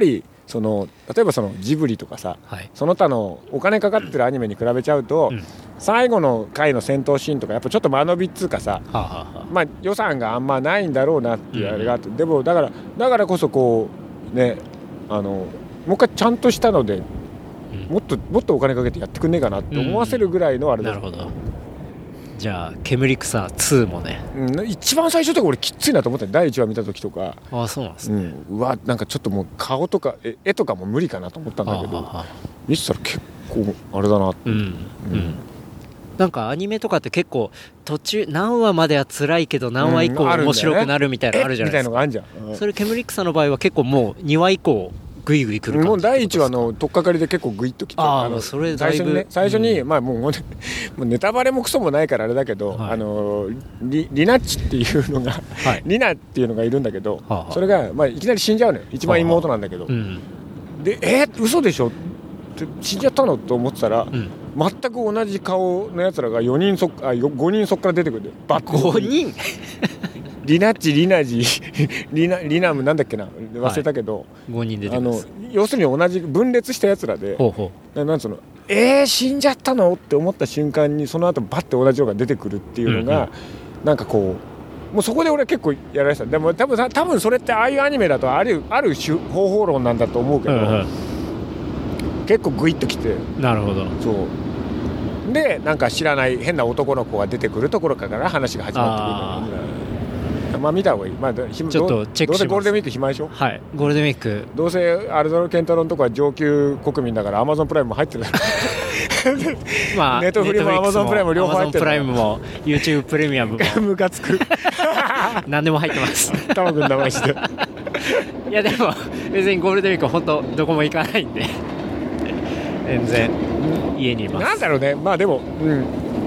その例えばそのジブリとかさ、 はい、 その他のお金かかってるアニメに比べちゃうと、うん、最後の回の戦闘シーンとかやっぱちょっと間延びっつうかさ、はあはあ、まあ、予算があんまないんだろうなっていうあれがあって、うん、でもだからだからこそこうねあのもう一回ちゃんとしたので、うん、もっともっとお金かけてやってくんねえかなって思わせるぐらいのあれだ、 うん、なるほど。じゃあ煙草ツーもね、 うん、一番最初とか俺きついなと思っただいいちわ見た時とか。 ああそうなんですね、 うん、うわなんかちょっともう顔とか絵とかも無理かなと思ったんだけど、はあはあ、見てたら結構あれだなって、うんうん、 なんかアニメとかって結構途中何話までは辛いけど何話以降面白くなるみたいなのあるじゃないですか、 みたいなのがあるじゃん、うん、 それ煙草の場合は結構もうにわ以降グイグイ来る感じ。 もうだいいちわの取っかかりで結構グイッときて、 ああそれだいぶ最初にね最初に、うん、まあもうもうネタバレもクソもないからあれだけど、はい、あの リ, リナッチっていうのが、はい、リナっていうのがいるんだけど、はあはあ、それが、まあ、いきなり死んじゃうのよ。一番妹なんだけど、はあはあ、うん、でえー、嘘でしょって死んじゃったのと思ってたら、うん、全く同じ顔のやつらがよにんそあごにんそっから出てくるんだよ。バッごにんリナッチリナジリナリナムなんだっけな忘れたけど、はい、 ごにん出てくるんです。 あの要するに同じ分裂したやつらで、ほうほうなんつうのえー、死んじゃったのって思った瞬間にその後バッて同じのが出てくるっていうのが、うんうん、なんかこうもうそこで俺は結構やられてた。でも多分多分それってああいうアニメだとあるある種方法論なんだと思うけど、うんうん、結構グイッときて。 なるほど。 そうでなんか知らない変な男の子が出てくるところから話が始まってくる。まあ見た方がいい。まあ、ちょっとチェックします。どうせゴールデンウィーク暇でしょ。 はい。ゴールデンウィーク。 どうせアルドロケンタロンとか上級国民だからアマゾンプライムも入ってる。まあネットフリもアマゾンプライムも両方入ってる。 アマゾンプライムも YouTube プレミアムもムカつく。 何でも入ってます。 タマ君だまして。 いやでも別にゴールデンウィーク本当どこも行かないんで全然家にいます。 なんだろうね。まあでも、うん、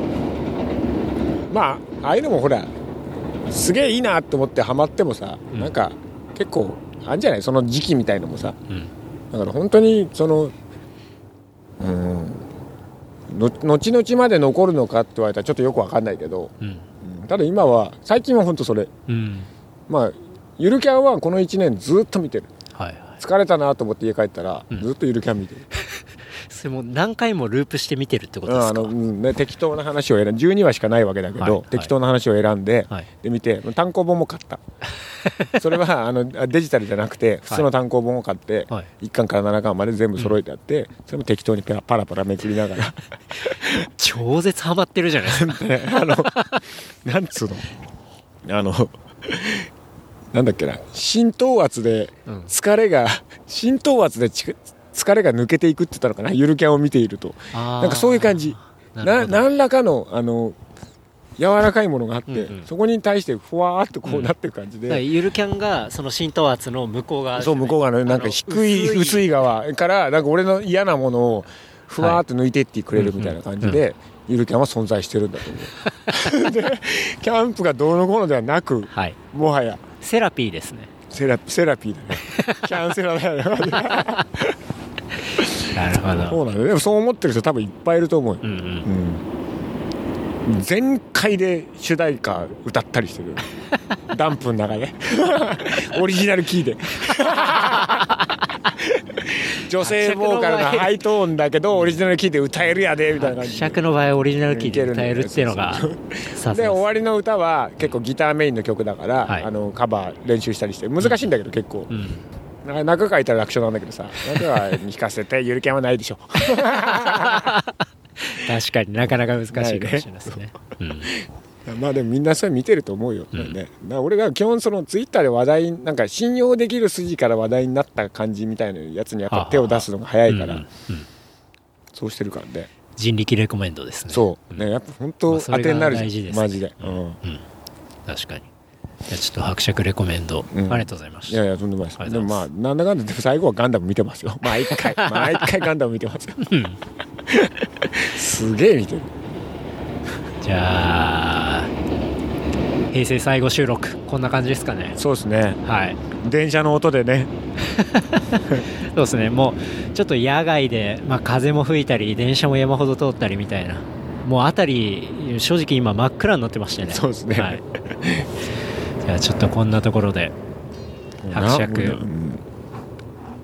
まあああいうのもほら。すげえいいなって思ってハマってもさ、うん、なんか結構あるんじゃないその時期みたいのもさ、うん、だから本当にそのうんの後々まで残るのかって言われたらちょっとよく分かんないけど、うんうん、ただ今は最近は本当それ、うん、まあゆるキャンはこのいちねんずっと見てる、はいはい、疲れたなと思って家帰ったら、うん、ずっとゆるキャン見てる。 それも何回もループして見てるってことですか。 あの、うんね、適当な話を選んでじゅうにわしかないわけだけど、はいはい、適当な話を選んで、はい、で見て単行本も買ったそれはあのデジタルじゃなくて普通の単行本を買って、はい、いっかんからななかんまで全部揃えてあって、うん、それも適当にパラパラパラめくりながら超絶ハマってるじゃないですか、 ね、あのなんつうのあのなんだっけな浸透圧で疲れが、うん、浸透圧でち疲れが抜けていくって言ったのかなゆるキャンを見ているとなんかそういう感じな何らかのあの柔らかいものがあって、うんうん、そこに対してふわーっとこうなってる感じで、 うん、ゆるキャンがその浸透圧の向こう側、ね、 そう向こう側のなんか低い薄い、薄い側からなんか俺の嫌なものをふわーっと抜いていってくれるみたいな感じで、はいうんうん、ゆるキャンは存在してるんだと思うでキャンプがどうのこうのではなく、はい、もはやセラピーですね。 セラ、セラピーだねキャンセラだよねなるほど。 そうなんだよ。でもそう思ってる人多分いっぱいいると思うよ、うんうんうん、全開で主題歌歌ったりしてるダンプの中でオリジナルキーで女性ボーカルのハイトーンだけどオリジナルキーで歌えるやでみたいな感じで尺の場合オリジナルキーで歌えるっていうのがで終わりの歌は結構ギターメインの曲だから、はい、あのカバー練習したりして難しいんだけど結構、うんうん、中書いたら楽勝なんだけどさ中に弾かせてゆるキャンはないでしょ確かになかなか難しいかもしれないですね、 うん、まあでもみんなそれ見てると思うよ、うんね、だ俺が基本そのツイッターで話題なんか信用できる筋から話題になった感じみたいなやつにやっぱ手を出すのが早いから、うんうん、そうしてるからね。 人力レコメンドですね。 そうねやっぱ本当当てになるじゃん、まあ、マジで、うんうん、 確かに。じゃあちょっと伯爵レコメンド、うん、ありがとうございました。 いやいやとんでもないです。でもまあなんだかんだで最後はガンダム見てますよ毎回毎回ガンダム見てますよすげえ見てる。 じゃあ平成最後収録こんな感じですかね。 そうですね、 はい、 電車の音でねそうですね。もうちょっと野外で、まあ、風も吹いたり電車も山ほど通ったりみたいなもう辺り正直今真っ暗になってましたね。 そうですね、はい、 じゃあちょっとこんなところで伯爵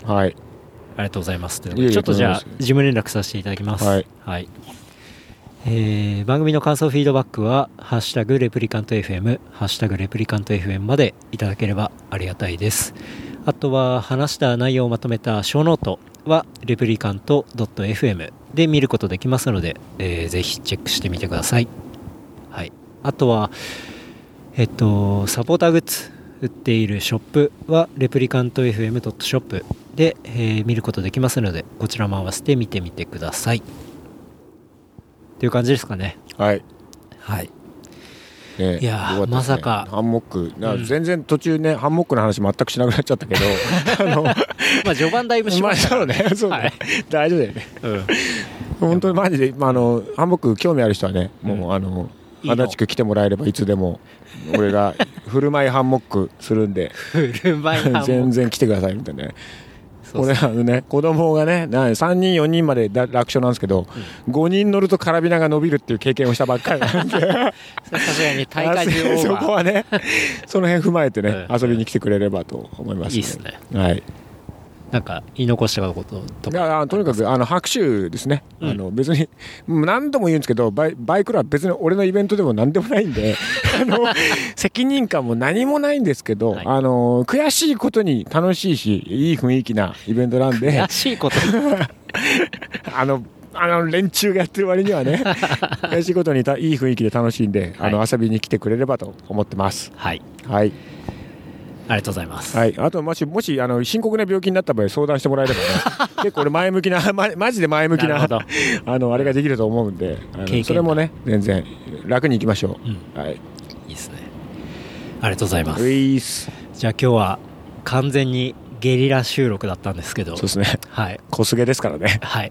はい、 ありがとうございますということで、ちょっとじゃあ事務連絡させていただきます。はい、はい。えー、番組の感想フィードバックはハッシュタグレプリカント エフエム ハッシュタグレプリカント エフエム までいただければありがたいです。あとは話した内容をまとめた小ノートはレプリカント エフエム で見ることできますので、えー、ぜひチェックしてみてください。はい。あとはえっとサポーターグッズ売っているショップはレプリカント エフエム ショップで、えー、見ることできますので、こちらも合わせて見てみてくださいっていう感じですかね。 はいはい。 ね、 いや、ね、まさかハンモック、うん、全然途中ねハンモックの話全くしなくなっちゃったけどあのまあ序盤だいぶしましたからね、そうね、はい、大丈夫だよね、うん、本当にマジで、まあ、あのハンモック興味ある人はね、もう、うん、あの足立区来てもらえればいつでも俺が振る舞いハンモックするんで振る舞いハンモック全然来てくださいみたいなね。これあのね、子供がねさんにんよにんまで楽勝なんですけど、うん、ごにん乗るとカラビナが伸びるっていう経験をしたばっかりなんでさすがに大会中そこはねその辺踏まえてね、うん、遊びに来てくれればと思います、ね、 いいですね。 はい。 なんか言い残したこととか。 いやとにかくあの拍手ですね、うん、あの別に何度も言うんですけどバイ、バイクラは別に俺のイベントでも何でもないんであの責任感も何もないんですけど、はい、あの悔しいことに楽しいしいい雰囲気なイベントなんで悔しいことあのあの連中がやってる割にはね悔しいことにたいい雰囲気で楽しいんで、はい、あの遊びに来てくれればと思ってます。 はい、 はい、 ありがとうございます。 はい、あともしもしあの深刻な病気になった場合相談してもらえればね結構俺前向きな、ま、マジで前向き な, なあのあれができると思うんで、あのそれもね全然楽にいきましょう。うん、はい、いいですね。ありがとうございます。 ういっす。 じゃあ今日は完全にゲリラ収録だったんですけど、 そうですね、 はい、 小菅ですからね。 はい、はい、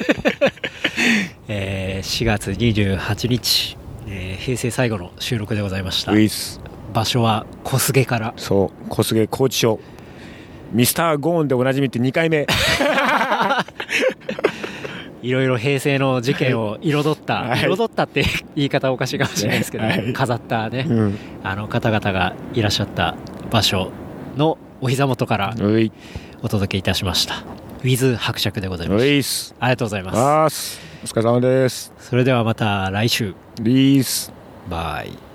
えー、しがつにじゅうはちにち、えー、平成最後の収録でございました。 ういっす。 場所は小菅から、 そう小菅拘置所ミスターゴーンでおなじみってにかいめいろいろ平成の事件を彩った、はい、彩ったって言い方おかしいかもしれないですけど、はい、飾ったね、うん、あの方々がいらっしゃった場所のお膝元からお届けいたしました。ウィズ伯爵でございます。ありがとうございます。 お疲れ様です。 それではまた来週。 リースバイ。